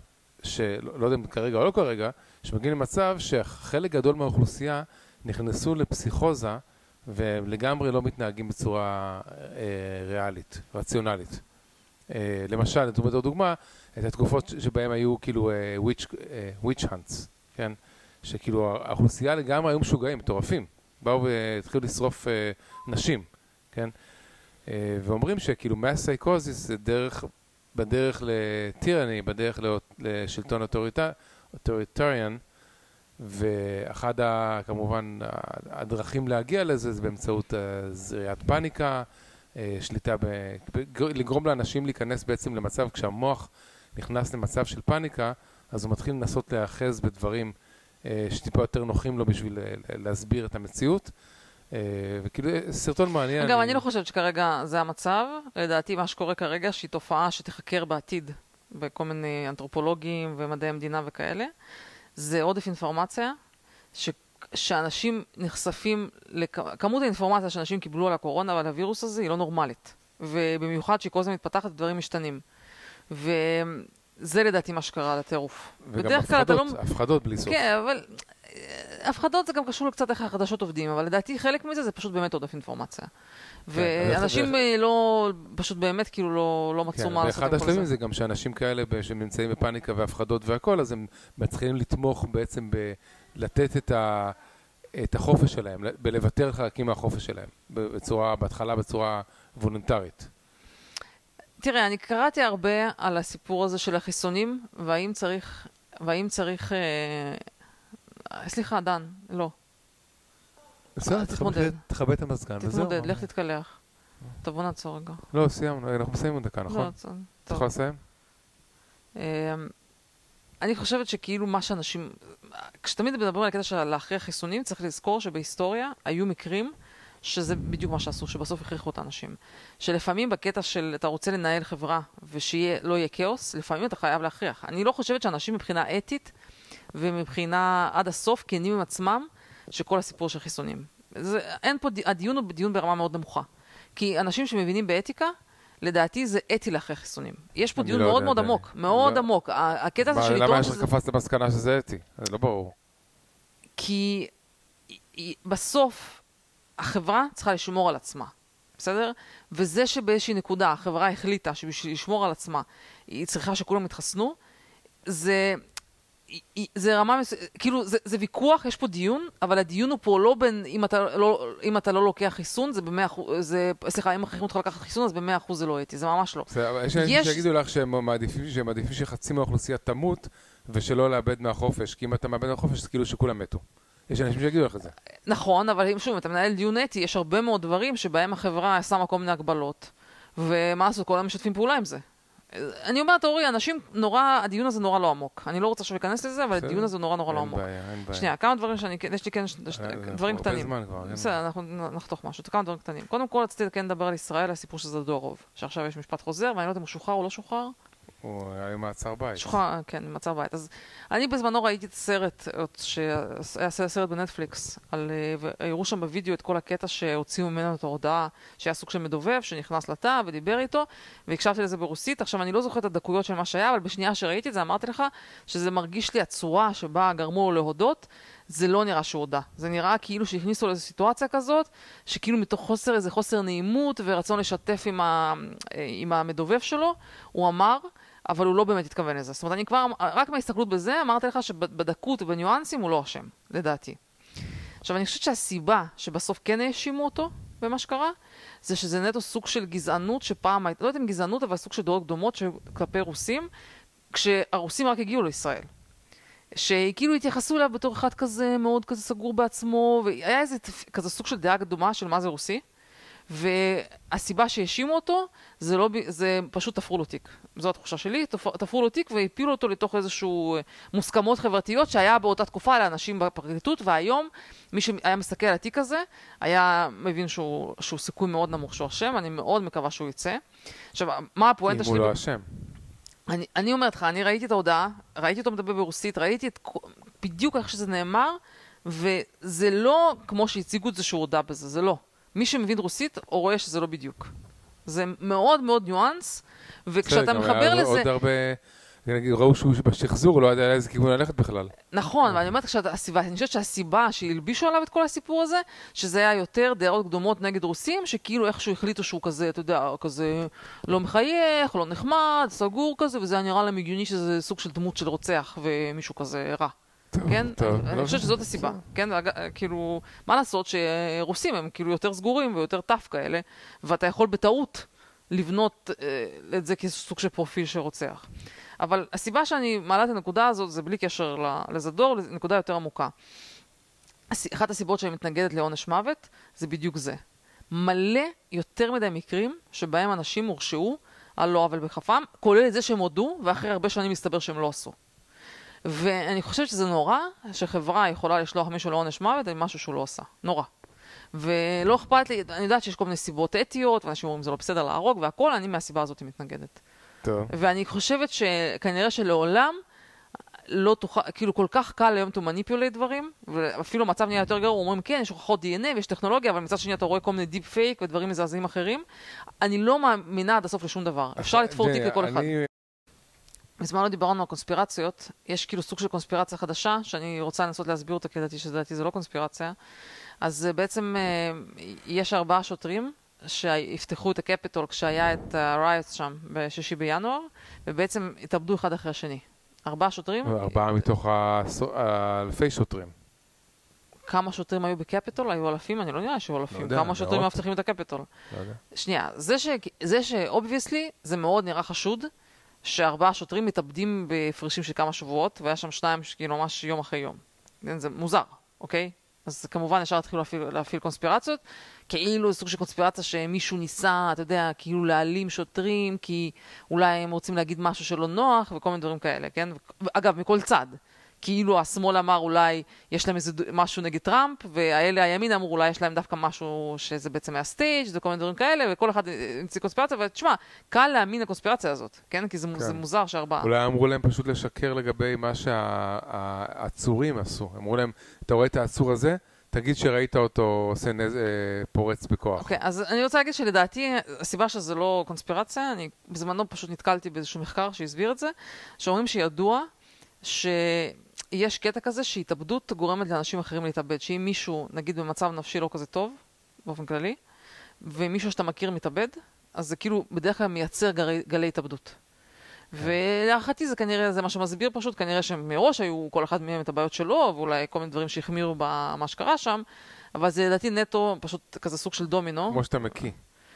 שלא יודע אם כרגע או לא כרגע, שמגיעים למצב שחלק גדול מהאוכלוסייה נכנסו לפסיכוזה, ולגמרי לא מתנהגים בצורה ריאלית, רציונלית. למשל, נתנו דוגמה, את התקופות שבהן היו כאילו witch hunts, כן? שכאילו האוכלוסייה לגמרי היו משוגעים, מטורפים. באו והתחילו לשרוף נשים, כן? ואומרים שכאילו מהסייקוזיס זה בדרך לטירני, בדרך לשלטון אוטוריטריאן, ואחד כמובן הדרכים להגיע לזה זה באמצעות זריעת פאניקה, שליטה לגרום לאנשים להיכנס בעצם למצב, כשהמוח נכנס למצב של פאניקה, אז הוא מתחיל לנסות להאחז בדברים שטיפה יותר נוחים לו בשביל להסביר את המציאות. וכאילו סרטון מעניין. אגב, אני לא חושבת שכרגע זה המצב. לדעתי מה שקורה כרגע שהיא תופעה שתחקר בעתיד בכל מיני אנתרופולוגים ומדעי המדינה וכאלה. זה עודף אינפורמציה, שאנשים נחשפים, כמות האינפורמציה שאנשים קיבלו על הקורונה ועל הווירוס הזה היא לא נורמלית. ובמיוחד שהיא כל הזמן מתפתחת ודברים משתנים. וזה לדעתי מה שקרה על הטירוף. וגם הפחדות בלי סוף. כן, אבל הפחדות זה גם קשור לקצת איך החדשות עובדים, אבל לדעתי חלק מזה זה פשוט באמת עודף אינפורמציה. ואנשים לא, פשוט באמת כאילו לא מצאו מה לעשות עם כל זה. ואחד השלבים זה גם שאנשים כאלה שנמצאים בפאניקה והפחדות והכל, אז הם מתחילים לתמוך בעצם לתת את החופש שלהם, בלוותר חלקים מהחופש שלהם, בהתחלה בצורה וולונטרית. תראה, אני קראתי הרבה על הסיפור הזה של החיסונים, והאם צריך סליחה, דן, לא. בסדר, תכבד את המזגן. תתמודד, לך תתקלח. תבוא נעצור רגע. לא, סיימנו, אנחנו מסיימים דקה, נכון? אתה יכול לסיים? אני חושבת שכאילו מה שאנשים, כשתמיד מדברים על הקטע של להכריח חיסונים, צריך לזכור שבהיסטוריה היו מקרים שזה בדיוק מה שעשו, שבסוף הכריחו את האנשים. שלפעמים בקטע של אתה רוצה לנהל חברה ושלא יהיה כאוס, לפעמים אתה חייב להכריח. אני לא חושבת שאנשים מבחינה אתית ומבחינה עד הסוף כנים עם עצמם שכל הסיפור של חיסונים. אין פה, הדיון הוא דיון ברמה מאוד נמוכה. כי אנשים שמבינים באתיקה, לדעתי זה אתי להכריח חיסונים. יש פה דיון מאוד מאוד עמוק, מאוד עמוק. הקטע הזה של עיתון... למה יש לך קפצת למסקנה שזה אתי? זה לא ברור. כי בסוף החברה צריכה לשמור על עצמה. בסדר? וזה שבאיזושהי נקודה החברה החליטה שבשביל לשמור על עצמה היא צריכה שכולם יתחסנו, זה רמה, כאילו, זה ויכוח, יש פה דיון, אבל הדיון הוא פה לא בין, אם אתה לא לוקח חיסון, זה ב100%, סליחה, אם מכריחים אותך לקחת חיסון, אז ב100% זה לא אתי, זה ממש לא. יש אנשים שיגידו לך שהם מעדיפים שחצי מהאוכלוסייה תמות, ושלא לאבד מהחופש, כי אם אתה מאבד מהחופש, זה כאילו שכולם מתו. יש אנשים שיגידו לך את זה. נכון, אבל שוב, אם אתה מנהל דיון אתי, יש הרבה מאוד דברים שבהם החברה שמה כל מיני הגבלות, ומה עשו, כל המשתפים פעולה עם זה. אני אומרת, אורי, אנשים נורא, הדיון הזה נורא לא עמוק. אני לא רוצה עכשיו להיכנס לזה, אבל הדיון הזה נורא לא עמוק. אין בעיה. שנייה, כמה דברים יש לי כן, דברים קטנים. בסדר, אנחנו נחתוך משהו, כמה דברים קטנים. קודם כל, רציתי כן לדבר על ישראל, הסיפור של זדורוב, שעכשיו יש משפט חוזר, ואני לא יודע אם הוא שוחרר או לא שוחרר. הוא היה עם מעצר בית. שוחרר, כן, עם מעצר בית. אז אני בזמנו ראיתי את הסרט, שהיה סרט בנטפליקס, והראו שם בווידאו את כל הקטע שהוציאו ממנו את ההודעה, שהיה סוג של מדובב, שנכנס לתא ודיבר איתו, והקשבתי לזה ברוסית. עכשיו, אני לא זוכרת את הדקויות של מה שהיה, אבל בשנייה שראיתי את זה, אמרתי לך שזה מרגיש לי הצורה שבה גרמו לו להודות, זה לא נראה שהוא הודע. זה נראה כאילו שהכניסו לאיזו סיטואציה כזאת, שכאילו מתוך איזה חוסר נעימות ורצון לשתף עם המדובב שלו, הוא אמר, אבל הוא לא באמת התכוון לזה. זאת אומרת, אני כבר, רק מההסתכלות בזה, אמרתי לך שבדקות ובניואנסים הוא לא אשם, לדעתי. עכשיו, אני חושבת שהסיבה שבסוף כן האשימו אותו במה שקרה, זה שזה נטו סוג של גזענות שפעם, לא יודעת אם גזענות, אבל סוג של דעות דומות כלפי רוסים, כשהרוסים רק הגיעו לישראל. שכאילו התייחסו אליו בתור אחד כזה, מאוד כזה סגור בעצמו, והיה איזה כזה סוג של דעה דומה של מה זה רוסי. והסיבה שהאשימו אותו, זה פשוט תפרו לו תיק. זו התחושה שלי, תפרו לו תיק והפילו אותו לתוך איזשהו מוסכמות חברתיות שהיה באותה תקופה לאנשים בפרקליטות, והיום מי שהיה מסתכל על התיק הזה, היה מבין שהוא סיכוי מאוד נמוך שהוא אשם, אני מאוד מקווה שהוא יצא. עכשיו, מה הפואנטה שלי? אם הוא לא אשם. אני אומרת לך, אני ראיתי את ההודעה, ראיתי אותו מדבר ברוסית, ראיתי בדיוק איך שזה נאמר, וזה לא כמו שהציגו את זה שהוא הודע בזה, זה לא. מי שמבין רוסית, הוא רואה שזה לא בדיוק. זה מאוד מאוד ניואנס, וכשאתה מחבר לזה... עוד הרבה ראו שהוא בשחזור, הוא לא ידע לאיזה כיוון ללכת בכלל. נכון, ואני אומרת אני חושבת שהסיבה שהלבישו עליו את כל הסיפור הזה, שזה היה יותר דעות קדומות נגד רוסים, שכאילו איכשהו החליטו שהוא כזה, אתה יודע, כזה לא מחייך, לא נחמד, סגור כזה, וזה היה נראה להם הגיוני שזה סוג של דמות של רוצח ומישהו כזה רע. כן? אני חושבת שזאת הסיבה, כן? כאילו, מה לעשות שרוסים הם כאילו יותר סגורים ויותר טף כאלה, ואתה יכול בטעות לבנות את זה כסוג של פרופיל שרוצח. אבל הסיבה שאני מעלה את הנקודה הזאת זה בלי קשר לזדור, נקודה יותר עמוקה. אחת הסיבות שאני מתנגדת לעונש מוות זה בדיוק זה. מלא יותר מדי מקרים שבהם אנשים הורשעו על לא עוול בכפם, כולל את זה שהם הודו, ואחרי הרבה שנים מסתבר שהם לא עשו. ואני חושבת שזה נורא שחברה יכולה לשלוח מישהו לעונש מוות עם משהו שהוא לא עושה. נורא. ולא אכפת לי, אני יודעת שיש כל מיני סיבות אתיות, ואנשים אומרים זה לא בסדר להרוג והכל, אני מהסיבה הזאת מתנגדת. טוב. ואני חושבת שכנראה שלעולם לא תוכל, כאילו כל כך קל היום to manipulate דברים, ואפילו מצב נהיה יותר גרוע, אומרים כן, יש הוכחות DNA ויש טכנולוגיה, אבל מצד שני אתה רואה כל מיני דיפ פייק ודברים מזעזעים אחרים. אני לא מאמינה עד הסוף לשום דבר. אפשר לתפור תיק לכל אחד. בזמן לא דיברנו על קונספירציות, יש כאילו סוג של קונספירציה חדשה, שאני רוצה לנסות להסביר אותה, כי לדעתי זה לא קונספירציה. אז בעצם יש 4 שוטרים שיפתחו את הקפיטול כשהיה את הרייטס שם ב6 בינואר, ובעצם התאבדו אחד אחרי השני. 4 שוטרים. 4 מתוך אלפי שוטרים. כמה שוטרים היו בקפיטול? היו אלפים? אני לא נראה שהיו אלפים. כמה שוטרים מאבטחים את הקפיטול? לא יודע. שנייה, זה שאובייסלי זה מאוד נראה חשוד, ש4 שוטרים מתאבדים בהפרשים של כמה שבועות, והיה שם 2 כאילו ממש יום אחרי יום. זה מוזר, אוקיי? אז כמובן ישר התחילו להפעיל קונספירציות, כאילו סוג של קונספירציה שמישהו ניסה, אתה יודע, כאילו להעלים שוטרים, כי אולי הם רוצים להגיד משהו שלא נוח, וכל מיני דברים כאלה, כן? אגב, מכל צד. כאילו השמאל אמר אולי יש להם איזה משהו נגד טראמפ, והאלה הימין אמרו אולי יש להם דווקא משהו שזה בעצם היה סטייג' וכל מיני דברים כאלה, וכל אחד המציא קונספירציה, ותשמע, קל להאמין לקונספירציה הזאת, כן? כי זה מוזר ש4. אולי אמרו להם פשוט לשקר לגבי מה שהעצורים עשו. אמרו להם, אתה רואה את העצור הזה? תגיד שראית אותו עושה פורץ בכוח. אוקיי, אז אני רוצה להגיד שלדעתי, הסיבה שזה לא קונספירציה, אני בזמנו פשוט נתקלתי באיזשהו מחקר שהסביר את זה, שאומרים שידוע שיש קטע כזה שהתאבדות גורמת לאנשים אחרים להתאבד, שאם מישהו, נגיד במצב נפשי לא כזה טוב, באופן כללי, ומישהו שאתה מכיר מתאבד, אז זה כאילו בדרך כלל מייצר גלי התאבדות. ולהערכתי זה כנראה, זה מה שמסביר פשוט, כנראה שמראש היו כל אחד מהם את הבעיות שלו, ואולי כל מיני דברים שהחמירו במה שקרה שם, אבל זה לדעתי נטו פשוט כזה סוג של דומינו. כמו שאתה מקיא.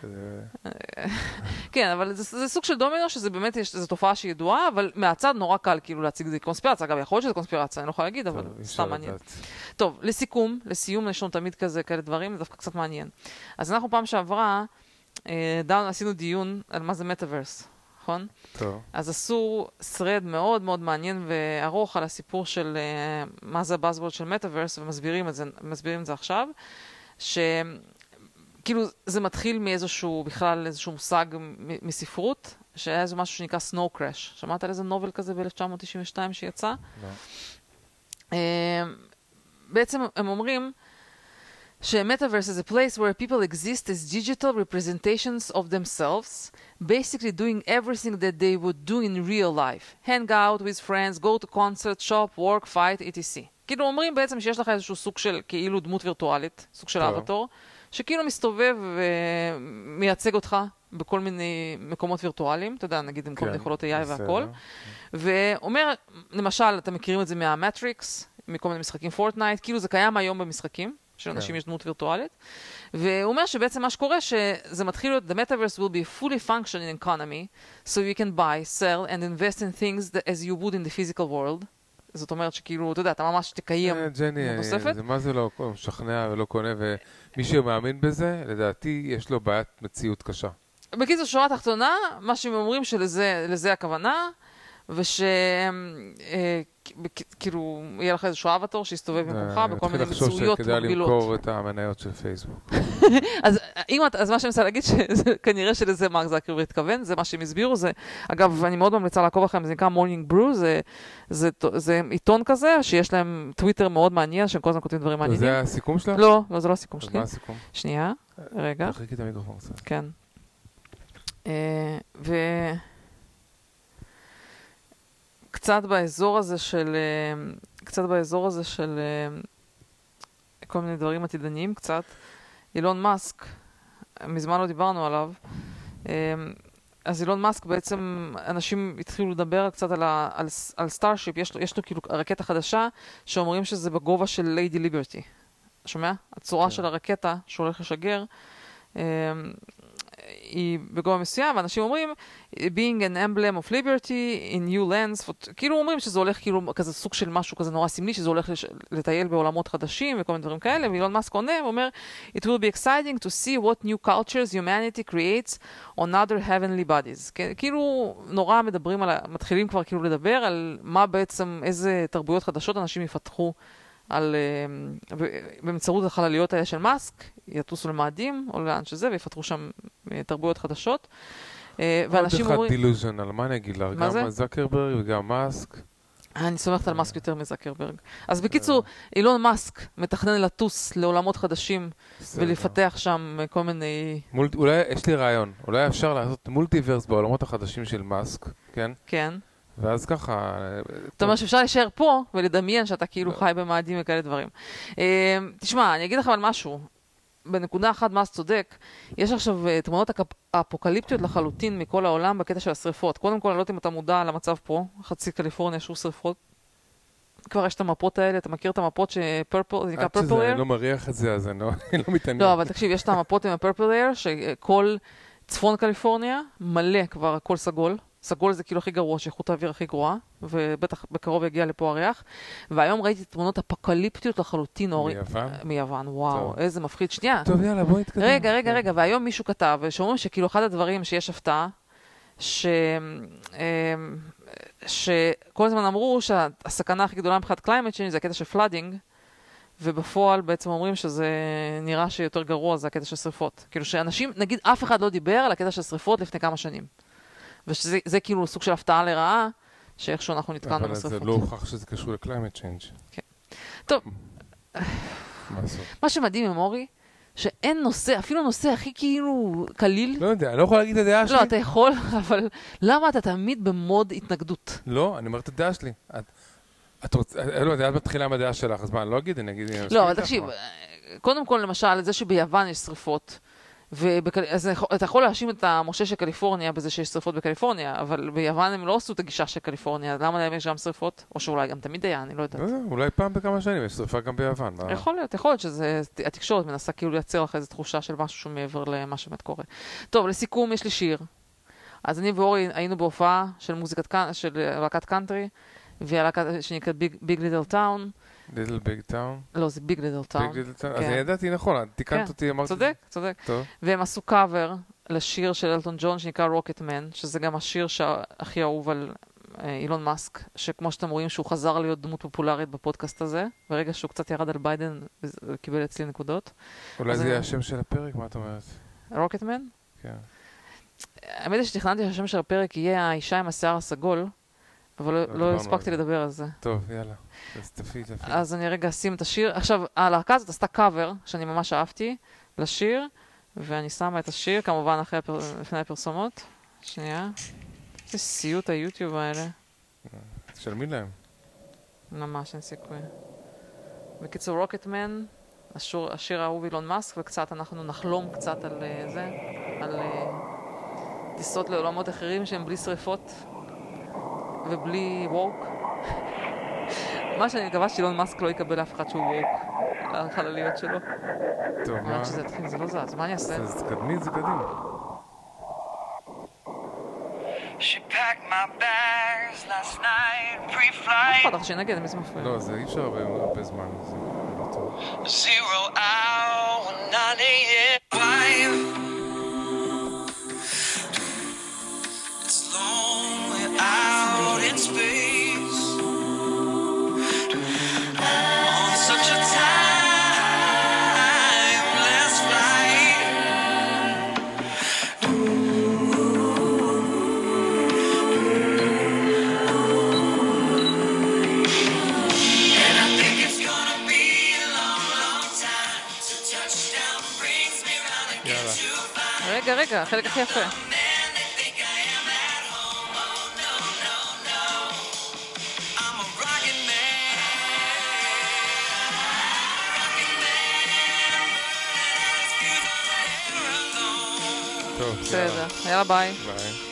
כן, אבל זה סוג של דומינו, שזה באמת, זו תופעה שהיא ידועה, אבל מהצד נורא קל כאילו להציג את זה קונספירציה. אגב, יכול להיות שזה קונספירציה, אני לא יכולה להגיד, אבל סתם מעניין. טוב, לסיום, יש לנו תמיד כאלה דברים, זה דווקא קצת מעניין. אז אנחנו פעם שעברה, עשינו דיון על מה זה מטאברס. נכון? טוב. אז עשו thread מאוד מאוד מעניין וארוך על הסיפור של מה זה הבאזוורד של מטאברס, ומסבירים את זה עכשיו, שכאילו זה מתחיל מאיזשהו, בכלל איזשהו מושג מספרות, שהיה איזה משהו שנקרא Snow Crash. שמעת על איזה נובל כזה ב-1992 שיצא? לא. בעצם הם אומרים, ש-Metaverse is a place where people exist as digital representations of themselves, basically doing everything that they would do in real life. Hang out with friends, go to concerts, shop, work, fight, etc. כאילו אומרים בעצם שיש לך איזשהו סוג של כאילו דמות וירטואלית, סוג של אבטור, שכאילו מסתובב ומייצג אותך בכל מיני מקומות וירטואליים, אתה יודע, נגיד עם כל מיני יכולות AI והכל. ואומר, למשל, אתם מכירים את זה מהמטריקס, מכל מיני משחקים פורטנייט, כאילו זה קיים היום במשחקים. שאנשים יש דמות וירטואלית, והוא אומר שבעצם מה שקורה שזה מתחיל להיות, the metaverse will be a fully functioning economy, so you can buy, sell and invest in things as you would in the physical world. זאת אומרת שכאילו, אתה יודע, אתה ממש תקיים נוספת. זה מה זה לא משכנע ולא קונה, ומי שמאמין בזה, לדעתי יש לו בעיית מציאות קשה. בקיצור, שורה תחתונה, מה שהם אומרים שלזה הכוונה, כאילו, יהיה לך איזשהו אבטור שיסתובב במקומך בכל מיני מצויות מקבילות. כדאי למכור את המניות של פייסבוק. אז מה שאני מנסה להגיד, כנראה שלזה מרק זקרברג התכוון, זה מה שהם הסבירו, אגב, אני מאוד ממליצה לעקוב לכם, זה נקרא Morning Brew, זה עיתון כזה, שיש להם טוויטר מאוד מעניין, שהם כל הזמן כותבים דברים מעניינים. זה הסיכום שלך? לא, זה לא הסיכום שלי. אז מה הסיכום? שנייה, רגע. תחזיקי את המיקרופון קצת. כן. קצת באזור הזה של כל מיני דברים עתידניים קצת. אילון מאסק, מזמן לא דיברנו עליו, אז אילון מאסק בעצם, אנשים התחילו לדבר קצת על סטארשיפ, יש לו כאילו רקטה חדשה, שאומרים שזה בגובה של ליידי ליברטי. שומע? הצורה של הרקטה שהולך לשגר, היא בגובה מסוים, ואנשים אומרים, being an emblem of liberty in new lands, כאילו אומרים שזה הולך כאילו כזה סוג של משהו כזה נורא סמלי, שזה הולך לטייל בעולמות חדשים וכל מיני דברים כאלה, ואילון מאסק עונה ואומר, it will be exciting to see what new cultures humanity creates on other heavenly bodies. כאילו נורא מדברים מתחילים כבר כאילו לדבר על מה בעצם, איזה תרבויות חדשות אנשים יפתחו באמצעות החלליות האלה של מאסק, יטוסו למאדים או לאן שזה, ויפתחו שם תרבויות חדשות. ואנשים אומרים... עוד אחד דילוז'נל, מה אני אגיד לך? גם זקרברג וגם מאסק. אני סומכת על מאסק יותר מזקרברג. אז בקיצור, אילון מאסק מתכנן לטוס לעולמות חדשים ולפתח שם כל מיני... אולי, יש לי רעיון, אולי אפשר לעשות מולטיברס בעולמות החדשים של מאסק, כן? כן. ואז ככה... זאת אומרת שאפשר להישאר פה ולדמיין שאתה כאילו חי במאדים וכאלה דברים. תשמע, אני אגיד לך על משהו. בנקודה אחת מאסק צודק, יש עכשיו תמונות אפוקליפטיות לחלוטין מכל העולם בקטע של השריפות. קודם כל, אני לא יודעת אם אתה מודע למצב פה, חצי קליפורניה שהוא שריפות. כבר יש את המפות האלה, אתה מכיר את המפות שפרפל, זה נקרא פרפל אייר? אני לא מריח את זה, אז אני לא מתעניין. לא, אבל תקשיב, יש את המפות עם הפרפל אייר, שכל צפון קליפורניה מלא כבר הכל סגול. סגול זה כאילו הכי גרוע, שאיכות האוויר הכי גרועה, ובטח בקרוב יגיע לפה הריח. והיום ראיתי תמונות אפוקליפטיות לחלוטין. מיוון, וואו, טוב. איזה מפחיד. שנייה. טוב, יאללה, בואי נתקדם. רגע, והיום מישהו כתב, שאומרים שכאילו אחד הדברים שיש הפתעה, שכל הזמן אמרו שהסכנה הכי גדולה מבחינת climate change זה הקטע של flooding, ובפועל בעצם אומרים שזה נראה שיותר גרוע, זה הקטע של שריפות. כאילו שאנשים, נגיד אף אחד לא דיבר על הקטע של שריפות לפני כמה שנים. וזה כאילו סוג של הפתעה לרעה, שאיכשהו אנחנו נתקענו בשריפות. אבל זה לא הוכח שזה קשור ל-climate change. כן. טוב, מה שמדהים עם אורי, שאין נושא, אפילו נושא הכי כאילו קליל. לא יודע, אני לא יכול להגיד את הדעה שלי. לא, אתה יכול, אבל למה אתה תמיד במוד התנגדות? לא, אני אומר את הדעה שלי. את מתחילה עם הדעה שלך, אז מה, אני לא אגיד, אני אגיד... לא, אבל תקשיב, קודם כל למשל, זה שביוון יש שריפות, אז אתה יכול להאשים את המשה של קליפורניה בזה שיש שריפות בקליפורניה, אבל ביוון הם לא עשו את הגישה של קליפורניה, למה להם יש גם שריפות? או שאולי גם תמיד היה, אני לא יודעת. אולי פעם בכמה שנים יש שריפה גם ביוון. יכול להיות שהתקשורת מנסה כאילו לייצר לך איזו תחושה של משהו שמעבר למה שבאמת קורה. טוב, לסיכום יש לי שיר. אז אני ואורי היינו בהופעה של להקת קאנטרי, והלהקה שנקראת ביג ליטל טאון. ליטל ביג טאון? לא, זה ביג ליטל טאון. אז אני ידעתי נכון, תיקנת אותי, אמרתי... צודק. והם עשו קאבר לשיר של אלטון ג'ון שנקרא רוקטמן, שזה גם השיר שהכי אהוב על אילון מאסק, שכמו שאתם רואים שהוא חזר להיות דמות פופולרית בפודקאסט הזה, ברגע שהוא קצת ירד על ביידן, הוא קיבל אצלי נקודות. אולי זה יהיה השם של הפרק, מה את אומרת? רוקטמן? כן. האמת היא שתכננתי שהשם של הפרק יהיה האישה עם השיער הסגול, אבל לא הספקתי לדבר על זה. טוב, יאללה. אז תפי. אז אני רגע אשים את השיר. עכשיו, הלהקה הזאת עשתה קאבר, שאני ממש אהבתי, לשיר, ואני שמה את השיר, כמובן לפני הפרסומות. שנייה. זה סיוט היוטיוב האלה. תשלמי להם. ממש, אין סיכוי. בקיצור, רוקטמן, השיר האהוב אילון מאסק, וקצת אנחנו נחלום קצת על זה, על טיסות לעולמות אחרים שהם בלי שריפות. ובלי ווק. מה שאני מקווה שאילון מאסק לא יקבל אף אחד שהוא ווק לחלליות שלו. טוב, מה? אומרת שזה התחיל, זה לא זז, מה אני אעשה? אז קדמי, זה קדים. לא אכפת, שנגד, מי זה מפריע? לא, זה אי אפשר הרבה זמן, זה לא טוב. 0 hour 9 a.m. Out in space on such a timeless flight. And I think it's gonna be a long, long time to touchdown brings me round again to find. רגע, החלק הכי יפה. בסדר. יאללה ביי. ביי.